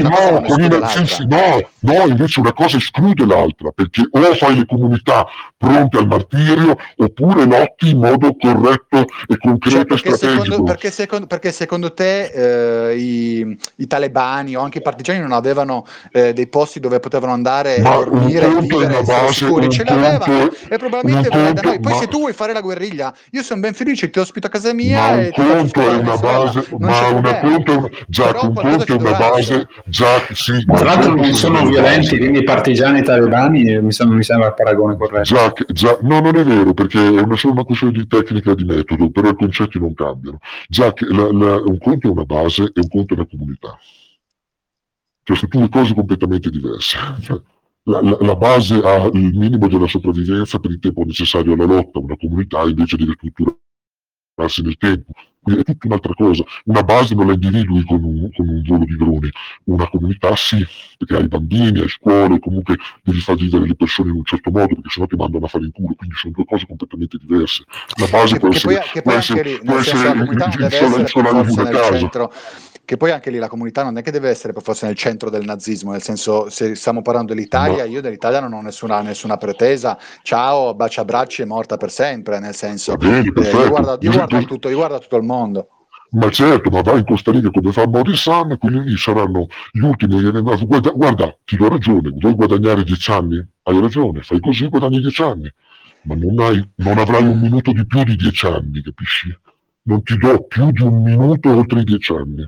Speaker 6: esclude, invece una cosa esclude l'altra, perché o fai le comunità pronte al martirio, oppure lotti in modo corretto e concreto e strategico.
Speaker 4: Perché secondo te i talebani o anche i partigiani non avevano dei posti dove potevano andare e dormire e vivere sicuri? Ce l'avevano e probabilmente da noi. Poi se tu vuoi fare la guerriglia, io sono ben felice, ti ospito a casa mia e ti faccio scoprire mia sorella. Non c'è problema.
Speaker 6: Un conto è una base, sì.
Speaker 1: Tra l'altro non sono violenti, quindi partigiani e talebani mi sembra il paragone corretto.
Speaker 6: No, non è vero, perché è solo una questione di tecnica e di metodo, però i concetti non cambiano. Un conto è una base e un conto è una comunità. Cioè, sono due cose completamente diverse. La base ha il minimo della sopravvivenza per il tempo necessario alla lotta, una comunità invece deve strutturarsi nel tempo. Quindi è tutta un'altra cosa. Una base non la individui con un volo di droni, una comunità sì, perché hai bambini, hai scuole, comunque devi far vivere le persone in un certo modo, perché sennò ti mandano a fare in culo, quindi sono due cose completamente diverse. La base può essere
Speaker 4: la comunità non deve essere per forza nel centro. Che poi anche lì la comunità non è che deve essere per forza nel centro del nazismo, nel senso, se stiamo parlando dell'Italia, io dell'Italia non ho nessuna pretesa, ciao, baci abbracci, è morta per sempre, nel senso, io guardo tutto il mondo.
Speaker 6: Ma certo, ma vai in Costa Rica come fa Morrison, quelli lì saranno gli ultimi. Guarda, ti do ragione, vuoi guadagnare 10 anni? Hai ragione, fai così, guadagni 10 anni, ma non avrai un minuto di più di 10 anni, capisci? Non ti do più di un minuto oltre i 10 anni.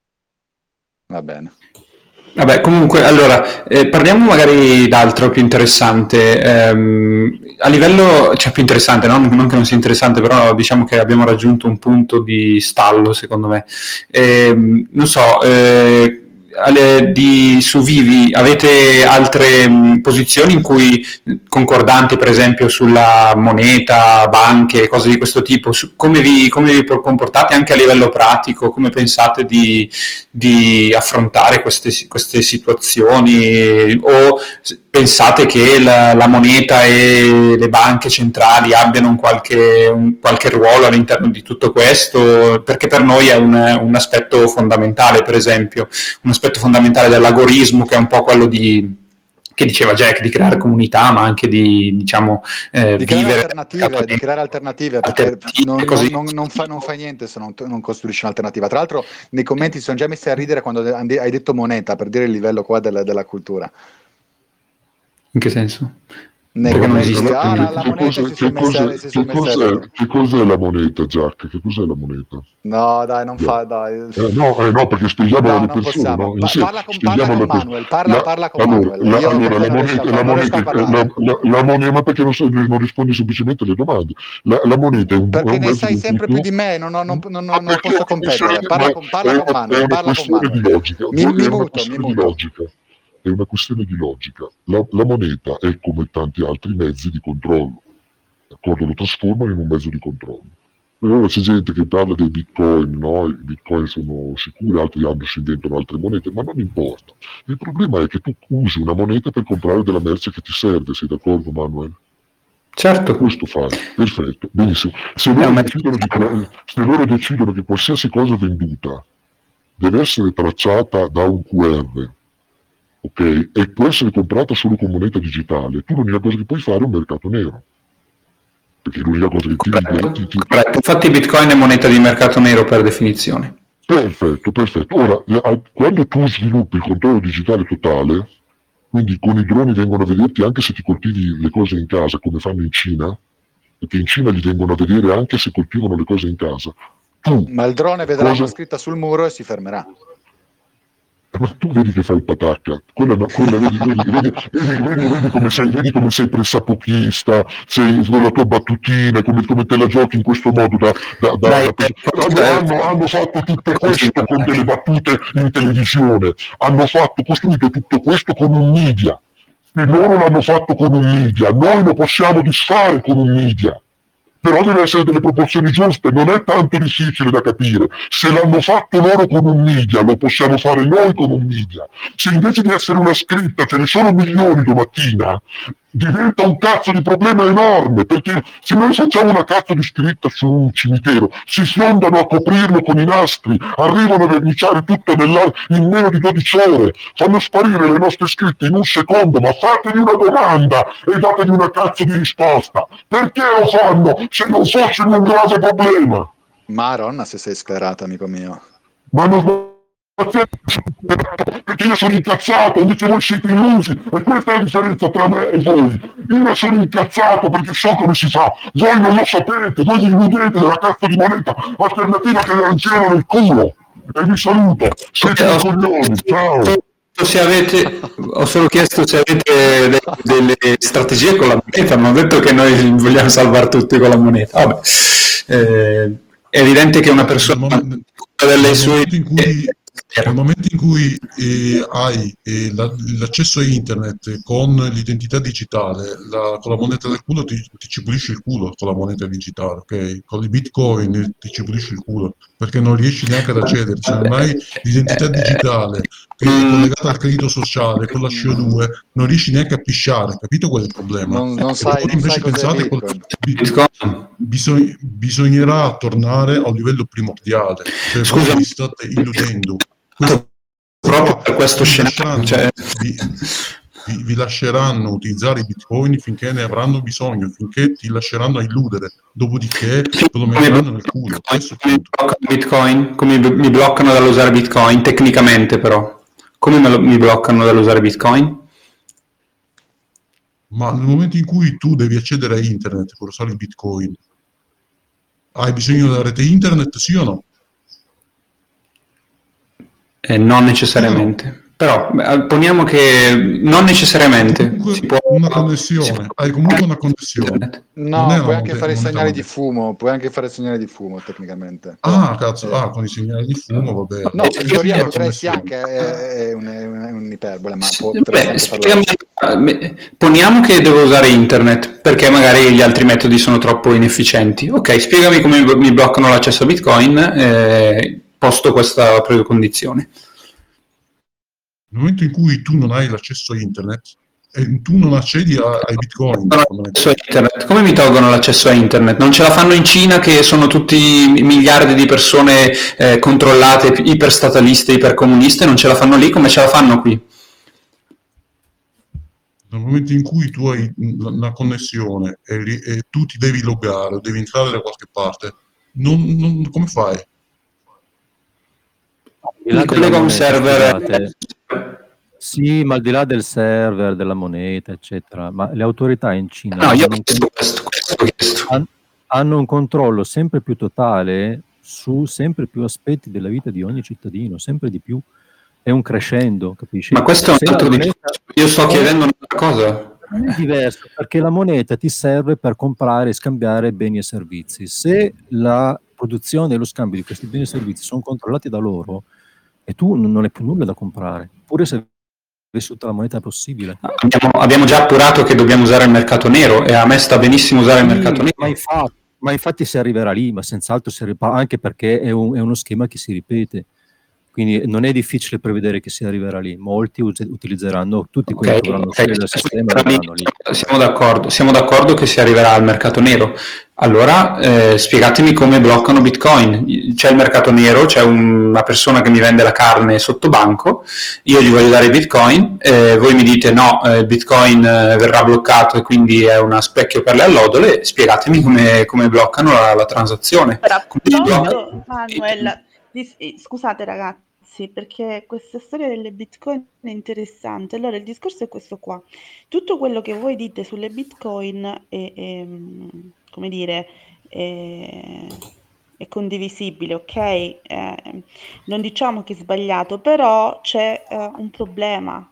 Speaker 4: Va bene.
Speaker 1: Vabbè, comunque, allora, parliamo magari d'altro più interessante. A livello, cioè più interessante, no? Non che non sia interessante, però diciamo che abbiamo raggiunto un punto di stallo, secondo me. Non so, su Vivi avete altre posizioni in cui concordanti, per esempio sulla moneta, banche, cose di questo tipo, come vi comportate anche a livello pratico, come pensate di affrontare queste situazioni, o pensate che la moneta e le banche centrali abbiano un qualche ruolo all'interno di tutto questo? Perché per noi è un aspetto fondamentale, per esempio, un aspetto fondamentale dell'agorismo, che è un po' quello che diceva Jack, di creare comunità, ma anche di
Speaker 4: creare alternative, perché non fai niente se non costruisci un'alternativa. Tra l'altro nei commenti sono già messi a ridere quando hai detto moneta, per dire il livello qua della cultura.
Speaker 1: In che senso?
Speaker 4: Che
Speaker 6: cos'è la moneta, Jack? Che cos'è la moneta?
Speaker 4: No, dai, non fa, dai.
Speaker 6: No, perché spieghiamo alle persone. No?
Speaker 4: Parla con Manuel. Parla con Manuel.
Speaker 6: La moneta, ma perché non rispondi semplicemente alle domande? La moneta è un
Speaker 4: perché ne sai sempre più di me, non posso competere. Parla con Manuel. Mi muto.
Speaker 6: È una questione di logica. La moneta è come tanti altri mezzi di controllo. D'accordo? Lo trasformano in un mezzo di controllo. Allora c'è gente che parla dei bitcoin, no? I bitcoin sono sicuri, altri si inventano altre monete, ma non importa. Il problema è che tu usi una moneta per comprare della merce che ti serve, sei d'accordo, Manuel?
Speaker 1: Certo.
Speaker 6: Questo fai, perfetto, benissimo. Se loro decidono che qualsiasi cosa venduta deve essere tracciata da un QR, ok, e può essere comprata solo con moneta digitale, tu l'unica cosa che puoi fare è un mercato nero, perché l'unica cosa che ti...
Speaker 1: Infatti Bitcoin è moneta di mercato nero per definizione.
Speaker 6: Perfetto. Ora, quando tu sviluppi il controllo digitale totale, quindi con i droni vengono a vederti anche se ti coltivi le cose in casa, come fanno in Cina, perché in Cina li vengono a vedere anche se coltivano le cose in casa.
Speaker 4: Ma il drone vedrà una scritta sul muro e si fermerà.
Speaker 6: Ma tu vedi che fai patacca, vedi come sei pressapochista, sei con la tua battutina, come te la giochi in questo modo hanno fatto tutto questo con delle battute in televisione, hanno costruito tutto questo con un media, e loro l'hanno fatto con un media, noi lo possiamo disfare con un media. Però deve essere delle proporzioni giuste, non è tanto difficile da capire. Se l'hanno fatto loro con un media, lo possiamo fare noi con un media. Se invece di essere una scritta ce ne sono milioni domattina, diventa un cazzo di problema enorme, perché se noi facciamo una cazzo di scritta su un cimitero, si fondano a coprirlo con i nastri, arrivano a verniciare tutto in meno di 12 ore, fanno sparire le nostre scritte in un secondo, ma fategli una domanda e dategli una cazzo di risposta. Perché lo fanno se non fosse un grave problema?
Speaker 4: Maronna, se sei sclerato, amico mio.
Speaker 6: Ma non perché io sono incazzato, invece voi siete illusi, e questa è la differenza tra me e voi. Io sono incazzato perché so come si fa, voi non lo sapete, voi vi illudete della cazzo di moneta alternativa che lanciano nel culo. E vi saluto, siete dei coglioni, ciao.
Speaker 1: Ho solo chiesto se avete delle strategie con la moneta, non ho detto che noi vogliamo salvare tutti con la moneta. Vabbè. È evidente che una persona delle sue...
Speaker 5: Nel momento in cui hai l'accesso a internet con l'identità digitale, con la moneta del culo ti ci pulisci il culo con la moneta digitale, ok? Con i bitcoin ti ci pulisci il culo, perché non riesci neanche ad accedere. Se non hai l'identità digitale che è collegata al credito sociale con la CO2, non riesci neanche a pisciare, capito qual è il problema?
Speaker 4: Non sai
Speaker 5: pensate bisognerà tornare a un livello primordiale, cioè voi vi state illudendo.
Speaker 1: Proprio per questo scenario
Speaker 5: vi lasceranno utilizzare i bitcoin finché ne avranno bisogno, finché ti lasceranno illudere, dopodiché te lo metteranno nel culo.
Speaker 1: Come mi bloccano dall'usare bitcoin tecnicamente, però come mi bloccano dall'usare bitcoin?
Speaker 5: Ma nel momento in cui tu devi accedere a internet per usare il bitcoin, hai bisogno della rete internet, sì o no?
Speaker 1: Non necessariamente, però poniamo che non necessariamente
Speaker 5: si può una connessione, hai comunque una connessione.
Speaker 4: No, puoi anche fare segnali di fumo, tecnicamente.
Speaker 5: Cazzo, con i segnali di fumo, vabbè.
Speaker 4: No, in teoria potresti anche, è un'iperbole, ma
Speaker 1: poniamo che devo usare internet, perché magari gli altri metodi sono troppo inefficienti. Ok, spiegami come mi bloccano l'accesso a Bitcoin, posto questa precondizione.
Speaker 5: Nel momento in cui tu non hai l'accesso a internet e tu non accedi ai bitcoin,
Speaker 1: come mi tolgono l'accesso a internet? Non ce la fanno in Cina, che sono tutti miliardi di persone controllate, iperstataliste, ipercomuniste, non ce la fanno lì, come ce la fanno qui?
Speaker 5: Nel momento in cui tu hai una connessione e tu ti devi loggare o devi entrare da qualche parte, come fai?
Speaker 1: Mi collego a un server.
Speaker 2: Sì, ma al di là del server, della moneta, eccetera, ma le autorità in Cina hanno un controllo sempre più totale su sempre più aspetti della vita di ogni cittadino, sempre di più. È un crescendo, capisci?
Speaker 1: Ma questo è un altro discorso. Io sto chiedendo una cosa.
Speaker 2: È diverso, perché la moneta ti serve per comprare e scambiare beni e servizi. Se la produzione e lo scambio di questi beni e servizi sono controllati da loro, e tu non hai più nulla da comprare, pure se avessi tutta la moneta possibile.
Speaker 1: Abbiamo già appurato che dobbiamo usare il mercato nero, e a me sta benissimo usare il mercato nero.
Speaker 2: Ma infatti si arriverà lì, ma senz'altro si arriverà, anche perché è uno schema che si ripete. Quindi non è difficile prevedere che si arriverà lì. Molti utilizzeranno, tutti quelli che dovranno uscire dal sistema arriveranno lì.
Speaker 1: Siamo d'accordo che si arriverà al mercato nero. Allora spiegatemi come bloccano Bitcoin. C'è il mercato nero, c'è una persona che mi vende la carne sotto banco, io gli voglio dare Bitcoin, voi mi dite no, Bitcoin verrà bloccato e quindi è uno specchio per le allodole. Spiegatemi come bloccano la transazione.
Speaker 3: Manuel, scusate ragazzi, perché questa storia delle bitcoin è interessante. Allora, il discorso è questo qua: tutto quello che voi dite sulle bitcoin è come dire, è condivisibile, ok? Non diciamo che è sbagliato, però c'è un problema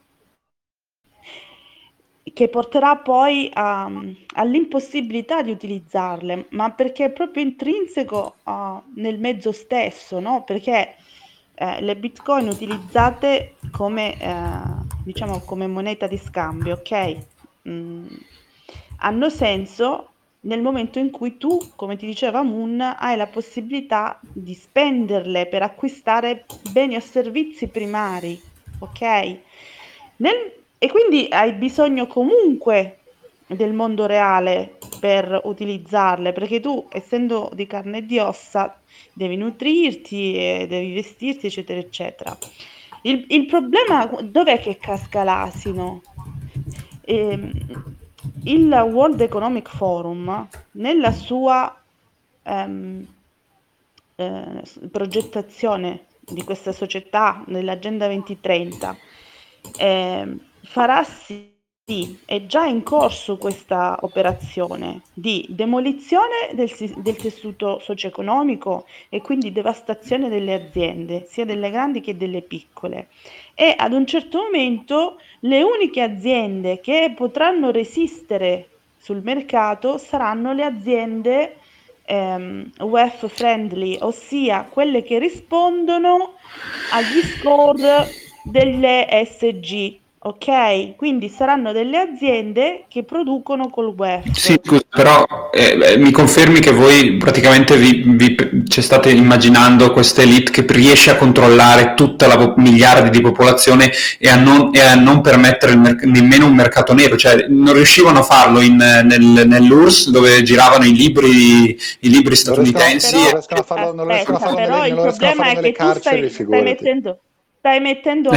Speaker 3: che porterà poi all'impossibilità di utilizzarle, ma perché è proprio intrinseco nel mezzo stesso, no? Perché le bitcoin utilizzate come diciamo come moneta di scambio, ok? Hanno senso nel momento in cui tu, come ti diceva Moon, hai la possibilità di spenderle per acquistare beni o servizi primari, ok? E quindi hai bisogno comunque del mondo reale per utilizzarle, perché tu, essendo di carne e di ossa, devi nutrirti, devi vestirti, eccetera, eccetera. Il problema dov'è che casca l'asino? Il World Economic Forum, nella sua progettazione di questa società nell'Agenda 2030, farà sì, è già in corso questa operazione di demolizione del tessuto socio-economico e quindi devastazione delle aziende, sia delle grandi che delle piccole. E ad un certo momento le uniche aziende che potranno resistere sul mercato saranno le aziende web friendly, ossia quelle che rispondono agli score delle ESG, ok? Quindi saranno delle aziende che producono col web.
Speaker 1: Sì, scusa, però mi confermi che voi praticamente ci state immaginando questa elite che riesce a controllare tutta la miliardi di popolazione e a non permettere nemmeno un mercato nero, cioè non riuscivano a farlo nell'URSS dove giravano i libri statunitensi.
Speaker 4: Non riescono a farlo, non riescono a farlo
Speaker 3: però il problema è che tu stai mettendo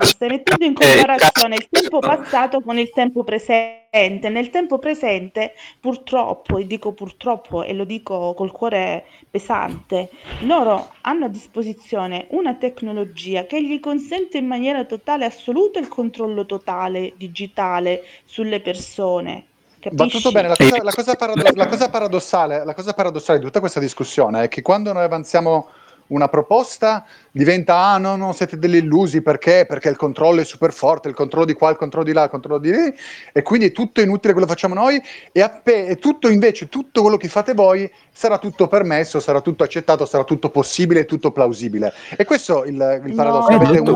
Speaker 3: in comparazione il tempo passato con il tempo presente. Nel tempo presente, purtroppo, e dico purtroppo e lo dico col cuore pesante, loro hanno a disposizione una tecnologia che gli consente in maniera totale, assoluta, il controllo totale digitale sulle persone.
Speaker 4: Va tutto bene, la cosa paradossale di tutta questa discussione è che quando noi avanziamo una proposta diventa no, non siete degli illusi, perché il controllo è super forte, il controllo di qua, il controllo di là, il controllo di lì, e quindi è tutto inutile quello che facciamo noi, e tutto invece, tutto quello che fate voi sarà tutto permesso, sarà tutto accettato, sarà tutto possibile, tutto plausibile. E questo il paradosso. Avete un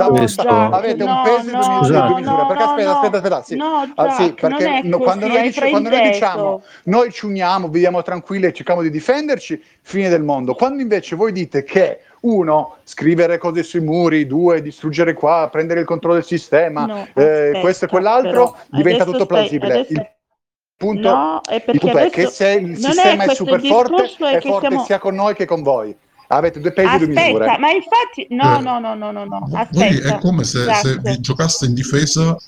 Speaker 4: peso e due misure, perché aspetta, sì. Sì, perché quando noi diciamo noi ci uniamo, viviamo tranquilli e cerchiamo di difenderci, fine del mondo. Quando invece voi dite che uno, scrivere cose sui muri, due, distruggere qua, prendere il controllo del sistema, questo e quell'altro, però, diventa tutto plausibile. Il punto è che se il sistema è super forte, è forte sia con noi che con voi. Avete due pesi e due misure.
Speaker 3: Ma infatti no. Aspetta.
Speaker 5: Voi è come se vi giocaste in difesa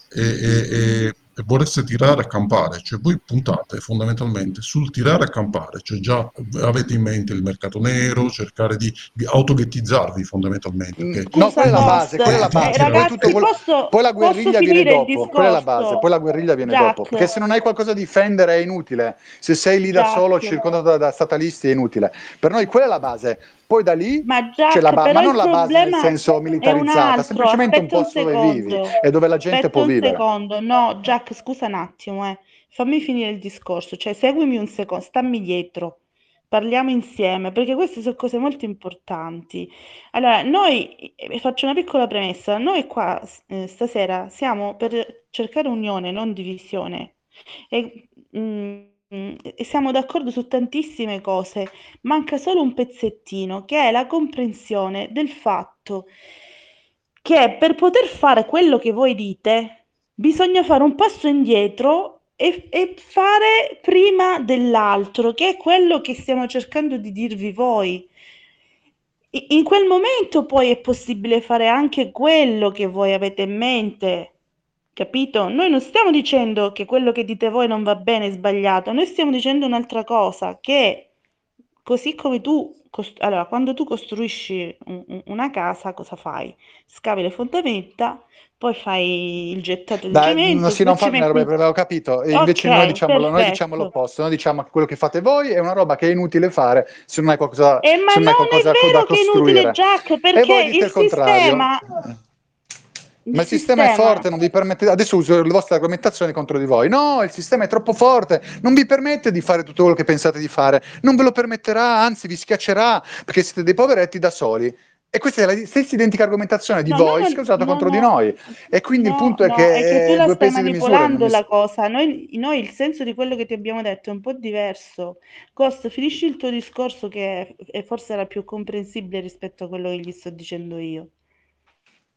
Speaker 5: e volesse tirare a campare, cioè voi puntate fondamentalmente sul tirare a campare, cioè già avete in mente il mercato nero, cercare di autoghettizzarvi fondamentalmente.
Speaker 4: No, quella è la base,
Speaker 3: ragazzi,
Speaker 4: poi la guerriglia viene dopo, quella è la base, poi la guerriglia viene dopo, perché se non hai qualcosa da difendere è inutile, se sei lì da solo circondato da statalisti è inutile, per noi quella è la base. Poi da lì c'è la base, ma non la base nel senso militarizzata, semplicemente un posto dove vivi e dove la gente può vivere.
Speaker 3: No, Jack, scusa un attimo, fammi finire il discorso, cioè seguimi un secondo, stammi dietro, parliamo insieme, perché queste sono cose molto importanti. Allora, noi, faccio una piccola premessa, noi qua stasera siamo per cercare unione, non divisione. E siamo d'accordo su tantissime cose, manca solo un pezzettino, che è la comprensione del fatto che per poter fare quello che voi dite bisogna fare un passo indietro e fare prima dell'altro, che è quello che stiamo cercando di dirvi voi. In quel momento poi è possibile fare anche quello che voi avete in mente. Capito? Noi non stiamo dicendo che quello che dite voi non va bene, è sbagliato, noi stiamo dicendo un'altra cosa, che così come allora, quando tu costruisci una casa, cosa fai? Scavi le fondamenta, poi fai il gettato di cemento.
Speaker 4: Non avevo capito, e invece noi diciamo l'opposto, noi diciamo che quello che fate voi è una roba che è inutile fare se non hai qualcosa,
Speaker 3: ma
Speaker 4: se non
Speaker 3: non
Speaker 4: hai qualcosa
Speaker 3: è vero
Speaker 4: da
Speaker 3: che è
Speaker 4: costruire.
Speaker 3: inutile, Jack, perché il sistema...
Speaker 4: Ma il sistema è forte, non vi permette. Adesso uso le vostre argomentazioni contro di voi. No, il sistema è troppo forte, non vi permette di fare tutto quello che pensate di fare, non ve lo permetterà, anzi vi schiaccerà, perché siete dei poveretti da soli. E questa è la stessa identica argomentazione di voi che è usata contro di noi. E quindi il punto è che
Speaker 3: tu la
Speaker 4: due
Speaker 3: stai
Speaker 4: pesi di
Speaker 3: manipolando
Speaker 4: misure.
Speaker 3: la cosa. Noi il senso di quello che ti abbiamo detto è un po' diverso. Ghost, finisci il tuo discorso che forse era più comprensibile rispetto a quello che gli sto dicendo io.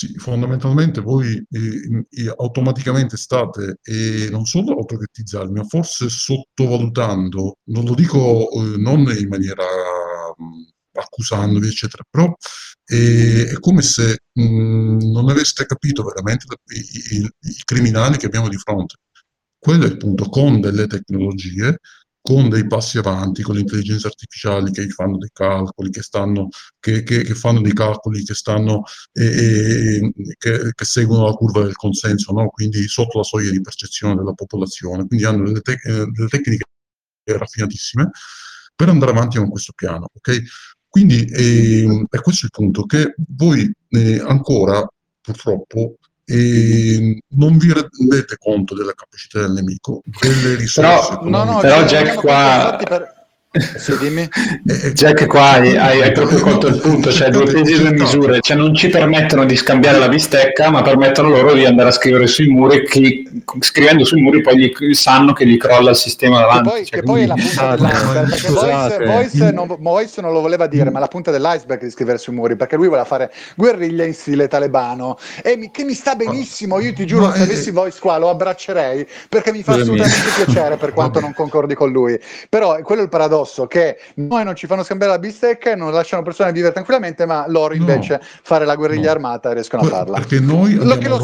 Speaker 5: Sì, fondamentalmente voi automaticamente state non solo autoghettizzarmi, ma forse sottovalutando, non lo dico non in maniera accusandovi, eccetera, però è come se non aveste capito veramente i criminali che abbiamo di fronte. Quello è il punto, con delle tecnologie, con dei passi avanti, con le intelligenze artificiali che fanno dei calcoli, che fanno dei calcoli che stanno che seguono la curva del consenso, no? Quindi sotto la soglia di percezione della popolazione, quindi hanno delle tecniche raffinatissime per andare avanti con questo piano, ok? Quindi è questo il punto, che voi ancora, purtroppo, non vi rendete conto della capacità del nemico, delle risorse economiche.
Speaker 1: Però Jack qua...
Speaker 4: Sì, dimmi.
Speaker 1: Jack, qua hai proprio colto il punto, cioè due pesi e due misure, cioè non ci permettono di scambiare la bistecca, ma permettono loro di andare a scrivere sui muri, che scrivendo sui muri poi sanno che gli crolla il sistema davanti.
Speaker 4: Che poi è la punta dell'iceberg, perché Voice non lo voleva dire, ma la punta dell'iceberg di scrivere sui muri, perché lui voleva fare guerriglia in stile talebano, e che mi sta benissimo, io ti giuro, se avessi Voice qua lo abbraccerei, perché mi fa assolutamente piacere, per quanto non concordi con lui, però quello è il paradosso, che noi non ci fanno scambiare la bistecca e non lasciano persone vivere tranquillamente, ma loro invece fare la guerriglia armata e riescono a farla.
Speaker 5: Perché noi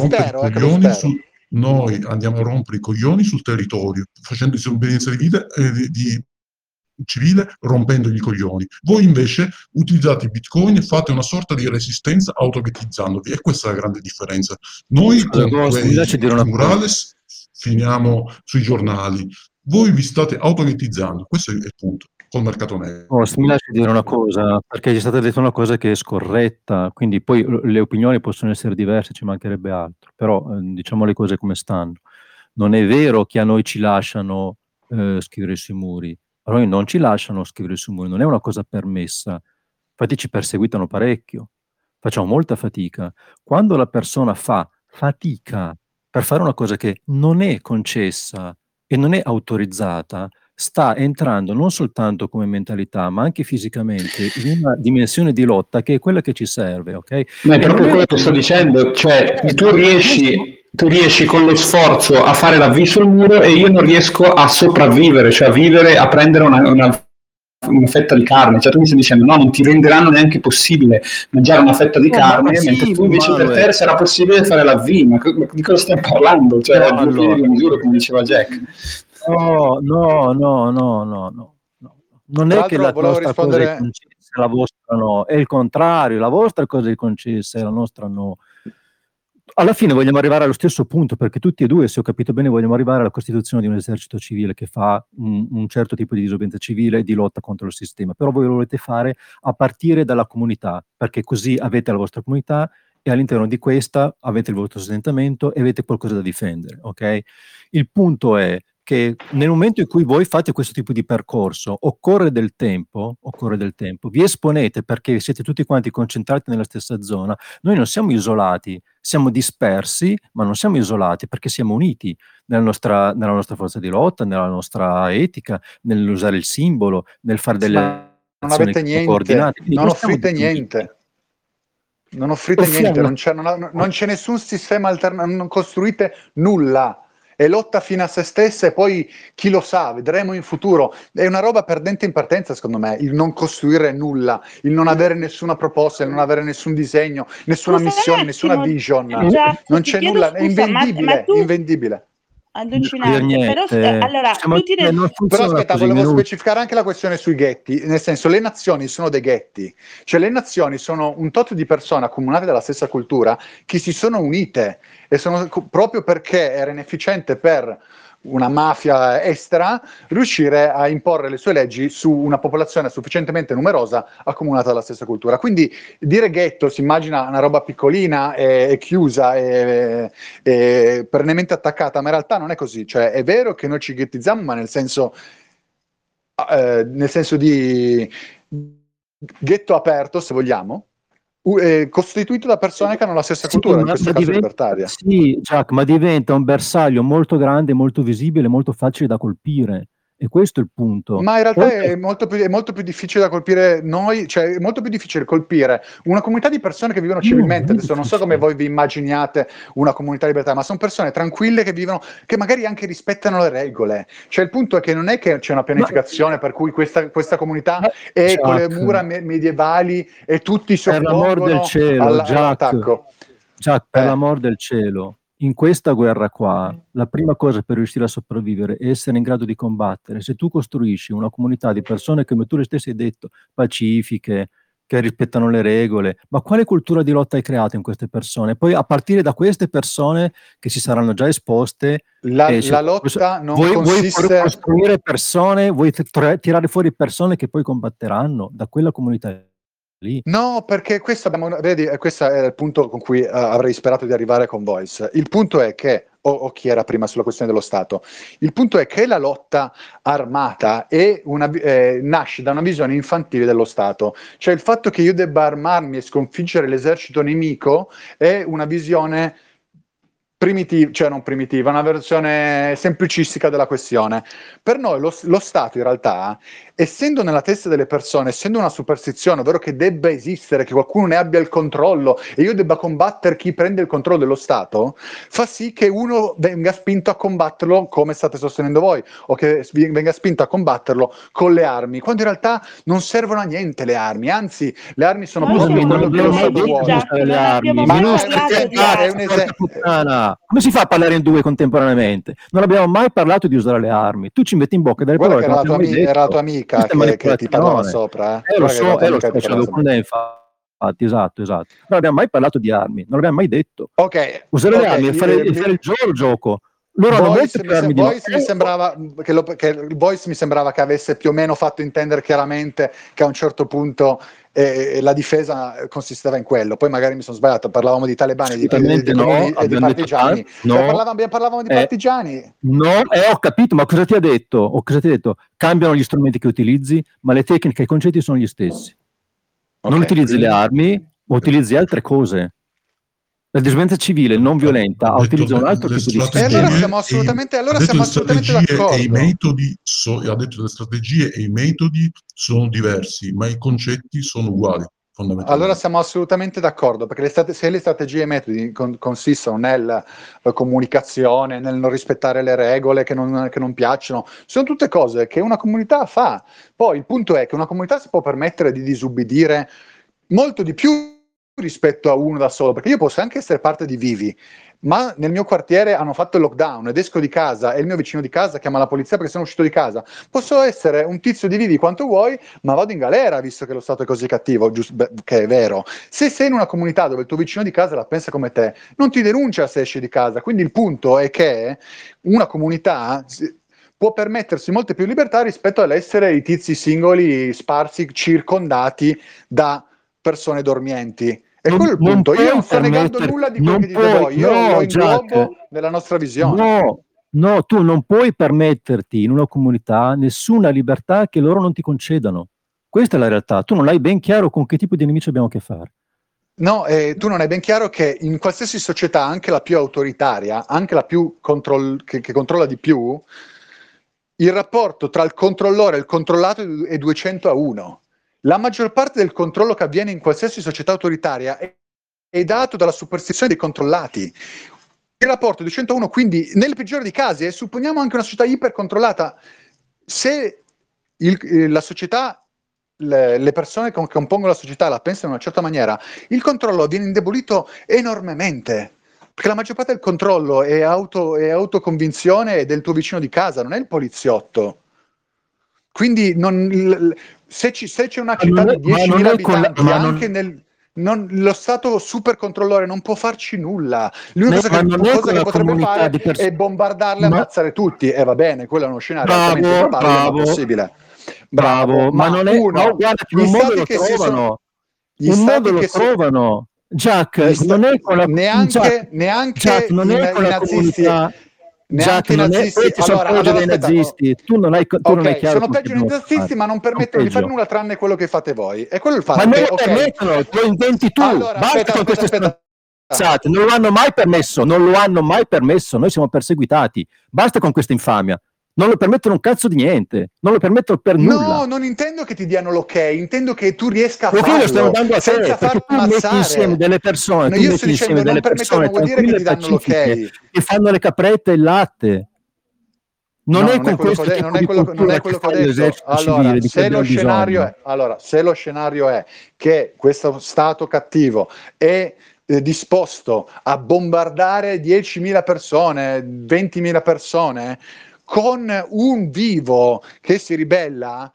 Speaker 5: andiamo a rompere i coglioni sul territorio, facendo disobbedienza di vita di civile, rompendo i coglioni. Voi invece utilizzate i bitcoin e fate una sorta di resistenza autoghettizzandovi, e questa è la grande differenza. Noi con quei murales finiamo sui giornali, voi vi state autoghettizzando, questo è il punto, col mercato nero.
Speaker 2: Mi lasci dire una cosa, perché è stata detta una cosa che è scorretta, quindi poi le opinioni possono essere diverse, ci mancherebbe altro, però diciamo le cose come stanno. Non è vero che a noi ci lasciano scrivere sui muri, a noi non ci lasciano scrivere sui muri, non è una cosa permessa, infatti ci perseguitano parecchio, facciamo molta fatica. Quando la persona fa fatica per fare una cosa che non è concessa e non è autorizzata, sta entrando non soltanto come mentalità, ma anche fisicamente in una dimensione di lotta che è quella che ci serve, ok?
Speaker 1: Ma è proprio quello che sto dicendo, cioè tu riesci con lo sforzo a fare la V sul muro e io non riesco a sopravvivere, cioè a vivere, a prendere una fetta di carne, cioè tu mi stai dicendo no, non ti renderanno neanche possibile mangiare una fetta di carne, mentre tu invece per te sarà possibile fare la V, ma di cosa stiamo parlando? Cioè due piedi di misura, come diceva Jack.
Speaker 2: No. Non è che la nostra cosa è concessa, la vostra no, è il contrario, la vostra cosa è concessa e la nostra no. Alla fine vogliamo arrivare allo stesso punto, perché tutti e due, se ho capito bene, vogliamo arrivare alla costituzione di un esercito civile che fa un certo tipo di disobbedienza civile e di lotta contro il sistema, però voi lo volete fare a partire dalla comunità, perché così avete la vostra comunità e all'interno di questa avete il vostro sostentamento e avete qualcosa da difendere, ok? Il punto è che nel momento in cui voi fate questo tipo di percorso occorre del tempo, vi esponete perché siete tutti quanti concentrati nella stessa zona, noi non siamo isolati, siamo dispersi, ma non siamo isolati perché siamo uniti nella nostra forza di lotta, nella nostra etica, nell'usare il simbolo, nel fare delle
Speaker 4: non avete niente, non offrite niente. Non offrite niente, non c'è nessun sistema alternativo, non costruite nulla. È lotta fino a se stessa e poi chi lo sa, vedremo in futuro. È una roba perdente in partenza, secondo me, il non costruire nulla, il non avere nessuna proposta, il non avere nessun disegno, nessuna missione, nessuna vision. Non c'è nulla, è invendibile, invendibile.
Speaker 3: Però
Speaker 4: aspetta, volevo specificare anche la questione sui ghetti, nel senso, le nazioni sono dei ghetti, cioè le nazioni sono un tot di persone accomunate dalla stessa cultura che si sono unite e sono proprio perché era inefficiente per una mafia estera riuscire a imporre le sue leggi su una popolazione sufficientemente numerosa accomunata dalla stessa cultura. Quindi dire ghetto si immagina una roba piccolina e chiusa e perennemente attaccata, ma in realtà non è così. Cioè è vero che noi ci ghettizziamo, ma nel senso di ghetto aperto, se vogliamo, costituito da persone che hanno la stessa cultura, in questo caso libertaria.
Speaker 2: Sì, Jack, ma diventa un bersaglio molto grande, molto visibile, molto facile da colpire. E questo è il punto.
Speaker 4: Ma in realtà è molto più difficile da colpire noi, cioè è molto più difficile colpire una comunità di persone che vivono civilmente. Adesso non so come voi vi immaginiate una comunità di libertà, ma sono persone tranquille che vivono, che magari anche rispettano le regole. Cioè il punto è che non è che c'è una pianificazione per cui questa comunità è con le mura medievali e tutti si oppongono all'attacco.
Speaker 2: Jack, per l'amor del cielo, in questa guerra qua, la prima cosa per riuscire a sopravvivere è essere in grado di combattere. Se tu costruisci una comunità di persone, come tu stessi hai detto, pacifiche, che rispettano le regole, ma quale cultura di lotta hai creato in queste persone? Poi a partire da queste persone che si saranno già esposte,
Speaker 4: la lotta non consiste...
Speaker 2: Vuoi costruire persone, vuoi tirare fuori persone che poi combatteranno da quella comunità lì.
Speaker 4: No, perché questo era il punto con cui avrei sperato di arrivare con Voice. Il punto è che, o chi era prima sulla questione dello Stato, il punto è che la lotta armata nasce da una visione infantile dello Stato. Cioè il fatto che io debba armarmi e sconfiggere l'esercito nemico è una visione primitiva, cioè non primitiva, una versione semplicistica della questione. Per noi lo Stato in realtà, essendo nella testa delle persone, essendo una superstizione, ovvero che debba esistere, che qualcuno ne abbia il controllo e io debba combattere chi prende il controllo dello Stato, fa sì che uno venga spinto a combatterlo come state sostenendo voi, o che venga spinto a combatterlo con le armi, quando in realtà non servono a niente le armi, anzi le armi sono proprio quello che lo Stato vuole.
Speaker 2: Come si fa a parlare in due contemporaneamente? Non abbiamo mai parlato di usare le armi. Tu ci metti in bocca delle parole.
Speaker 4: Guarda che era la tua amica che ti parlava sopra.
Speaker 2: Lo so, con lei, infatti, esatto. Non abbiamo mai parlato di armi, non l'abbiamo mai detto. Usare le armi e fare il gioco.
Speaker 4: Voice mi sembrava che avesse più o meno fatto intendere chiaramente che a un certo punto la difesa consisteva in quello. Poi magari mi sono sbagliato, parlavamo di talebani e di partigiani. Parlavamo di partigiani.
Speaker 2: No, ho capito, ma cosa ti ha detto? Cambiano gli strumenti che utilizzi, ma le tecniche e i concetti sono gli stessi. Non utilizzi le armi, ma utilizzi altre cose. La disobedienza civile non violenta utilizza un altro tipo di
Speaker 4: strategie. E allora siamo assolutamente d'accordo.
Speaker 5: E i metodi ha detto le strategie e i metodi sono diversi, ma i concetti sono uguali.
Speaker 4: Allora siamo assolutamente d'accordo, perché se le strategie e i metodi consistono nella comunicazione, nel non rispettare le regole che non piacciono, sono tutte cose che una comunità fa. Poi il punto è che una comunità si può permettere di disubbidire molto di più rispetto a uno da solo, perché io posso anche essere parte di Vivi, ma nel mio quartiere hanno fatto il lockdown ed esco di casa e il mio vicino di casa chiama la polizia perché sono uscito di casa. Posso essere un tizio di Vivi quanto vuoi, ma vado in galera visto che lo Stato è così cattivo, che è vero. Se sei in una comunità dove il tuo vicino di casa la pensa come te, non ti denuncia se esci di casa. Quindi il punto è che una comunità può permettersi molte più libertà rispetto all'essere i tizi singoli sparsi, circondati da persone dormienti. E quello è il punto. Io non sto negando nulla di quello che dite voi, io lo inglobo nella nostra visione.
Speaker 2: No, tu non puoi permetterti in una comunità nessuna libertà che loro non ti concedano. Questa è la realtà. Tu non hai ben chiaro con che tipo di nemici abbiamo a che fare.
Speaker 4: No, tu non hai ben chiaro che in qualsiasi società, anche la più autoritaria, anche la più che controlla di più, il rapporto tra il controllore e il controllato è 200-1. La maggior parte del controllo che avviene in qualsiasi società autoritaria è dato dalla superstizione dei controllati. Il rapporto è 200-1, quindi nel peggiore dei casi, e supponiamo anche una società ipercontrollata, se la società, le persone che compongono la società la pensano in una certa maniera, il controllo viene indebolito enormemente. Perché la maggior parte del controllo è autoconvinzione del tuo vicino di casa, non è il poliziotto. Quindi se c'è una città di 10.000 abitanti, lo Stato super controllore non può farci nulla. L'unica cosa che potrebbe fare è bombardarle e ammazzare tutti. E va bene, quello è uno scenario altamente probabile, ma possibile.
Speaker 2: Bravo, ma non è... guarda, un modo lo trovano. Un modo lo trovano. Jack, non è con la...
Speaker 4: Neanche
Speaker 2: Jack, non è con la comunità...
Speaker 4: Neanche i nazisti,
Speaker 2: dei nazisti. Tu non hai chiaro.
Speaker 4: Sono peggio dei nazisti, ma non permettono di fare nulla tranne quello che fate voi. E quello è il fatto.
Speaker 2: Ma non lo permettono, lo inventi tu. Basta con queste stronzate. Non lo hanno mai permesso. Noi siamo perseguitati. Basta con questa infamia. non lo permettono un cazzo di niente, non lo permettono per nulla.
Speaker 4: No, non intendo che ti diano l'ok, intendo che tu riesca a
Speaker 2: Perché
Speaker 4: farlo
Speaker 2: lo stiamo dando a te,
Speaker 4: senza
Speaker 2: perché
Speaker 4: far
Speaker 2: tu metti
Speaker 4: ammazzare.
Speaker 2: insieme delle persone,
Speaker 4: No,
Speaker 2: tu
Speaker 4: io
Speaker 2: metti
Speaker 4: sto dicendo
Speaker 2: insieme
Speaker 4: non
Speaker 2: delle persone
Speaker 4: vuol dire che
Speaker 2: tranquille
Speaker 4: ti
Speaker 2: e
Speaker 4: danno
Speaker 2: pacifiche
Speaker 4: l'ok.
Speaker 2: che fanno le caprette e il latte. Non
Speaker 4: No,
Speaker 2: è
Speaker 4: non è
Speaker 2: con
Speaker 4: quello
Speaker 2: questo
Speaker 4: che
Speaker 2: tipo di
Speaker 4: non
Speaker 2: cultura
Speaker 4: è
Speaker 2: che
Speaker 4: quello che ho
Speaker 2: fai
Speaker 4: detto.
Speaker 2: l'esercito
Speaker 4: Allora,
Speaker 2: civile di cui
Speaker 4: se lo
Speaker 2: abbiamo
Speaker 4: scenario
Speaker 2: bisogno.
Speaker 4: se lo scenario è che questo Stato cattivo è disposto a bombardare 10.000 persone, 20.000 persone, con un vivo che si ribella,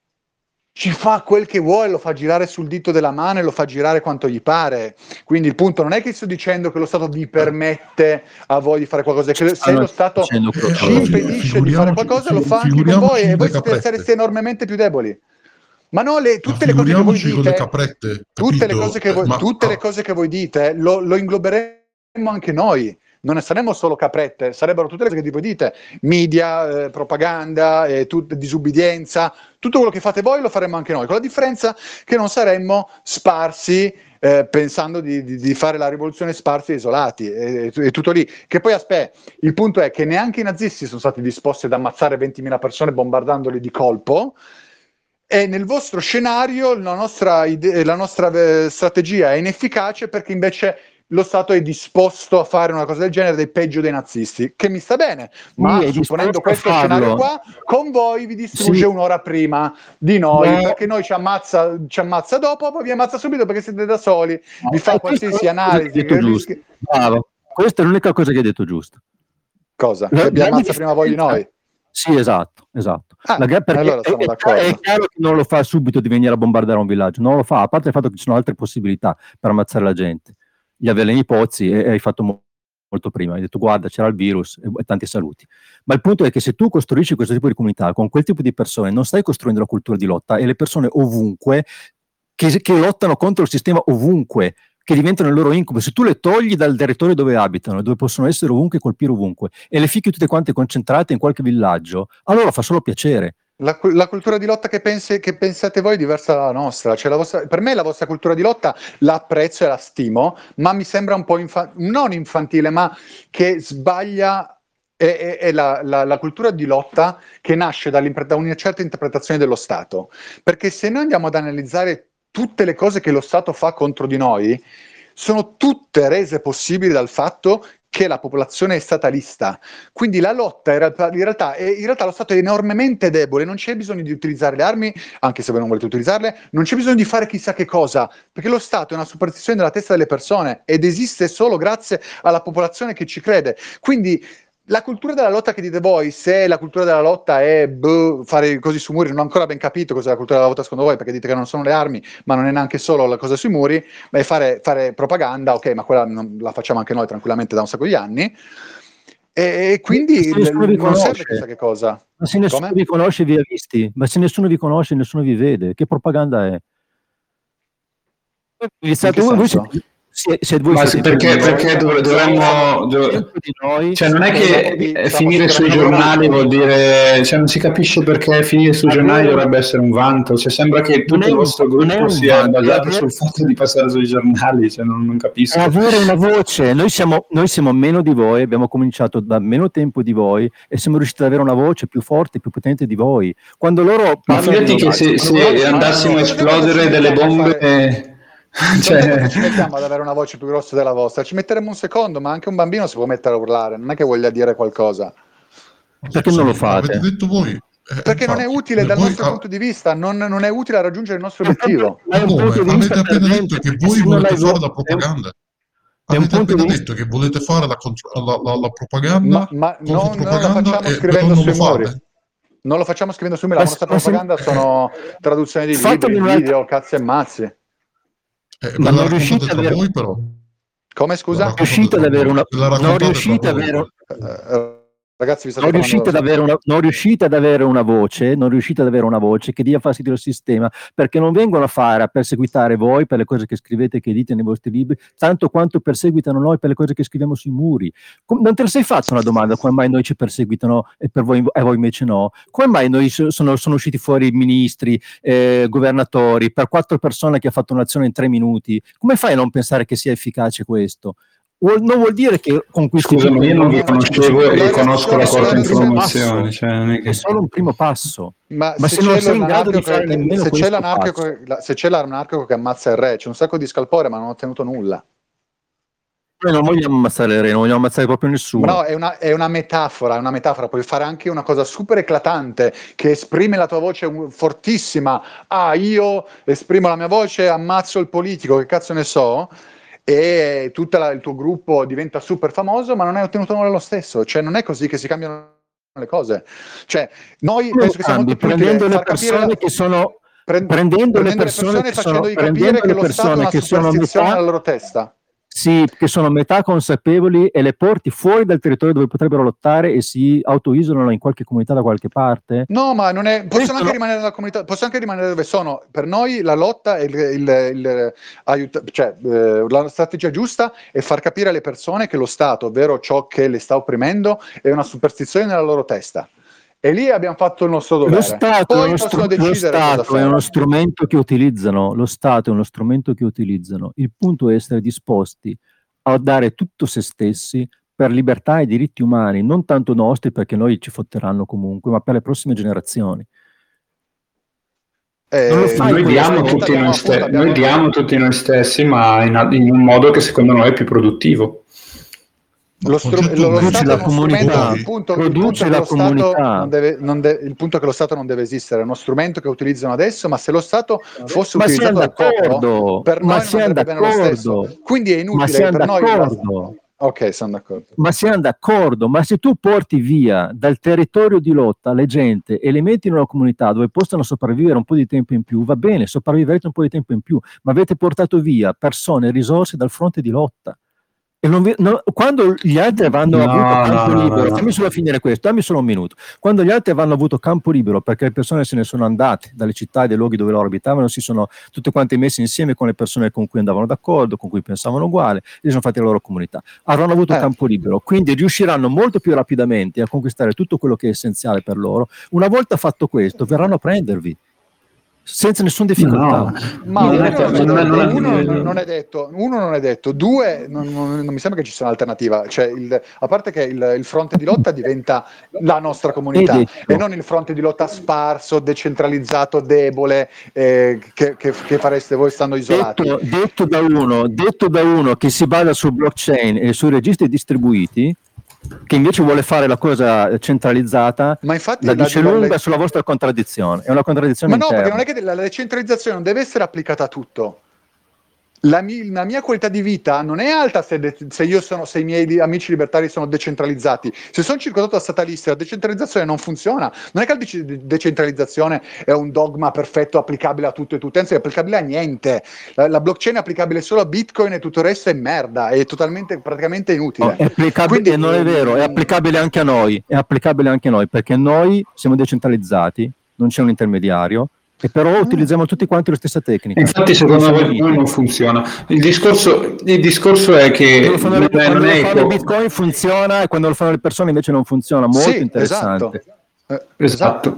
Speaker 4: ci fa quel che vuole, lo fa girare sul dito della mano e lo fa girare quanto gli pare. Quindi il punto non è che sto dicendo che lo Stato vi permette a voi di fare qualcosa, è che se lo Stato ci
Speaker 5: allora,
Speaker 4: impedisce di fare qualcosa, lo fa anche con voi e voi sareste enormemente più deboli. Ma no, tutte le cose che voi
Speaker 5: figuriamoci con le
Speaker 4: dite,
Speaker 5: caprette,
Speaker 4: tutte le
Speaker 5: capito?
Speaker 4: cose che voi, tutte le cose che voi dite, lo ingloberemmo anche noi. Non ne saremmo solo caprette, sarebbero tutte le cose che voi dite, media, propaganda, disubbidienza, tutto quello che fate voi lo faremmo anche noi, con la differenza che non saremmo sparsi pensando di fare la rivoluzione sparsi e isolati, è tutto lì. Che poi aspetta, il punto è che neanche i nazisti sono stati disposti ad ammazzare 20.000 persone bombardandoli di colpo, e nel vostro scenario la nostra strategia è inefficace perché invece lo Stato è disposto a fare una cosa del genere dei peggio dei nazisti, che mi sta bene, ma supponendo questo scenario qua, con voi vi distrugge un'ora prima di noi, perché noi ci ammazza dopo, poi vi ammazza subito perché siete da soli, vi fa qualsiasi analisi.
Speaker 2: Bravo, questa è l'unica cosa che hai detto giusto.
Speaker 4: Cosa? Che vi ammazza prima voi di noi?
Speaker 2: Sì, esatto. Perché
Speaker 4: allora siamo d'accordo.
Speaker 2: È chiaro che non lo fa subito di venire a bombardare un villaggio, non lo fa, a parte il fatto che ci sono altre possibilità per ammazzare la gente. Gli avveleni i pozzi e hai fatto molto prima, hai detto guarda c'era il virus e tanti saluti. Ma il punto è che se tu costruisci questo tipo di comunità con quel tipo di persone non stai costruendo la cultura di lotta e le persone ovunque che lottano contro il sistema ovunque, che diventano il loro incubo, se tu le togli dal territorio dove abitano, dove possono essere ovunque e colpire ovunque, e le fichi tutte quante concentrate in qualche villaggio, allora fa solo piacere.
Speaker 4: La cultura di lotta che pensate voi è diversa dalla nostra. Cioè per me la vostra cultura di lotta la apprezzo e la stimo, ma mi sembra un po' non infantile, ma che sbaglia. È la cultura di lotta che nasce da una certa interpretazione dello Stato. Perché se noi andiamo ad analizzare tutte le cose che lo Stato fa contro di noi, sono tutte rese possibili dal fatto che la popolazione è statalista, quindi la lotta in realtà lo Stato è enormemente debole, non c'è bisogno di utilizzare le armi, anche se voi non volete utilizzarle, non c'è bisogno di fare chissà che cosa, perché lo Stato è una superstizione della testa delle persone ed esiste solo grazie alla popolazione che ci crede. Quindi la cultura della lotta che dite voi, se la cultura della lotta è fare così su muri, non ho ancora ben capito cos'è la cultura della lotta secondo voi, perché dite che non sono le armi, ma non è neanche solo la cosa sui muri, ma è fare propaganda, ok, ma quella la facciamo anche noi tranquillamente da un sacco di anni, e quindi non serve chissà che cosa.
Speaker 2: Ma se nessuno vi conosce vi ha visti, ma se nessuno vi conosce nessuno vi vede, che propaganda è?
Speaker 1: Perché dovremmo cioè non è che finire sui giornali vuol dire, cioè non si capisce perché finire sui giornali dovrebbe essere un vanto, cioè sembra che tutto il vostro gruppo sia basato sul fatto di passare sui giornali, cioè non capisco.
Speaker 2: È avere una voce, noi siamo meno di voi, abbiamo cominciato da meno tempo di voi e siamo riusciti ad avere una voce più forte, più potente di voi. Quando loro
Speaker 1: ma fidati che se andassimo a esplodere delle bombe
Speaker 4: cioè ci mettiamo ad avere una voce più grossa della vostra, ci metteremo un secondo, ma anche un bambino si può mettere a urlare, non è che voglia dire qualcosa.
Speaker 2: Perché non lo fate?
Speaker 5: Avete detto voi?
Speaker 4: Perché non è utile dal nostro punto di vista, non è utile a raggiungere il nostro obiettivo.
Speaker 5: Avete appena detto che voi volete fare la propaganda. Avete appena detto che volete fare la propaganda,
Speaker 4: ma non la facciamo scrivendo sui muri. Non lo facciamo scrivendo sui muri, la nostra propaganda sono traduzioni di libri, video, cazzi e mazzi.
Speaker 2: Ma non riuscite ad avere
Speaker 5: voi però.
Speaker 4: Come scusa?
Speaker 2: Non riuscite ad avere una
Speaker 4: Ragazzi,
Speaker 2: non riuscite ad avere una voce che dia fastidio al sistema, perché non vengono a perseguitare voi per le cose che scrivete, che dite nei vostri libri, tanto quanto perseguitano noi per le cose che scriviamo sui muri. Non te la sei fatta una domanda, come mai noi ci perseguitano e per voi e voi invece no? Come mai noi sono usciti fuori ministri, governatori, per 4 persone che ha fatto un'azione in 3 minuti? Come fai a non pensare che sia efficace questo? non vuol dire che con questi
Speaker 1: Scusami, io non vi conoscevo e conosco la corta informazione.
Speaker 2: È solo un primo passo.
Speaker 4: Ma
Speaker 2: se non sei in grado di fare nemmeno
Speaker 4: se
Speaker 2: questo
Speaker 4: c'è l'anarchico che ammazza il re, c'è un sacco di scalpore, ma non ho ottenuto nulla.
Speaker 2: Noi non vogliamo ammazzare il re, non vogliamo ammazzare proprio nessuno.
Speaker 4: No, è una metafora, puoi fare anche una cosa super eclatante che esprime la tua voce fortissima. Io esprimo la mia voce, ammazzo il politico, che cazzo ne so, e tutto il tuo gruppo diventa super famoso, ma non hai ottenuto nulla lo stesso. Cioè, non è così che si cambiano le cose. Cioè, noi penso che sia molto più utile
Speaker 2: prendendo le
Speaker 4: far
Speaker 2: persone
Speaker 4: capire
Speaker 2: che sono
Speaker 4: prendendo le persone facendogli capire che lo Stato è una superstizione nella loro testa.
Speaker 2: Sì, che sono metà consapevoli e le porti fuori dal territorio dove potrebbero lottare e si autoisolano in qualche comunità da qualche parte.
Speaker 4: No, ma non è. Possono anche rimanere nella comunità, possono anche rimanere dove sono. Per noi la lotta è la strategia giusta è far capire alle persone che lo Stato, ovvero ciò che le sta opprimendo, è una superstizione nella loro testa. E lì abbiamo fatto il nostro dovere.
Speaker 2: Lo Stato
Speaker 4: Poi possono decidere cosa fare.
Speaker 2: è uno strumento che utilizzano. Lo Stato è uno strumento che utilizzano. Il punto è essere disposti a dare tutto se stessi per libertà e diritti umani, non tanto nostri perché noi ci fotteranno comunque, ma per le prossime generazioni.
Speaker 1: Noi diamo tutti noi stessi, ma in un modo che secondo noi è più produttivo.
Speaker 4: Lo Stato è uno strumento, il punto è che lo Stato non deve esistere, è uno strumento che utilizzano adesso, ma se lo Stato fosse utilizzato dal popolo, per noi non andrebbe bene lo stesso. Quindi è inutile per noi. Ok, sono d'accordo.
Speaker 2: Ma siamo d'accordo, ma se tu porti via dal territorio di lotta le gente e le metti in una comunità dove possono sopravvivere un po' di tempo in più, va bene, sopravviverete un po' di tempo in più, ma avete portato via persone e risorse dal fronte di lotta. E quando gli altri avranno avuto campo libero, fammi solo finire questo, dammi solo un minuto. Quando gli altri avranno avuto campo libero perché le persone se ne sono andate dalle città e dai luoghi dove loro abitavano, si sono tutte quante messe insieme con le persone con cui andavano d'accordo, con cui pensavano uguale, e si sono fatti la loro comunità. Avranno avuto campo libero, quindi riusciranno molto più rapidamente a conquistare tutto quello che è essenziale per loro. Una volta fatto questo, verranno a prendervi. Senza nessuna difficoltà.
Speaker 4: Ma uno non è detto, due non mi sembra che ci sia un'alternativa, cioè a parte che il fronte di lotta diventa la nostra comunità e non il fronte di lotta sparso, decentralizzato, debole che fareste voi stando isolati.
Speaker 2: Detto da uno che si basa sul blockchain e sui registri distribuiti, che invece vuole fare la cosa centralizzata,
Speaker 4: ma infatti
Speaker 2: la dice lunga sulla vostra contraddizione. È una contraddizione interna.
Speaker 4: Perché non è che la decentralizzazione non deve essere applicata a tutto. La mia qualità di vita non è alta se i miei amici libertari sono decentralizzati. Se sono circondato da statalisti, la decentralizzazione non funziona. Non è che la decentralizzazione è un dogma perfetto applicabile a tutto e tutti, anzi è applicabile a niente. La blockchain è applicabile solo a Bitcoin e tutto il resto è merda, è praticamente inutile.
Speaker 2: È applicabile, quindi, non è vero, è applicabile anche a noi, perché noi siamo decentralizzati, non c'è un intermediario. E però utilizziamo tutti quanti la stessa tecnica.
Speaker 1: Infatti secondo voi non funziona. Il discorso è che
Speaker 2: quando lo fanno Bitcoin funziona e quando lo fanno le persone invece non funziona. Molto interessante.
Speaker 1: Esatto.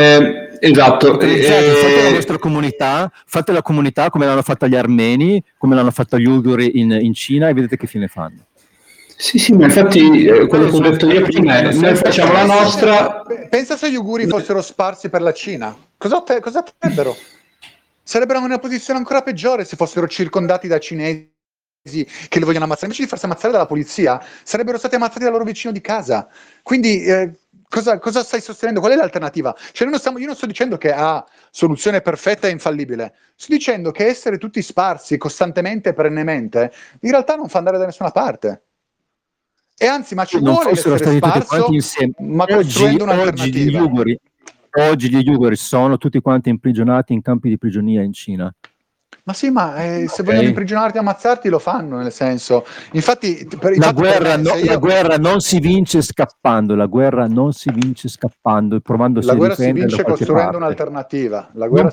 Speaker 2: Fate la vostra comunità, fate la comunità come l'hanno fatta gli armeni, come l'hanno fatta gli uiguri in Cina e vedete che fine fanno.
Speaker 1: Sì, ma infatti quello che ho detto io prima è noi facciamo la nostra.
Speaker 4: Pensa se gli uiguri fossero sparsi per la Cina, cosa farebbero? Sarebbero in una posizione ancora peggiore se fossero circondati da cinesi che li vogliono ammazzare, invece di farsi ammazzare dalla polizia sarebbero stati ammazzati dal loro vicino di casa. Quindi cosa stai sostenendo? Qual è l'alternativa? Cioè, io non sto dicendo che ha soluzione perfetta e infallibile, sto dicendo che essere tutti sparsi costantemente e perennemente in realtà non fa andare da nessuna parte. E anzi, ma ci vuole essere sparso, ma costruendo un'alternativa.
Speaker 2: Oggi gli uiguri sono tutti quanti imprigionati in campi di prigionia in Cina.
Speaker 4: Ma sì, ma se vogliono imprigionarti e ammazzarti lo fanno, nel senso. Infatti
Speaker 2: la guerra non si vince scappando, la guerra non si vince scappando e provandosi a difendere.
Speaker 4: La guerra si vince costruendo un'alternativa.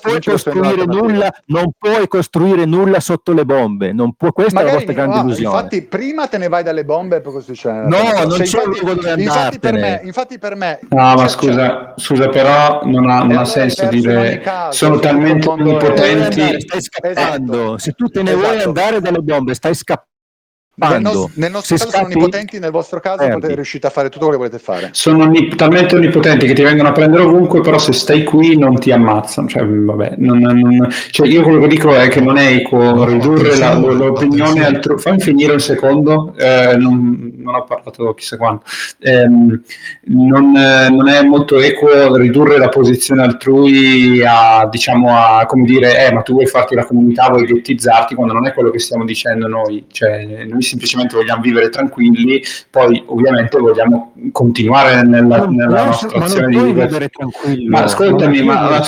Speaker 2: Non puoi costruire nulla sotto le bombe, questa è la vostra grande illusione.
Speaker 4: Infatti prima te ne vai dalle bombe e poi costruisci.
Speaker 2: Non c'è un luogo dove andartene.
Speaker 4: Infatti per me.
Speaker 1: No, ma scusa, però non ha senso dire sono talmente onnipotenti.
Speaker 2: Stai scappando. Se tu te ne vuoi andare dalle bombe, stai scappando.
Speaker 4: nel nostro caso sono onnipotenti, nel vostro caso riuscite a fare tutto quello che volete fare.
Speaker 1: Sono talmente onnipotenti che ti vengono a prendere ovunque, però se stai qui non ti ammazzano. Cioè, vabbè, cioè io quello che dico è che non è equo ridurre l'opinione altrui. Fammi finire un secondo, non ho parlato chissà quanto. Non è molto equo ridurre la posizione altrui a, diciamo, a come dire, ma tu vuoi farti la comunità, vuoi ghettizzarti, quando non è quello che stiamo dicendo noi. Cioè, noi semplicemente vogliamo vivere tranquilli, poi ovviamente vogliamo continuare nella nostra azione di vivere tranquillo. Ma ascoltami,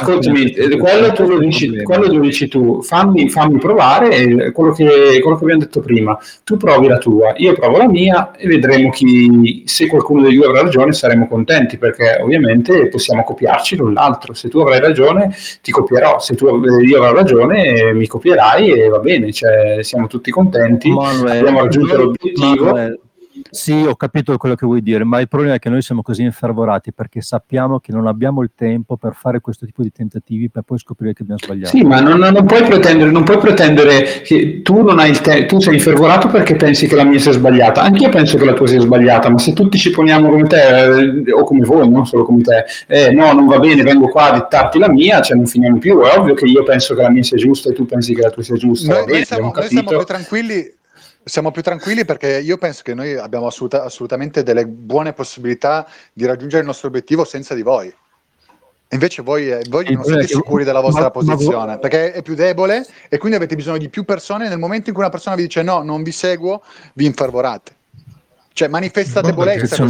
Speaker 1: quello tu lo dici tu, fammi provare quello che abbiamo detto prima. Tu provi la tua, io provo la mia e vedremo se qualcuno dei due avrà ragione saremo contenti, perché ovviamente possiamo copiarci l'un l'altro. Se tu avrai ragione ti copierò, se io avrò ragione mi copierai e va bene, cioè siamo tutti contenti. Abbiamo raggiunto l'obiettivo.
Speaker 2: Sì, ho capito quello che vuoi dire, ma il problema è che noi siamo così infervorati perché sappiamo che non abbiamo il tempo per fare questo tipo di tentativi per poi scoprire che abbiamo sbagliato.
Speaker 1: Sì, ma non puoi pretendere che tu non hai il tempo, tu sei infervorato perché pensi che la mia sia sbagliata. Anch'io penso che la tua sia sbagliata, ma se tutti ci poniamo come te, o come voi, non solo come te, no, non va bene, vengo qua a dittarti la mia, cioè non finiamo più. È ovvio che io penso che la mia sia giusta e tu pensi che la tua sia giusta.
Speaker 4: Noi siamo più tranquilli. Siamo più tranquilli perché io penso che noi abbiamo assolutamente delle buone possibilità di raggiungere il nostro obiettivo senza di voi. E invece voi non siete sicuri della vostra posizione perché è più debole e quindi avete bisogno di più persone. Nel momento in cui una persona vi dice no, non vi seguo, vi infervorate. Cioè manifesta debolezza.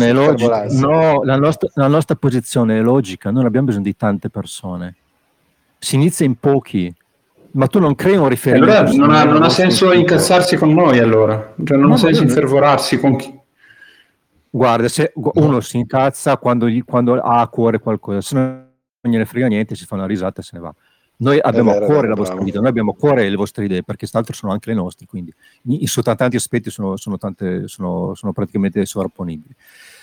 Speaker 2: No, la nostra posizione è logica, noi non abbiamo bisogno di tante persone. Si inizia in pochi. Ma tu non crei un riferimento?
Speaker 1: Allora non ha senso incazzarsi con noi, allora. Cioè, non ha senso infervorarsi con chi.
Speaker 2: Guarda, se uno si incazza quando ha a cuore qualcosa, se non gliene frega niente, si fa una risata e se ne va. Noi abbiamo a cuore la vostra vita, noi abbiamo a cuore le vostre idee, perché quest'altro sono anche le nostre, quindi su tanti aspetti sono praticamente sovrapponibili.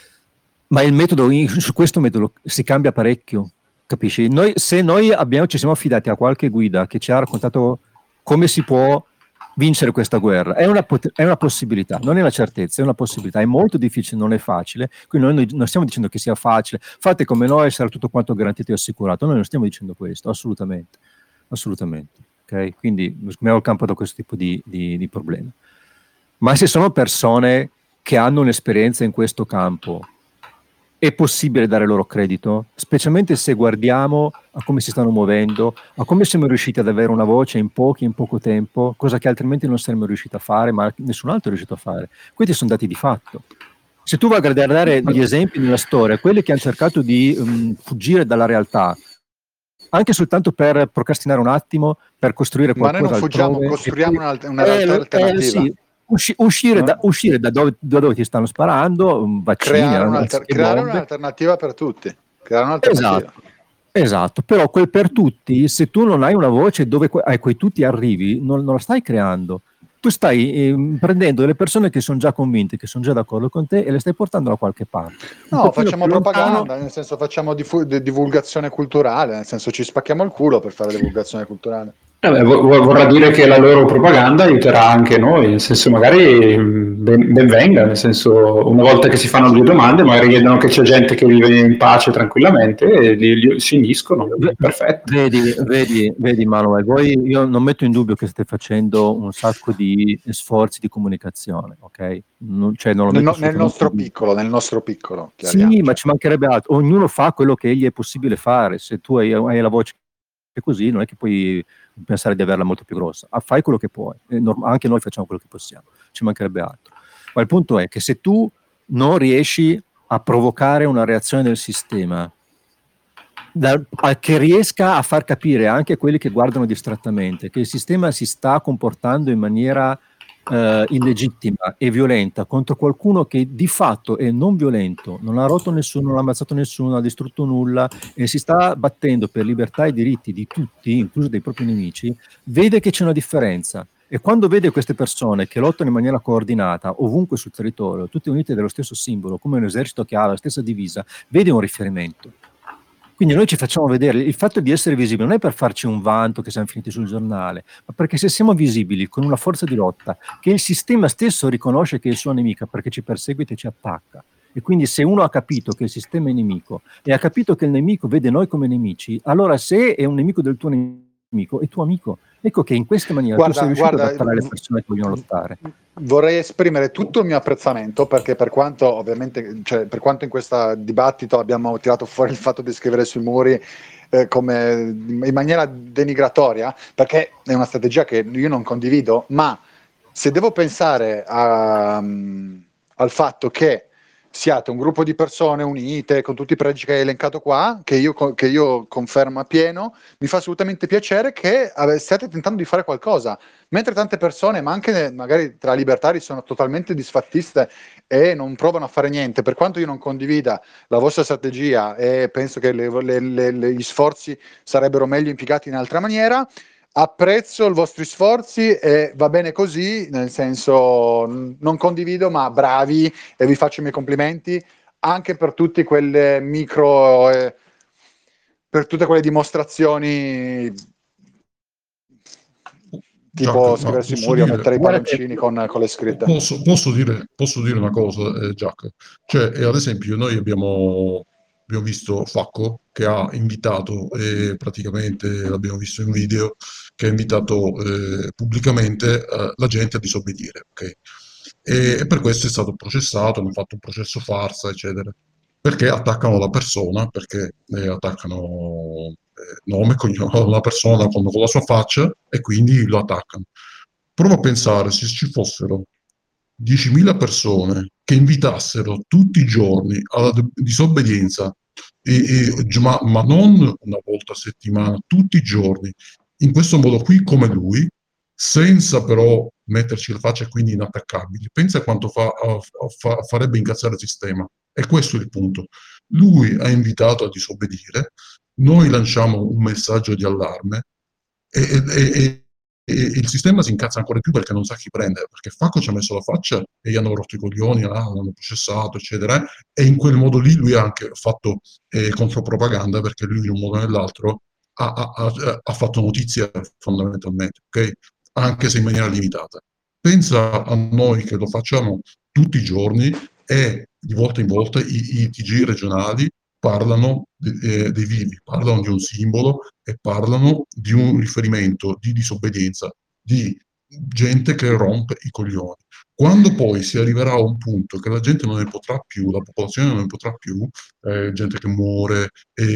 Speaker 2: Ma il metodo, su questo metodo si cambia parecchio. Capisci? Se noi ci siamo affidati a qualche guida che ci ha raccontato come si può vincere questa guerra, è una possibilità, non è una certezza, è una possibilità, è molto difficile, non è facile, quindi noi non stiamo dicendo che sia facile, fate come noi, sarà tutto quanto garantito e assicurato, noi non stiamo dicendo questo, assolutamente, ok? Quindi scopriamo il campo da questo tipo di problemi. Ma se sono persone che hanno un'esperienza in questo campo, è possibile dare loro credito, specialmente se guardiamo a come si stanno muovendo, a come siamo riusciti ad avere una voce in poco tempo, cosa che altrimenti non saremmo riusciti a fare, ma nessun altro è riuscito a fare. Questi sono dati di fatto. Se tu vai a guardare gli esempi nella storia, quelli che hanno cercato di fuggire dalla realtà, anche soltanto per procrastinare un attimo, per costruire qualcosa altrove.
Speaker 4: Ma noi non fuggiamo, costruiamo una realtà alternativa.
Speaker 2: Sì. Uscire da dove ti stanno sparando, vaccini,
Speaker 4: creare un'alternativa per tutti.
Speaker 2: Esatto, però quel per tutti, se tu non hai una voce dove a quei tutti arrivi, non la stai creando. Tu stai prendendo delle persone che sono già convinte, che sono già d'accordo con te e le stai portando da qualche parte.
Speaker 4: No, facciamo propaganda, nel senso facciamo divulgazione culturale, nel senso ci spacchiamo il culo per fare divulgazione culturale.
Speaker 1: Vorrà dire che la loro propaganda aiuterà anche noi, nel senso magari ben venga, nel senso una volta che si fanno due domande magari vedono che c'è gente che vive in pace tranquillamente e si uniscono, perfetto.
Speaker 2: Vedi Manuel, io non metto in dubbio che state facendo un sacco di sforzi di comunicazione, ok?
Speaker 4: Nel nostro piccolo.
Speaker 2: Sì, ma ci mancherebbe altro, ognuno fa quello che gli è possibile fare, se tu hai la voce così non è che puoi pensare di averla molto più grossa, fai quello che puoi, anche noi facciamo quello che possiamo, ci mancherebbe altro, ma il punto è che se tu non riesci a provocare una reazione del sistema che riesca a far capire anche a quelli che guardano distrattamente che il sistema si sta comportando in maniera illegittima e violenta contro qualcuno che di fatto è non violento, non ha rotto nessuno, non ha ammazzato nessuno, non ha distrutto nulla e si sta battendo per libertà e diritti di tutti, incluso dei propri nemici, vede che c'è una differenza. E quando vede queste persone che lottano in maniera coordinata ovunque sul territorio, tutte unite dallo stesso simbolo, come un esercito che ha la stessa divisa, vede un riferimento. Quindi noi ci facciamo vedere, il fatto di essere visibili non è per farci un vanto che siamo finiti sul giornale, ma perché se siamo visibili con una forza di lotta che il sistema stesso riconosce che è il suo nemico perché ci perseguita e ci attacca, e quindi se uno ha capito che il sistema è nemico e ha capito che il nemico vede noi come nemici, allora se è un nemico del tuo nemico è tuo amico. Ecco che in questa maniera tu sei riuscito ad attrarre le persone che vogliono lottare.
Speaker 4: Vorrei esprimere tutto il mio apprezzamento, perché per quanto ovviamente, cioè, per quanto in questo dibattito abbiamo tirato fuori il fatto di scrivere sui muri come in maniera denigratoria, perché è una strategia che io non condivido, ma se devo pensare al fatto che siate un gruppo di persone unite con tutti i pregi che hai elencato qua, che io confermo a pieno, mi fa assolutamente piacere che stiate tentando di fare qualcosa, mentre tante persone, ma anche magari tra libertari, sono totalmente disfattiste e non provano a fare niente. Per quanto io non condivida la vostra strategia e penso che gli sforzi sarebbero meglio impiegati in altra maniera, apprezzo i vostri sforzi e va bene così, nel senso non condivido, ma bravi, e vi faccio i miei complimenti anche per tutte quelle per tutte quelle dimostrazioni tipo scrivere sui muri o mettere i palloncini con le scritte.
Speaker 5: Posso dire una cosa, Jack? Cioè, ad esempio, noi abbiamo visto Facco che ha invitato, praticamente l'abbiamo visto in video, che ha invitato pubblicamente la gente a disobbedire, ok? E per questo è stato processato, hanno fatto un processo farsa, eccetera, perché attaccano la persona, perché attaccano nome, cognome, una persona con la sua faccia e quindi lo attaccano. Prova a pensare se ci fossero 10.000 persone che invitassero tutti i giorni alla disobbedienza, ma non una volta a settimana, tutti i giorni, in questo modo qui come lui, senza però metterci la faccia e quindi inattaccabili. Pensa quanto farebbe incazzare il sistema. E questo è il punto. Lui ha invitato a disobbedire, noi lanciamo un messaggio di allarme e il sistema si incazza ancora di più perché non sa chi prendere, perché Facco ci ha messo la faccia e gli hanno rotto i coglioni, l'hanno processato, eccetera, e in quel modo lì lui ha anche fatto contropropaganda, perché lui in un modo o nell'altro ha fatto notizia fondamentalmente, ok? Anche se in maniera limitata. Pensa a noi che lo facciamo tutti i giorni e di volta in volta i TG regionali parlano dei vivi, parlano di un simbolo e parlano di un riferimento di disobbedienza, di gente che rompe i coglioni. Quando poi si arriverà a un punto che la gente non ne potrà più, la popolazione non ne potrà più, gente che muore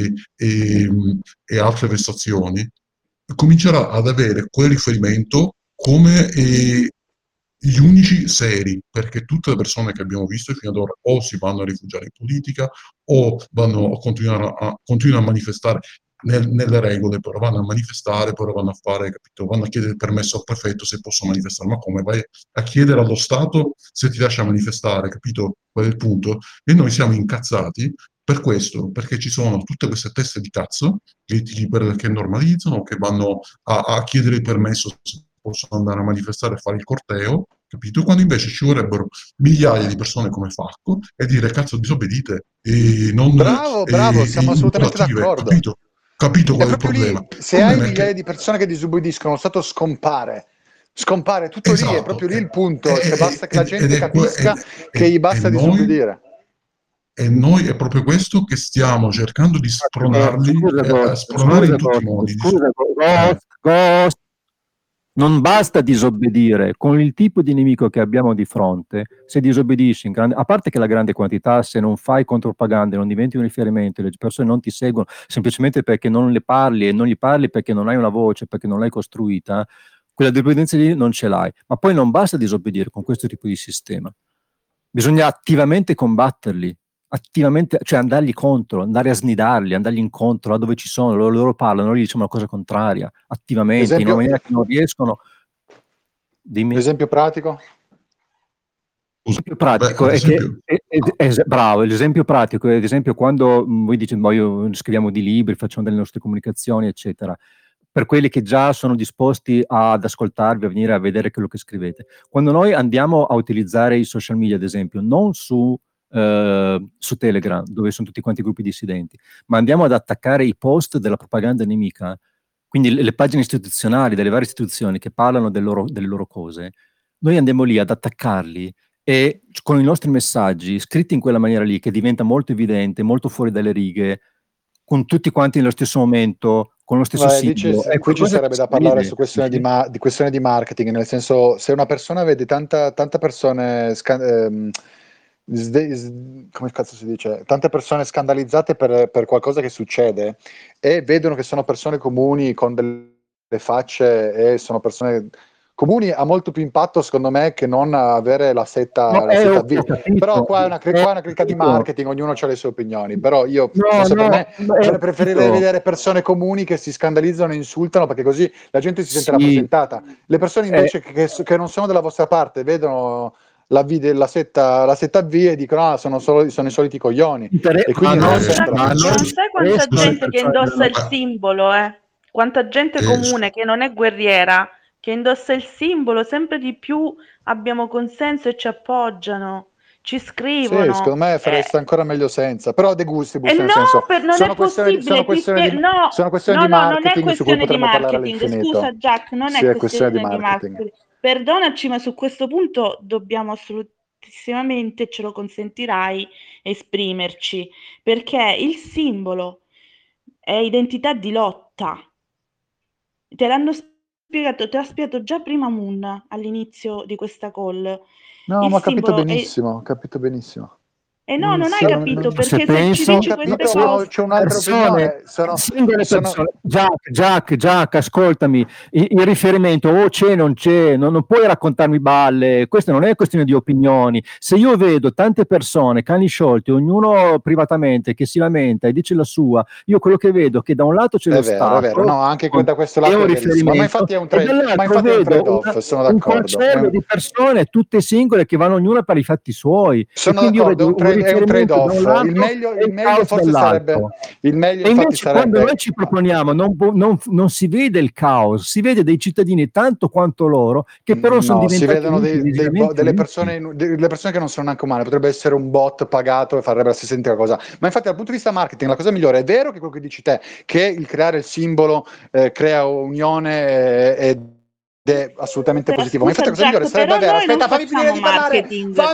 Speaker 5: e altre vessazioni, comincerà ad avere quel riferimento come gli unici seri, perché tutte le persone che abbiamo visto fino ad ora o si vanno a rifugiare in politica o vanno a continuano a manifestare nelle regole, però vanno a manifestare, poi vanno a fare, capito? Vanno a chiedere il permesso al prefetto se possono manifestare, ma come vai a chiedere allo Stato se ti lascia manifestare, capito? Qual è il punto? E noi siamo incazzati per questo, perché ci sono tutte queste teste di cazzo che normalizzano, che vanno a chiedere il permesso se possono andare a manifestare e fare il corteo, capito? Quando invece ci vorrebbero migliaia di persone come Facco e dire cazzo disobbedite e non
Speaker 4: bravo, siamo assolutamente d'accordo.
Speaker 5: Capito qual è il problema?
Speaker 4: Lì, se hai migliaia di persone che disobbediscono, lo Stato scompare tutto, esatto, lì è proprio lì il punto, cioè basta che la gente capisca che gli basta disobbedire.
Speaker 5: E noi è proprio questo che stiamo cercando di spronarli, spronare in tutti i modi.
Speaker 2: Ghost, non basta disobbedire, con il tipo di nemico che abbiamo di fronte, se disobbedisci a parte che la grande quantità, se non fai contropaganda, non diventi un riferimento, le persone non ti seguono semplicemente perché non le parli e non gli parli perché non hai una voce, perché non l'hai costruita, quella disobbedienza lì non ce l'hai. Ma poi non basta disobbedire con questo tipo di sistema, bisogna attivamente combatterli, attivamente, cioè andargli contro, andare a snidarli, andargli incontro là dove ci sono, loro parlano, noi gli diciamo la cosa contraria, attivamente, in una maniera che non riescono. Dimmi.
Speaker 4: Esempio pratico?
Speaker 2: L'esempio pratico bravo, l'esempio pratico è ad esempio quando voi dite scriviamo di libri, facciamo delle nostre comunicazioni, eccetera. Per quelli che già sono disposti ad ascoltarvi, a venire a vedere quello che scrivete. Quando noi andiamo a utilizzare i social media, ad esempio, non su su Telegram, dove sono tutti quanti gruppi dissidenti, ma andiamo ad attaccare i post della propaganda nemica, quindi le pagine istituzionali delle varie istituzioni che parlano delle loro cose, noi andiamo lì ad attaccarli e con i nostri messaggi scritti in quella maniera lì, che diventa molto evidente, molto fuori dalle righe, con tutti quanti nello stesso momento, con lo stesso simbolo.
Speaker 4: Qui ci sarebbe da parlare su questione di marketing, nel senso, se una persona vede tante persone come cazzo si dice? Tante persone scandalizzate per qualcosa che succede e vedono che sono persone comuni con delle facce e sono persone comuni, ha molto più impatto secondo me che non avere la setta V. Però qua è una cricca di marketing, ognuno ha le sue opinioni, però io preferirei vedere persone comuni che si scandalizzano e insultano, perché così la gente si sente rappresentata. Le persone invece che non sono della vostra parte vedono la setta V e dicono sono i soliti coglioni. E quindi
Speaker 3: non sai quanta gente che indossa il simbolo, quanta gente comune che non è guerriera, che indossa il simbolo, sempre di più abbiamo consenso e ci appoggiano, ci scrivono.
Speaker 4: Sì, secondo me fareste ancora meglio senza, però De Gustibus, nel senso,
Speaker 3: non è possibile.
Speaker 4: Sono questioni di marketing, su cui potremmo parlare all'infinito.
Speaker 3: Scusa Jack, non è questione di marketing. Perdonaci, ma su questo punto dobbiamo assolutissimamente, ce lo consentirai, esprimerci, perché il simbolo è identità di lotta. Te l'ha spiegato già prima Moon all'inizio di questa call.
Speaker 4: No, ma ho capito benissimo.
Speaker 3: E no, non hai capito, perché se ci dici queste cose...
Speaker 4: C'è un'altra opinione.
Speaker 2: Jack, ascoltami, il riferimento c'è, non c'è, non puoi raccontarmi balle, questa non è questione di opinioni. Se io vedo tante persone, cani sciolti, ognuno privatamente, che si lamenta e dice la sua, io quello che vedo è che da un lato c'è lo Stato,
Speaker 4: è vero, no, anche da questo lato è verissimo, ma infatti è un trade-off, sono d'accordo.
Speaker 2: Un concerto di persone, tutte singole, che vanno ognuna per i fatti suoi.
Speaker 4: Sono d'accordo, è un trade-off. Il meglio forse sarebbe
Speaker 2: quando noi ci proponiamo non si vede il caos, si vede dei cittadini tanto quanto loro che però sono diventati
Speaker 4: si vedono delle persone che non sono neanche umane. Potrebbe essere un bot pagato e farebbe la stessa identica cosa, ma infatti dal punto di vista marketing la cosa migliore è vero che quello che dici te, che il creare il simbolo crea unione ed è assolutamente positivo, ma infatti la cosa migliore sarebbe avere... Aspetta, fammi finire di parlare.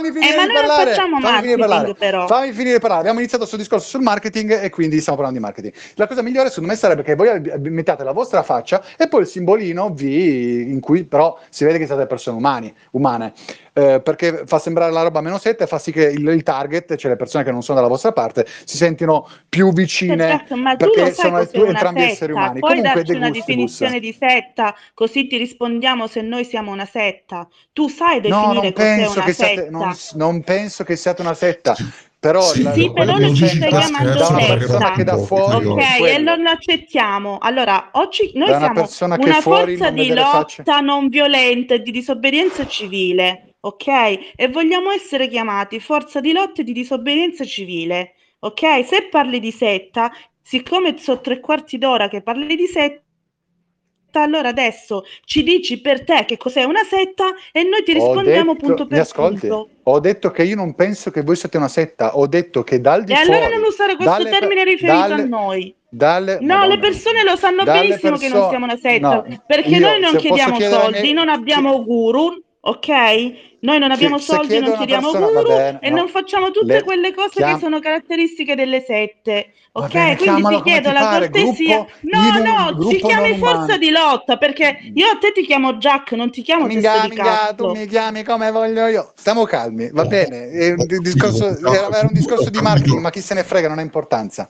Speaker 4: Fammi finire di parlare. Abbiamo iniziato il suo discorso sul marketing e quindi stiamo parlando di marketing. La cosa migliore secondo me sarebbe che voi mettiate la vostra faccia e poi il simbolino V in cui però si vede che siete persone umane. Perché fa sembrare la roba meno setta e fa sì che il target, cioè le persone che non sono dalla vostra parte, si sentono più vicine, perché sono entrambi esseri umani.
Speaker 3: Puoi darci una definizione di setta, così ti rispondiamo se noi siamo una setta. Tu sai definire cos'è una setta?
Speaker 4: Non penso che siate una setta. Però
Speaker 3: però noi ci stai chiamando setta,
Speaker 4: che da fuori,
Speaker 3: e non l'accettiamo. Allora, oggi noi siamo una forza di lotta non violenta e di disobbedienza civile, ok? E vogliamo essere chiamati forza di lotta e di disobbedienza civile, ok? Se parli di setta, siccome sono 3/4 d'ora che parli di setta, allora adesso ci dici per te che cos'è una setta e noi ti rispondiamo punto per punto.
Speaker 4: Ho detto che io non penso che voi siate una setta, ho detto che dal di fuori...
Speaker 3: E allora non usare questo termine riferito a noi. Le persone lo sanno benissimo che non siamo una setta, perché noi non chiediamo soldi, non abbiamo guru, ok? Noi non abbiamo soldi, non chiediamo guru e non facciamo tutte quelle cose che sono caratteristiche delle sette, ok? Quindi ti chiedo la cortesia. Ci chiami forza di lotta, perché io a te ti chiamo Jack, non ti chiamo testa di cazzo.
Speaker 4: Tu mi chiami come voglio io. Stiamo calmi, va bene. Era un discorso di marketing, ma chi se ne frega, non ha importanza.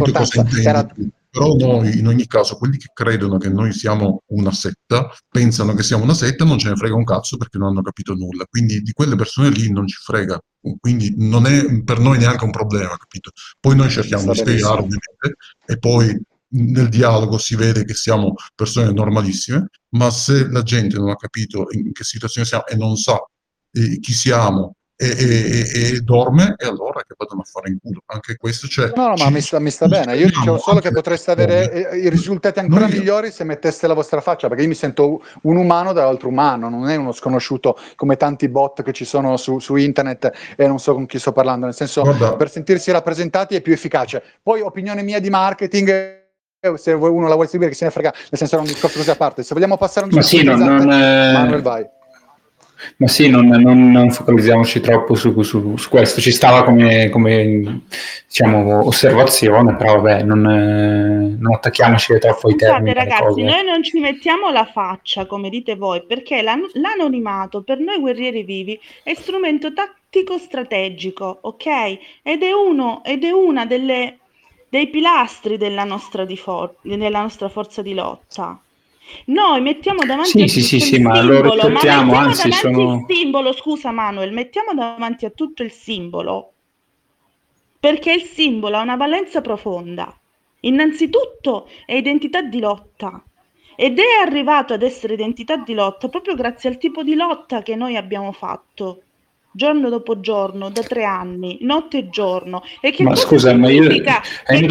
Speaker 5: Però noi, in ogni caso, quelli che credono che noi siamo una setta, pensano che siamo una setta, non ce ne frega un cazzo perché non hanno capito nulla. Quindi di quelle persone lì non ci frega. Quindi non è per noi neanche un problema, capito? Poi noi cerchiamo di spiegare, ovviamente, e poi nel dialogo si vede che siamo persone normalissime, ma se la gente non ha capito in che situazione siamo e non sa chi siamo e dorme, e allora che vadano a fare in culo. Anche questo c'è.
Speaker 4: No, ma mi sta bene. Io dicevo solo che potreste avere i risultati ancora migliori se metteste la vostra faccia, perché io mi sento un umano dall'altro umano, non è uno sconosciuto come tanti bot che ci sono su internet e non so con chi sto parlando, nel senso,
Speaker 5: Guarda,
Speaker 4: per sentirsi rappresentati è più efficace. Poi opinione mia di marketing, se uno la vuole seguire che se ne frega, nel senso era un discorso così a parte. Se vogliamo passare a un discorso Manuel, vai.
Speaker 1: Ma sì, non focalizziamoci troppo su questo, ci stava come diciamo osservazione, però vabbè, non attacchiamoci troppo ai termini.
Speaker 3: Scusate ragazzi, noi non ci mettiamo la faccia come dite voi, perché l'anonimato per noi guerrieri vivi è strumento tattico strategico, ok? Ed è una dei pilastri della nostra forza di lotta. Noi mettiamo davanti a tutto il simbolo, il simbolo, scusa Manuel, mettiamo davanti a tutto il simbolo, perché il simbolo ha una valenza profonda. Innanzitutto è identità di lotta, ed è arrivato ad essere identità di lotta proprio grazie al tipo di lotta che noi abbiamo fatto, giorno dopo giorno, da 3 anni, notte e giorno. E che cosa significa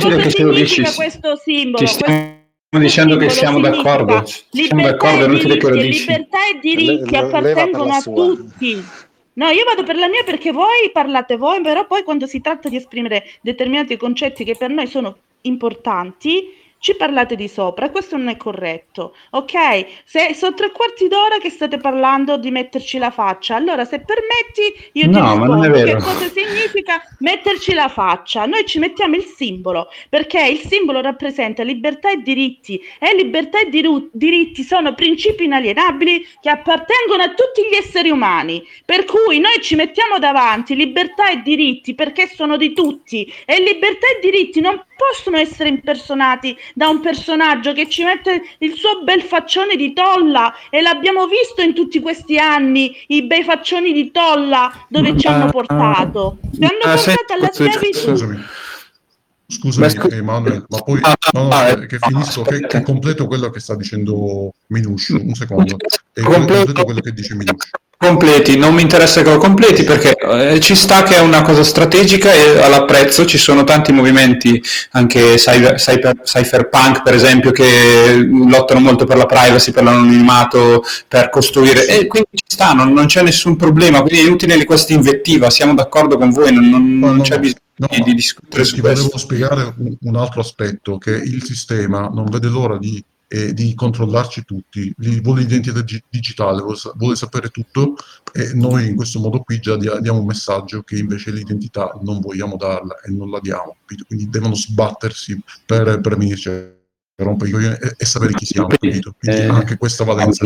Speaker 3: questo simbolo?
Speaker 1: Stiamo dicendo che siamo d'accordo.
Speaker 3: Libertà e diritti appartengono a tutti. No, io vado per la mia perché voi parlate voi, però poi quando si tratta di esprimere determinati concetti che per noi sono importanti, ci parlate di sopra, e questo non è corretto, ok? Se sono 3/4 d'ora che state parlando di metterci la faccia, allora se permetti io ti rispondo che cosa significa metterci la faccia. Noi ci mettiamo il simbolo, perché il simbolo rappresenta libertà e diritti, e libertà e diritti sono principi inalienabili che appartengono a tutti gli esseri umani, per cui noi ci mettiamo davanti libertà e diritti perché sono di tutti, e libertà e diritti non possono essere impersonati da un personaggio che ci mette il suo bel faccione di tolla, e l'abbiamo visto in tutti questi anni, i bei faccioni di tolla dove ci hanno portato. Ci hanno portato alla schiavitù.
Speaker 5: Scusami Emanuele, ma poi che finisco, che completo quello che sta dicendo Minuscio, un secondo, e completo quello che dice Minuscio.
Speaker 1: Completi, non mi interessa che lo completi perché ci sta che è una cosa strategica e all'apprezzo. Ci sono tanti movimenti, anche cypherpunk per esempio, che lottano molto per la privacy, per l'anonimato, per costruire, e quindi ci sta, non c'è nessun problema, quindi è inutile questa invettiva, siamo d'accordo con voi, non c'è bisogno di discutere su questo.
Speaker 5: Volevo spiegare un altro aspetto, che il sistema non vede l'ora di controllarci tutti, vuole l'identità digitale, vuole sapere tutto, e noi in questo modo qui già diamo un messaggio che invece l'identità non vogliamo darla e non la diamo, quindi devono sbattersi per venirci a rompere i coglioni e sapere chi siamo, capito? Quindi anche questa valenza.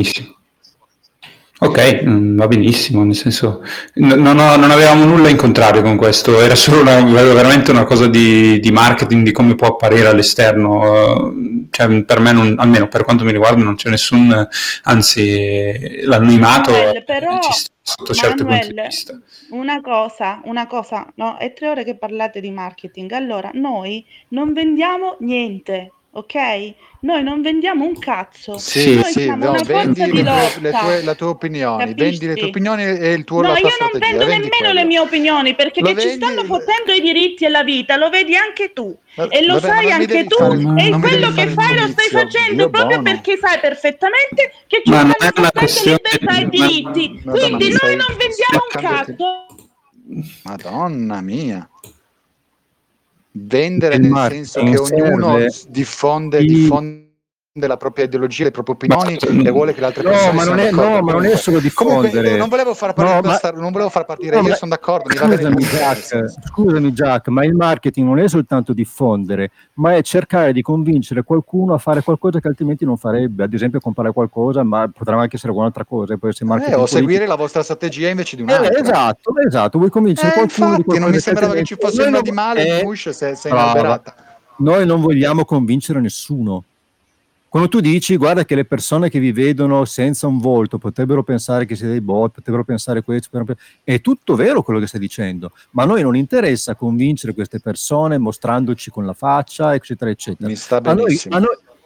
Speaker 1: Ok, va benissimo, nel senso non avevamo nulla in contrario con questo, era solo veramente una cosa di marketing, di come può apparire all'esterno. Cioè, per me, almeno per quanto mi riguarda, non c'è nessun, anzi l'anonimato ci sta sotto certi punti di vista.
Speaker 3: Una cosa, no? È 3 ore che parlate di marketing, allora noi non vendiamo niente. Ok? Noi non vendiamo un cazzo.
Speaker 4: Sì,
Speaker 3: vendi
Speaker 4: le tue opinioni, vendi le tue opinioni e il tuo la tua strategia.
Speaker 3: No, io non vendo nemmeno le mie opinioni, perché che ci stanno fottendo i diritti e la vita, lo vedi anche tu. E lo sai anche tu, e quello che fai lo stai facendo proprio perché sai perfettamente che ci stanno fottendo libertà e diritti. Quindi noi non vendiamo un cazzo.
Speaker 4: Madonna mia. Vendere nel senso che ognuno diffonde la propria ideologia, le proprie opinioni e vuole che le altre persone
Speaker 2: ma non è solo diffondere.
Speaker 4: Comunque, non volevo far partire, io sono d'accordo.
Speaker 2: Scusami Jack, ma il marketing non è soltanto diffondere, ma è cercare di convincere qualcuno a fare qualcosa che altrimenti non farebbe, ad esempio comprare qualcosa, ma potrà anche essere un'altra cosa, può essere marketing
Speaker 4: o seguire la vostra strategia invece di un'altra.
Speaker 2: Esatto, vuoi convincere qualcuno di qualcosa.
Speaker 4: Non mi sembrava che ci fosse nulla di male, Bush, se sei inalberata.
Speaker 2: Noi non vogliamo convincere nessuno. Quando tu dici, guarda che le persone che vi vedono senza un volto potrebbero pensare che siete dei bot, potrebbero pensare questo, è tutto vero quello che stai dicendo, ma a noi non interessa convincere queste persone mostrandoci con la faccia, eccetera, eccetera.
Speaker 4: Mi sta benissimo.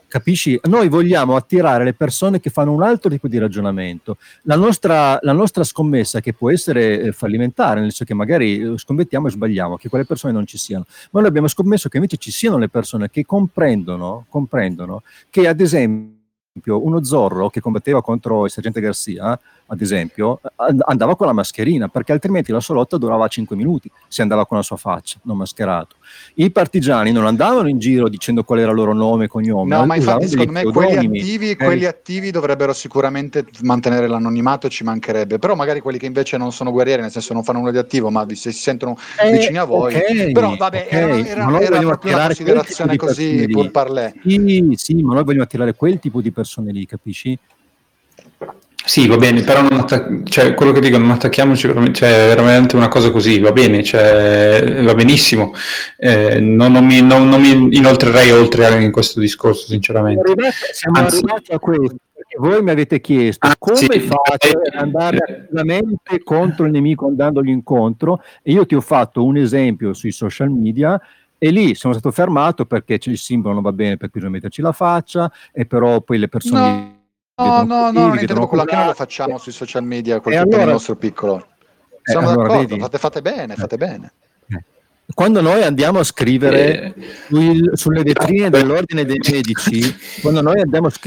Speaker 2: Capisci? Noi vogliamo attirare le persone che fanno un altro tipo di ragionamento. La nostra scommessa, che può essere fallimentare, nel senso che magari scommettiamo e sbagliamo, che quelle persone non ci siano, ma noi abbiamo scommesso che invece ci siano le persone che comprendono che, ad esempio, uno Zorro che combatteva contro il sergente Garcia, ad esempio, andava con la mascherina, perché altrimenti la sua lotta durava 5 minuti se andava con la sua faccia, non mascherato. I partigiani non andavano in giro dicendo qual era il loro nome e cognome.
Speaker 4: No, ma infatti
Speaker 2: usavano
Speaker 4: secondo me quelli attivi dovrebbero sicuramente mantenere l'anonnimato, ci mancherebbe, però magari quelli che invece non sono guerrieri, nel senso non fanno nulla di attivo, ma se si sentono vicini a voi, però vabbè, era proprio una considerazione così pur parlé.
Speaker 2: Sì, ma noi vogliamo attirare quel tipo di persone lì, capisci?
Speaker 1: Sì, va bene, però cioè, quello che dico, non attacchiamoci, cioè, veramente una cosa così, va bene, cioè, va benissimo, non mi inoltrerei oltre in questo discorso, sinceramente.
Speaker 2: Siamo arrivati a questo, perché voi mi avete chiesto come fate ad andare attivamente contro il nemico andandogli incontro, e io ti ho fatto un esempio sui social media, e lì sono stato fermato perché il simbolo non va bene, per cui bisogna metterci la faccia, e però poi le persone...
Speaker 4: No, non intendevo quello che noi lo facciamo sui social media col tutto il nostro piccolo. Sono d'accordo, fate bene.
Speaker 2: Quando noi andiamo a scrivere sulle vetrine dell'ordine dei medici, noi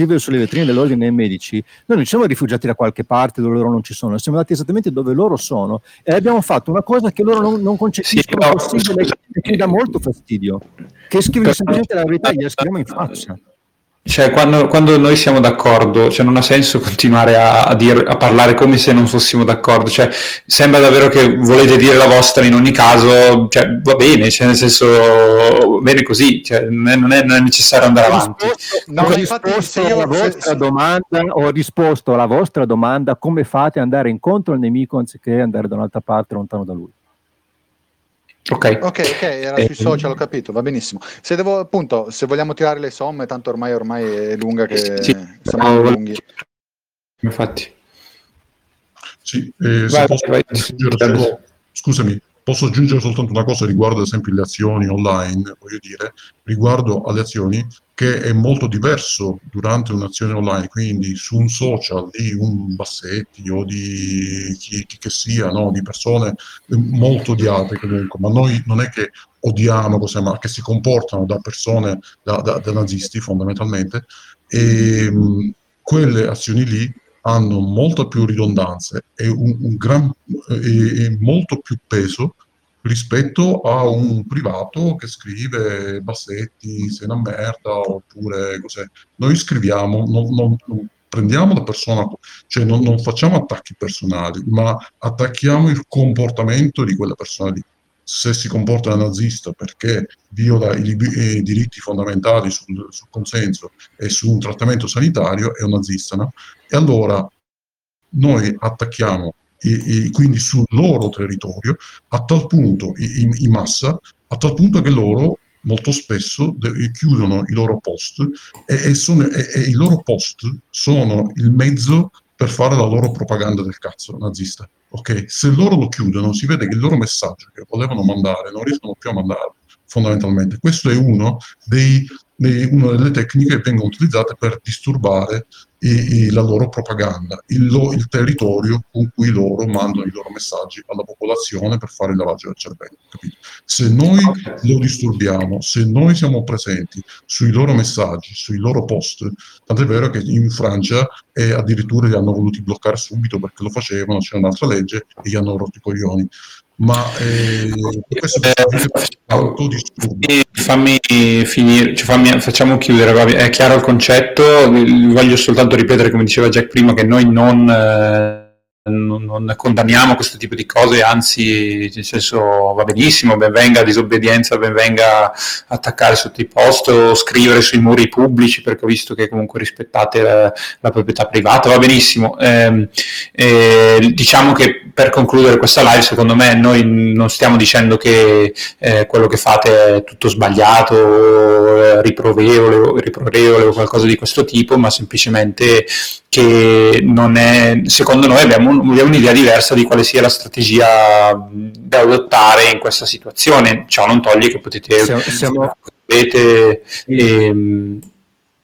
Speaker 2: non ci siamo rifugiati da qualche parte dove loro non ci sono, siamo andati esattamente dove loro sono e abbiamo fatto una cosa che loro non concepiscono possibile, e che dà molto fastidio, che scrivere semplicemente la verità, gliela scriviamo in faccia.
Speaker 1: Cioè, quando noi siamo d'accordo, cioè, non ha senso continuare a parlare come se non fossimo d'accordo, cioè, sembra davvero che volete dire la vostra in ogni caso, cioè, va bene, cioè, nel senso, bene così, cioè, non è necessario andare avanti.
Speaker 2: Ho risposto alla vostra domanda, come fate ad andare incontro al nemico anziché andare da un'altra parte, lontano da lui.
Speaker 1: Ok,
Speaker 4: era sui social, ho capito, va benissimo. Se vogliamo tirare le somme, tanto ormai è lunga, che siamo lunghi.
Speaker 1: Infatti.
Speaker 5: Sì, scusami, posso aggiungere soltanto una cosa riguardo ad esempio le azioni online, voglio dire, riguardo alle azioni, che è molto diverso durante un'azione online, quindi su un social di un Bassetti o di chi che sia, no? Di persone molto odiate comunque, ma noi non è che odiamo, ma che si comportano da persone, da nazisti fondamentalmente, e quelle azioni lì hanno molta più ridondanze e e molto più peso rispetto a un privato che scrive Bassetti sei una merda, oppure cos'è. Noi scriviamo, non prendiamo la persona, cioè non facciamo attacchi personali, ma attacchiamo il comportamento di quella persona lì. Se si comporta da nazista perché viola i diritti fondamentali sul consenso e su un trattamento sanitario, è un nazista, no? E allora noi attacchiamo quindi sul loro territorio a tal punto, in massa, a tal punto che loro molto spesso chiudono i loro post e i loro post sono il mezzo per fare la loro propaganda del cazzo nazista. Ok? Se loro lo chiudono, si vede che il loro messaggio che volevano mandare non riescono più a mandarlo, fondamentalmente. Questo è una delle tecniche che vengono utilizzate per disturbare la loro propaganda, il territorio con cui loro mandano i loro messaggi alla popolazione per fare il lavaggio del cervello. Capito? Se noi lo disturbiamo, se noi siamo presenti sui loro messaggi, sui loro post, tant'è vero che in Francia addirittura li hanno voluti bloccare subito perché lo facevano, c'era un'altra legge e gli hanno rotto i coglioni. Ma questo è molto disturbo.
Speaker 1: Fammi finire, facciamo chiudere, è chiaro il concetto, voglio soltanto ripetere, come diceva Jack prima, che noi non condanniamo questo tipo di cose, anzi, nel senso, va benissimo, ben venga disobbedienza, ben venga attaccare sotto i post o scrivere sui muri pubblici, perché ho visto che comunque rispettate la proprietà privata, va benissimo. Diciamo che per concludere questa live, secondo me noi non stiamo dicendo che quello che fate è tutto sbagliato, riprovevole o qualcosa di questo tipo, ma semplicemente che non è, secondo noi abbiamo un'idea diversa di quale sia la strategia da adottare in questa situazione. Ciò non toglie che potete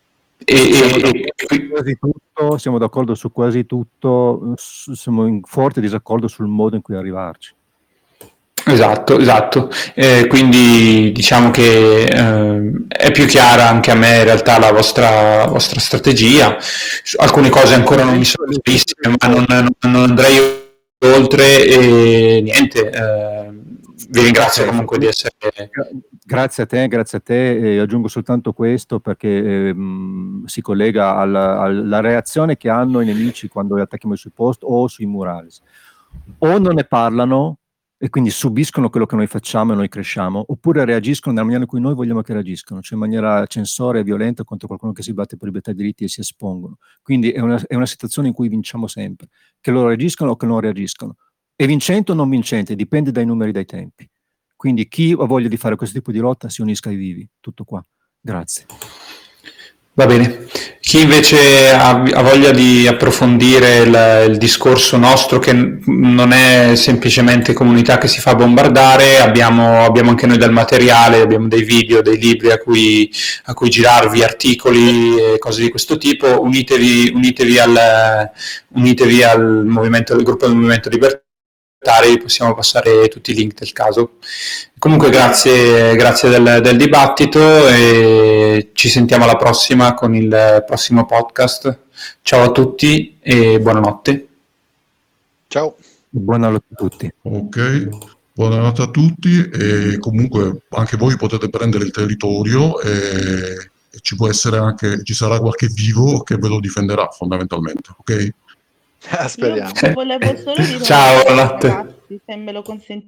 Speaker 2: Siamo d'accordo su quasi tutto, siamo in forte disaccordo sul modo in cui arrivarci.
Speaker 1: Esatto. Quindi diciamo che è più chiara anche a me in realtà la vostra strategia. Alcune cose ancora non mi sono chiarissime, ma non andrei oltre e niente. Vi ringrazio comunque di essere...
Speaker 2: Grazie a te, aggiungo soltanto questo perché si collega alla reazione che hanno i nemici quando li attacchiamo sui post o sui murales. O non ne parlano e quindi subiscono quello che noi facciamo e noi cresciamo, oppure reagiscono nella maniera in cui noi vogliamo che reagiscono, cioè in maniera censoria e violenta contro qualcuno che si batte per libertà e diritti e si espongono. Quindi è una situazione in cui vinciamo sempre, che loro reagiscono o che non reagiscono. E vincente o non vincente, dipende dai numeri e dai tempi. Quindi chi ha voglia di fare questo tipo di lotta si unisca ai vivi. Tutto qua. Grazie.
Speaker 1: Va bene. Chi invece ha voglia di approfondire il discorso nostro, che non è semplicemente comunità che si fa bombardare, abbiamo anche noi del materiale, abbiamo dei video, dei libri a cui girarvi, articoli e cose di questo tipo. Unitevi al movimento, al gruppo del Movimento Libertario, possiamo passare tutti i link del caso. Comunque grazie del dibattito e ci sentiamo alla prossima con il prossimo podcast. Ciao a tutti e buonanotte.
Speaker 4: Ciao.
Speaker 2: Buonanotte a tutti.
Speaker 5: Ok, buonanotte a tutti e comunque anche voi potete prendere il territorio e ci sarà qualche vivo che ve lo difenderà fondamentalmente, ok?
Speaker 4: Speriamo.
Speaker 3: Io volevo solo dire
Speaker 1: Ciao,
Speaker 3: una cosa,
Speaker 1: buonanotte.
Speaker 3: ragazzi, se me lo consentite.